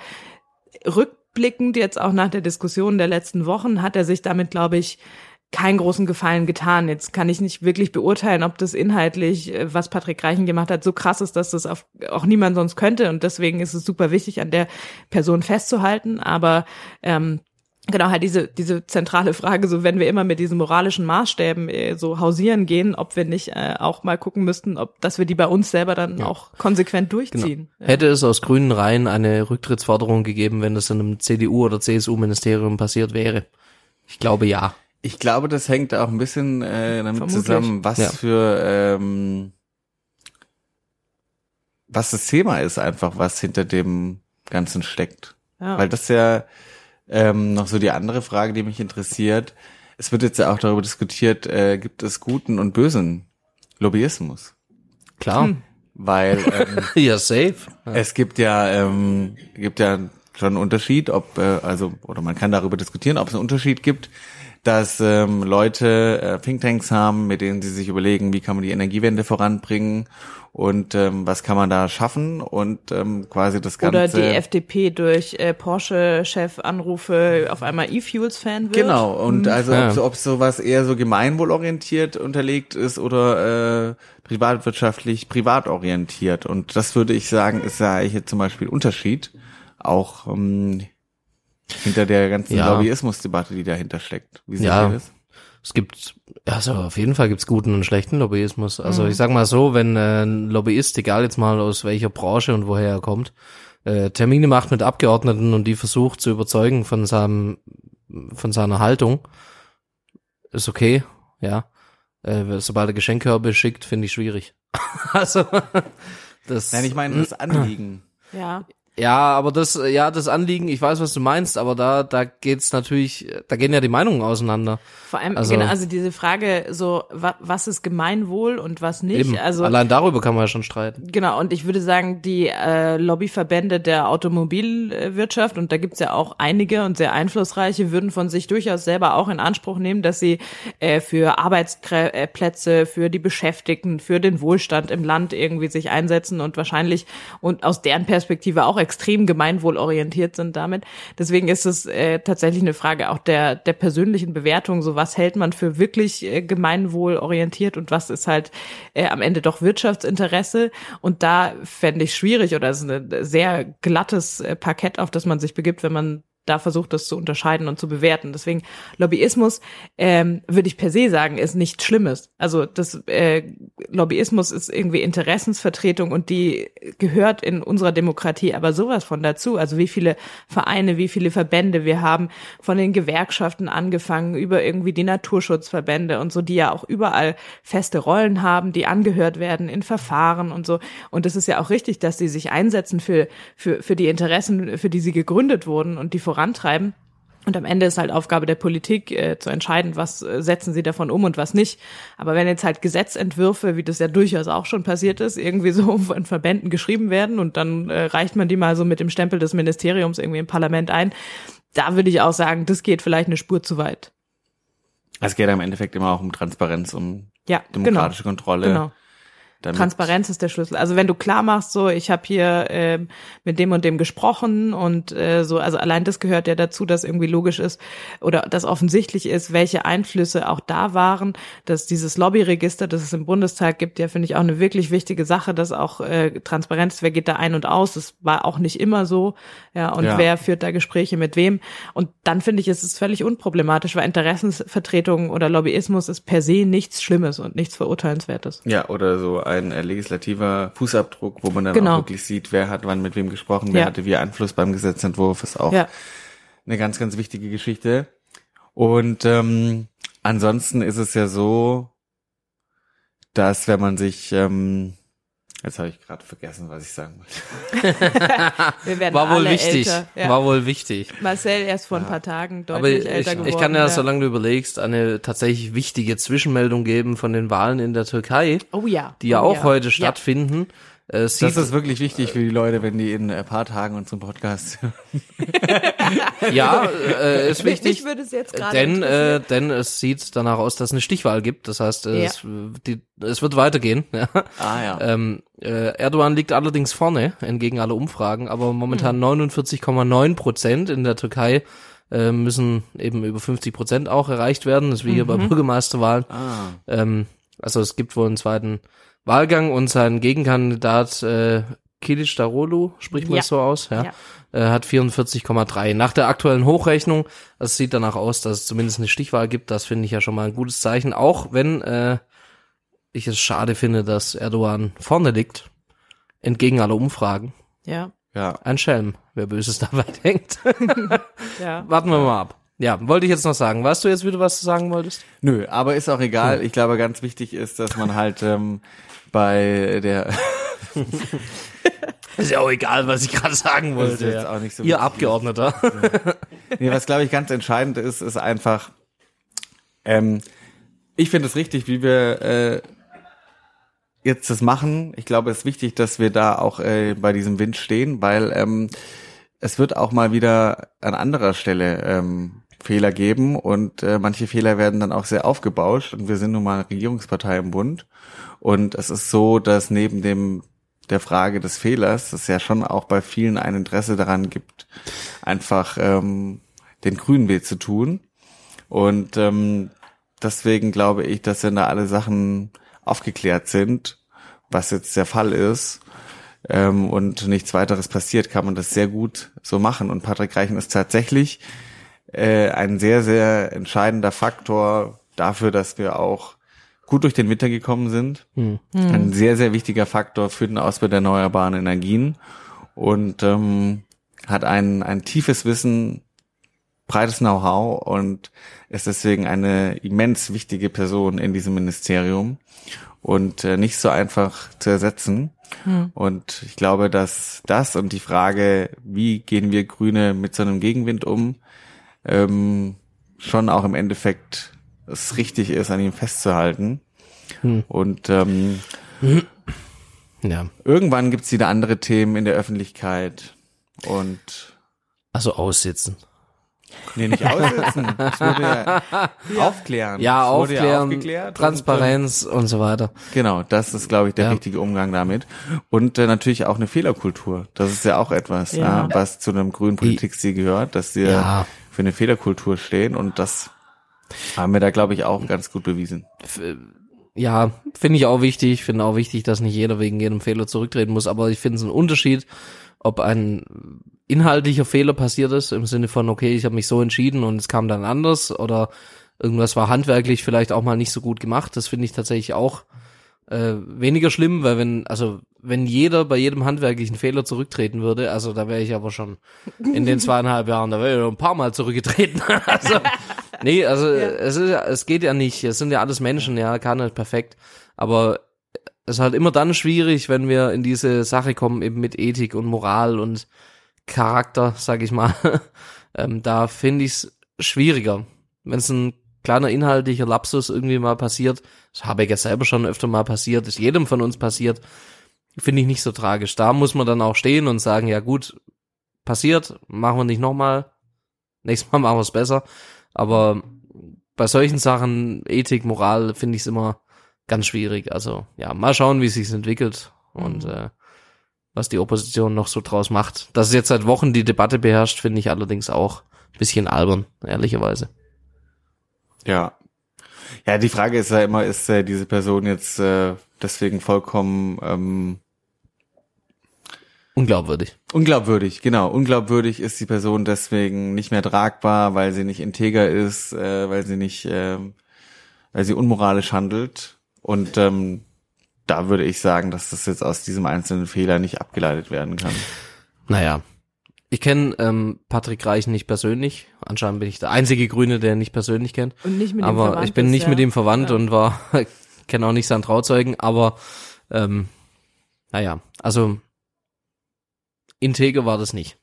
rückblickend jetzt auch nach der Diskussion der letzten Wochen hat er sich damit, glaube ich, keinen großen Gefallen getan. Jetzt kann ich nicht wirklich beurteilen, ob das inhaltlich, was Patrick Reichen gemacht hat, so krass ist, dass das auf, auch niemand sonst könnte, und deswegen ist es super wichtig, an der Person festzuhalten, aber ähm, genau, halt diese diese zentrale Frage, so wenn wir immer mit diesen moralischen Maßstäben äh, so hausieren gehen, ob wir nicht äh, auch mal gucken müssten, ob dass wir die bei uns selber dann ja. auch konsequent durchziehen. Genau. Ja. Hätte es aus grünen Reihen eine Rücktrittsforderung gegeben, wenn das in einem C D U- oder C S U-Ministerium passiert wäre? Ich glaube, ja. Ich glaube, das hängt auch ein bisschen äh, damit Vermutlich. zusammen, was ja. für ähm, was das Thema ist, einfach was hinter dem Ganzen steckt. Ja. Weil das ja Ähm, noch so die andere Frage, die mich interessiert. Es wird jetzt ja auch darüber diskutiert, äh, gibt es guten und bösen Lobbyismus? Klar. Hm. Weil ähm, ja, safe. Ja. Es gibt ja ähm, gibt ja schon einen Unterschied, ob äh, also oder man kann darüber diskutieren, ob es einen Unterschied gibt, dass ähm, Leute äh, Thinktanks haben, mit denen sie sich überlegen, wie kann man die Energiewende voranbringen und ähm, was kann man da schaffen, und ähm, quasi das Ganze... Oder die F D P durch äh, Porsche-Chef-Anrufe auf einmal E-Fuels-Fan wird. Genau, und also ja. ob, so, ob sowas eher so gemeinwohlorientiert unterlegt ist oder äh, privatwirtschaftlich privatorientiert, und das würde ich sagen, ist ja hier zum Beispiel Unterschied, auch ähm, hinter der ganzen ja. Lobbyismusdebatte, die dahinter steckt. Wie seht ja. ihr das? Es gibt, also auf jeden Fall gibt's guten und schlechten Lobbyismus. Also mhm. ich sag mal so, wenn äh, ein Lobbyist, egal jetzt mal aus welcher Branche und woher er kommt, äh, Termine macht mit Abgeordneten und die versucht zu überzeugen von seinem, von seiner Haltung, ist okay, ja. Äh, sobald er Geschenkkörbe schickt, finde ich schwierig. also das. Nein, ich meine das Anliegen. Ja. Ja, aber das, ja, das Anliegen, ich weiß, was du meinst, aber da, da geht's natürlich, da gehen ja die Meinungen auseinander. Vor allem, also, genau, also diese Frage, so, wa, was ist Gemeinwohl und was nicht? Eben. Also allein darüber kann man ja schon streiten. Genau, und ich würde sagen, die äh, Lobbyverbände der Automobilwirtschaft, und da gibt's ja auch einige und sehr einflussreiche, würden von sich durchaus selber auch in Anspruch nehmen, dass sie äh, für Arbeitsplätze, für die Beschäftigten, für den Wohlstand im Land irgendwie sich einsetzen und wahrscheinlich und aus deren Perspektive auch extrem gemeinwohlorientiert sind damit. Deswegen ist es äh, tatsächlich eine Frage auch der der persönlichen Bewertung, so was hält man für wirklich äh, gemeinwohlorientiert und was ist halt äh, am Ende doch Wirtschaftsinteresse. Und da fände ich schwierig, oder es ist ein sehr glattes äh, Parkett, auf das man sich begibt, wenn man da versucht, das zu unterscheiden und zu bewerten. Deswegen Lobbyismus, ähm, würde ich per se sagen, ist nichts Schlimmes. Also das äh, Lobbyismus ist irgendwie Interessensvertretung und die gehört in unserer Demokratie aber sowas von dazu. Also wie viele Vereine, wie viele Verbände wir haben, von den Gewerkschaften angefangen, über irgendwie die Naturschutzverbände und so, die ja auch überall feste Rollen haben, die angehört werden in Verfahren und so. Und es ist ja auch richtig, dass sie sich einsetzen für, für, für die Interessen, für die sie gegründet wurden und die vorantreiben. Und am Ende ist halt Aufgabe der Politik, äh, zu entscheiden, was äh, setzen sie davon um und was nicht. Aber wenn jetzt halt Gesetzentwürfe, wie das ja durchaus auch schon passiert ist, irgendwie so von Verbänden geschrieben werden und dann äh, reicht man die mal so mit dem Stempel des Ministeriums irgendwie im Parlament ein, da würde ich auch sagen, das geht vielleicht eine Spur zu weit. Es geht im Endeffekt immer auch um Transparenz, um ja, demokratische genau, Kontrolle. Genau. Damit Transparenz ist der Schlüssel. Also wenn du klar machst, so ich habe hier äh, mit dem und dem gesprochen und äh, so, also allein das gehört ja dazu, dass irgendwie logisch ist oder dass offensichtlich ist, welche Einflüsse auch da waren, dass dieses Lobbyregister, das es im Bundestag gibt, ja finde ich auch eine wirklich wichtige Sache, dass auch äh, Transparenz, wer geht da ein und aus, das war auch nicht immer so, ja, und ja. wer führt da Gespräche mit wem und dann finde ich, ist es völlig unproblematisch, weil Interessensvertretung oder Lobbyismus ist per se nichts Schlimmes und nichts Verurteilenswertes. Ja, oder so ein äh, legislativer Fußabdruck, wo man dann genau. auch wirklich sieht, wer hat wann mit wem gesprochen, wer ja. hatte wie Einfluss beim Gesetzentwurf, ist auch ja. eine ganz, ganz wichtige Geschichte. Und ähm, ansonsten ist es ja so, dass wenn man sich, ähm, jetzt habe ich gerade vergessen, was ich sagen wollte. Wir werden War wohl alle wichtig, älter. Ja. war wohl wichtig. Marcel erst vor ein paar Tagen Aber deutlich ich, älter geworden. ich kann ja, ja, solange du überlegst, eine tatsächlich wichtige Zwischenmeldung geben von den Wahlen in der Türkei, oh ja. die ja oh auch ja. heute ja. stattfinden. Äh, das ist wirklich wichtig für die Leute, wenn die in ein paar Tagen unseren Podcast hören. Ja, äh, ist wichtig. Mich würde es jetzt gerade denn, äh, denn es sieht danach aus, dass es eine Stichwahl gibt. Das heißt, ja. es, die, es wird weitergehen. Ja. Ah ja. Ähm, äh, Erdogan liegt allerdings vorne, entgegen aller Umfragen, aber momentan hm. neunundvierzig Komma neun Prozent in der Türkei äh, müssen eben über fünfzig Prozent auch erreicht werden. Das ist wie mhm. hier bei Bürgermeisterwahlen. Ah. Ähm, also es gibt wohl einen zweiten Wahlgang und sein Gegenkandidat äh, Kılıçdaroğlu, spricht man ja. das so aus, ja, ja. Äh, hat vierundvierzig Komma drei. Nach der aktuellen Hochrechnung, es sieht danach aus, dass es zumindest eine Stichwahl gibt, das finde ich ja schon mal ein gutes Zeichen, auch wenn äh, ich es schade finde, dass Erdogan vorne liegt, entgegen aller Umfragen. Ja. Ja. Ein Schelm, wer Böses dabei denkt. ja. Warten wir mal ab. Ja, wollte ich jetzt noch sagen. Weißt du jetzt wieder, was du sagen wolltest? Nö, aber ist auch egal. Ich glaube, ganz wichtig ist, dass man halt ähm, bei der ist ja auch egal, was ich gerade sagen wollte. Das ist jetzt ja. auch nicht so Ihr wichtig. Abgeordneter. Nee, was glaube ich ganz entscheidend ist, ist einfach, ähm, ich finde es richtig, wie wir äh, jetzt das machen. Ich glaube, es ist wichtig, dass wir da auch äh, bei diesem Wind stehen, weil ähm, es wird auch mal wieder an anderer Stelle ähm, Fehler geben und äh, manche Fehler werden dann auch sehr aufgebauscht und wir sind nun mal eine Regierungspartei im Bund und es ist so, dass neben dem der Frage des Fehlers es ja schon auch bei vielen ein Interesse daran gibt, einfach ähm, den grünen Weg zu tun und ähm, deswegen glaube ich, dass wenn da alle Sachen aufgeklärt sind, was jetzt der Fall ist, ähm, und nichts weiteres passiert, kann man das sehr gut so machen. Und Patrick Reichen ist tatsächlich äh, ein sehr, sehr entscheidender Faktor dafür, dass wir auch gut durch den Winter gekommen sind. Hm. Ein sehr, sehr wichtiger Faktor für den Ausbau der erneuerbaren Energien und ähm, hat ein, ein tiefes Wissen, breites Know-how und ist deswegen eine immens wichtige Person in diesem Ministerium und äh, nicht so einfach zu ersetzen. Hm. Und ich glaube, dass das und die Frage, wie gehen wir Grüne mit so einem Gegenwind um, ähm, schon auch im Endeffekt es richtig ist, an ihm festzuhalten. Hm. Und ähm, ja. irgendwann gibt's wieder andere Themen in der Öffentlichkeit und also aussitzen. Nee, nicht aussitzen. Es wurde ja, ja aufklären. Ja, es wurde aufklären, ja aufgeklärt Transparenz und, und so weiter. Genau, das ist, glaube ich, der ja. richtige Umgang damit. Und äh, natürlich auch eine Fehlerkultur. Das ist ja auch etwas, ja. Ja, was zu einem grünen Politikstil gehört, dass wir ja. für eine Fehlerkultur stehen. Und das haben wir da, glaube ich, auch ganz gut bewiesen. ja, finde ich auch wichtig. Ich finde auch wichtig, dass nicht jeder wegen jedem Fehler zurücktreten muss. Aber ich finde es einen Unterschied, ob ein inhaltlicher Fehler passiert ist, im Sinne von, okay, ich habe mich so entschieden und es kam dann anders, oder irgendwas war handwerklich vielleicht auch mal nicht so gut gemacht. Das finde ich tatsächlich auch äh, weniger schlimm, weil wenn, also wenn jeder bei jedem handwerklichen Fehler zurücktreten würde, also da wäre ich aber schon in den zweieinhalb Jahren, da wäre ich ein paar Mal zurückgetreten. Also nee, also ja. es ist, es geht ja nicht, es sind ja alles Menschen, ja, keiner ist perfekt, aber es ist halt immer dann schwierig, wenn wir in diese Sache kommen, eben mit Ethik und Moral und Charakter, sag ich mal. ähm, da finde ich es schwieriger. Wenn es ein kleiner inhaltlicher Lapsus irgendwie mal passiert, das habe ich ja selber schon öfter mal passiert, ist jedem von uns passiert, finde ich nicht so tragisch. Da muss man dann auch stehen und sagen, ja gut, passiert, machen wir nicht nochmal, nächstes Mal machen wir es besser. Aber bei solchen Sachen, Ethik, Moral, finde ich es immer ganz schwierig. Also ja, mal schauen, wie es sich entwickelt und äh, was die Opposition noch so draus macht. Dass es jetzt seit Wochen die Debatte beherrscht, finde ich allerdings auch ein bisschen albern, ehrlicherweise. Ja. Ja, die Frage ist ja immer, ist äh, diese Person jetzt äh, deswegen vollkommen ähm, unglaubwürdig. Unglaubwürdig, genau. Unglaubwürdig ist die Person deswegen nicht mehr tragbar, weil sie nicht integer ist, äh, weil sie nicht, äh, weil sie unmoralisch handelt. Und ähm, da würde ich sagen, dass das jetzt aus diesem einzelnen Fehler nicht abgeleitet werden kann. Naja. Ich kenne ähm, Patrick Reich nicht persönlich. Anscheinend bin ich der einzige Grüne, der ihn nicht persönlich kennt. Und nicht mit ihm aber verwandt ich bin ist, nicht ja. mit ihm verwandt ja. und war kenne auch nicht seinen Trauzeugen. Aber ähm, naja, also integer war das nicht.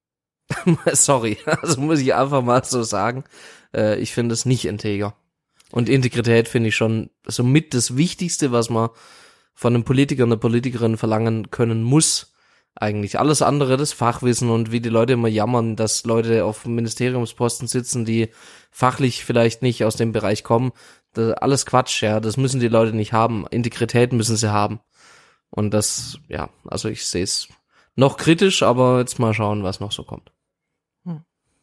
Sorry, also muss ich einfach mal so sagen. Äh, ich finde es nicht integer. Und Integrität finde ich schon somit das Wichtigste, was man von einem Politiker und einer Politikerin verlangen können muss. Eigentlich alles andere, das Fachwissen und wie die Leute immer jammern, dass Leute auf Ministeriumsposten sitzen, die fachlich vielleicht nicht aus dem Bereich kommen. Das, alles Quatsch, ja, das müssen die Leute nicht haben. Integrität müssen sie haben. Und das, ja, also ich sehe es noch kritisch, aber jetzt mal schauen, was noch so kommt. Hm.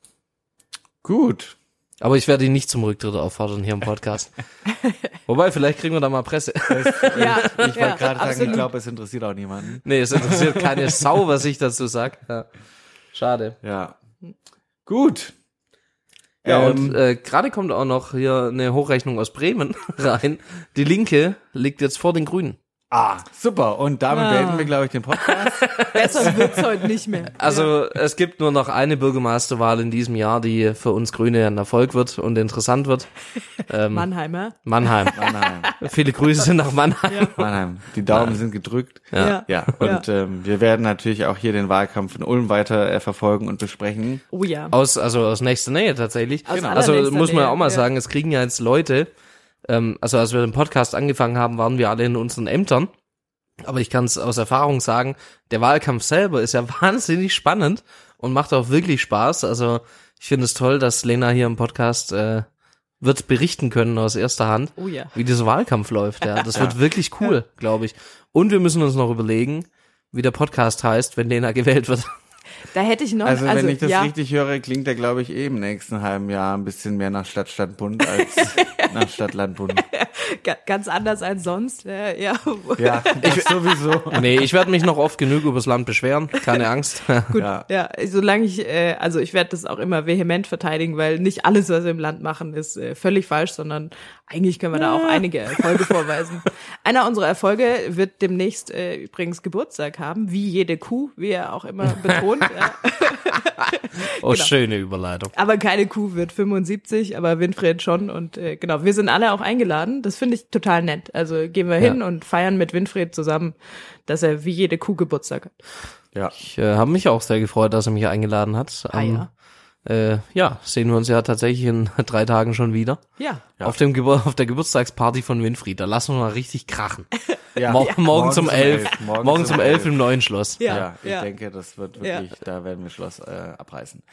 Gut. Aber ich werde ihn nicht zum Rücktritt auffordern hier im Podcast. Wobei, vielleicht kriegen wir da mal Presse. Ja, ich wollte ja, gerade sagen, absolut. ich glaube, es interessiert auch niemanden. Nee, es interessiert keine Sau, was ich dazu sag. Ja. Schade. Ja. Gut. Ja, ähm, und äh, gerade kommt auch noch hier eine Hochrechnung aus Bremen rein. Die Linke liegt jetzt vor den Grünen. Ah, super. Und damit Ah. beenden wir, glaube ich, den Podcast. Besser wird's heute nicht mehr. Also es gibt nur noch eine Bürgermeisterwahl in diesem Jahr, die für uns Grüne ein Erfolg wird und interessant wird. Ähm, Mannheimer. Mannheim. Mannheim. Viele Grüße nach Mannheim. Ja. Mannheim. Die Daumen sind gedrückt. Ja. Ja, und Ähm, wir werden natürlich auch hier den Wahlkampf in Ulm weiter äh, verfolgen und besprechen. Oh ja. Aus, also aus nächster Nähe tatsächlich. Aus Also allernächster muss man ja auch mal Nähe, ja. sagen, es kriegen ja jetzt Leute, ähm, also als wir den Podcast angefangen haben, waren wir alle in unseren Ämtern. Aber ich kann es aus Erfahrung sagen, der Wahlkampf selber ist ja wahnsinnig spannend und macht auch wirklich Spaß. Also ich finde es toll, dass Lena hier im Podcast äh, wird berichten können aus erster Hand, Oh ja. wie dieser Wahlkampf läuft. Ja, das wird wirklich cool, glaube ich. Und wir müssen uns noch überlegen, wie der Podcast heißt, wenn Lena gewählt wird. Da hätte ich noch, Also, also, wenn ich das ja, richtig höre, klingt der, glaube ich, eh im nächsten halben Jahr ein bisschen mehr nach Stadt, Stadt, Bund als nach Stadt, Land, Bund. ga- ganz anders als sonst. Äh, ja, Ja, ich sowieso. Nee, ich werde mich noch oft genug übers Land beschweren, keine Angst. gut. Ja. Ja, solange ich, äh, also ich werde das auch immer vehement verteidigen, weil nicht alles, was wir im Land machen, ist äh, völlig falsch, sondern eigentlich können wir da auch einige Erfolge vorweisen. Einer unserer Erfolge wird demnächst äh, übrigens Geburtstag haben, wie jede Kuh, wie er auch immer betont. Ja. Oh, Genau. schöne Überleitung. Aber keine Kuh wird fünfundsiebzig, aber Winfried schon. Und äh, genau, wir sind alle auch eingeladen. Das finde ich total nett. Also gehen wir hin Ja. und feiern mit Winfried zusammen, dass er wie jede Kuh Geburtstag hat. Ja. Ich äh, habe mich auch sehr gefreut, dass er mich eingeladen hat. Ah, Am, ja. Äh, ja, sehen wir uns ja tatsächlich in drei Tagen schon wieder. Ja. Auf dem Gebur auf der Geburtstagsparty von Winfried. Da lassen wir mal richtig krachen. Ja. Mor morgen zum elf. Morgen, Morgen zum elf im neuen Schloss. Ja. Ja, ich ja. denke, das wird wirklich, da werden wir Schloss äh, abreißen.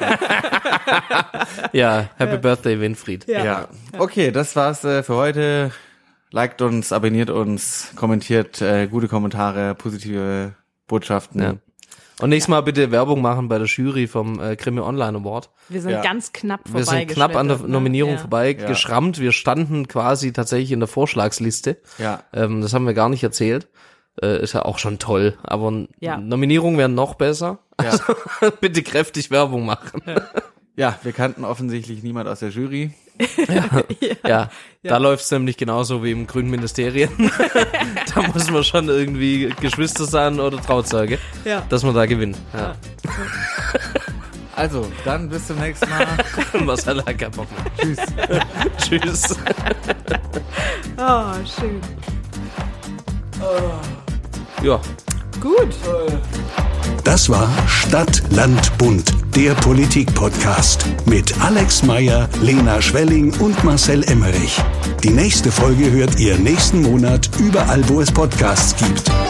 Ja, Happy Birthday Winfried. Ja. Ja. Okay, das war's äh, für heute. Liked uns, abonniert uns, kommentiert äh, gute Kommentare, positive Botschaften. Ja. Und nächstes Mal bitte Werbung machen bei der Jury vom äh, Krimi Online Award. Wir sind Ja. ganz knapp vorbei. Wir sind knapp an der Nominierung ja. vorbei Ja. geschrammt. Wir standen quasi tatsächlich in der Vorschlagsliste. Ja. Ähm, das haben wir gar nicht erzählt. Äh, ist ja auch schon toll. Aber Ja. Nominierungen wären noch besser. Ja. Also bitte kräftig Werbung machen. Ja, wir kannten offensichtlich niemand aus der Jury. Ja, da läuft's nämlich genauso wie im grünen Ministerien. Da muss man schon irgendwie Geschwister sein oder Trauzeuge, Ja. dass man da gewinnt. Ja. Also, dann bis zum nächsten Mal. Marcel hat keinen Bock mehr. Tschüss. Tschüss. Oh, schön. Ja. Gut. Das war Stadt, Land, Bund, der Politik-Podcast mit Alex Meyer, Lena Schwelling und Marcel Emmerich. Die nächste Folge hört ihr nächsten Monat überall, wo es Podcasts gibt.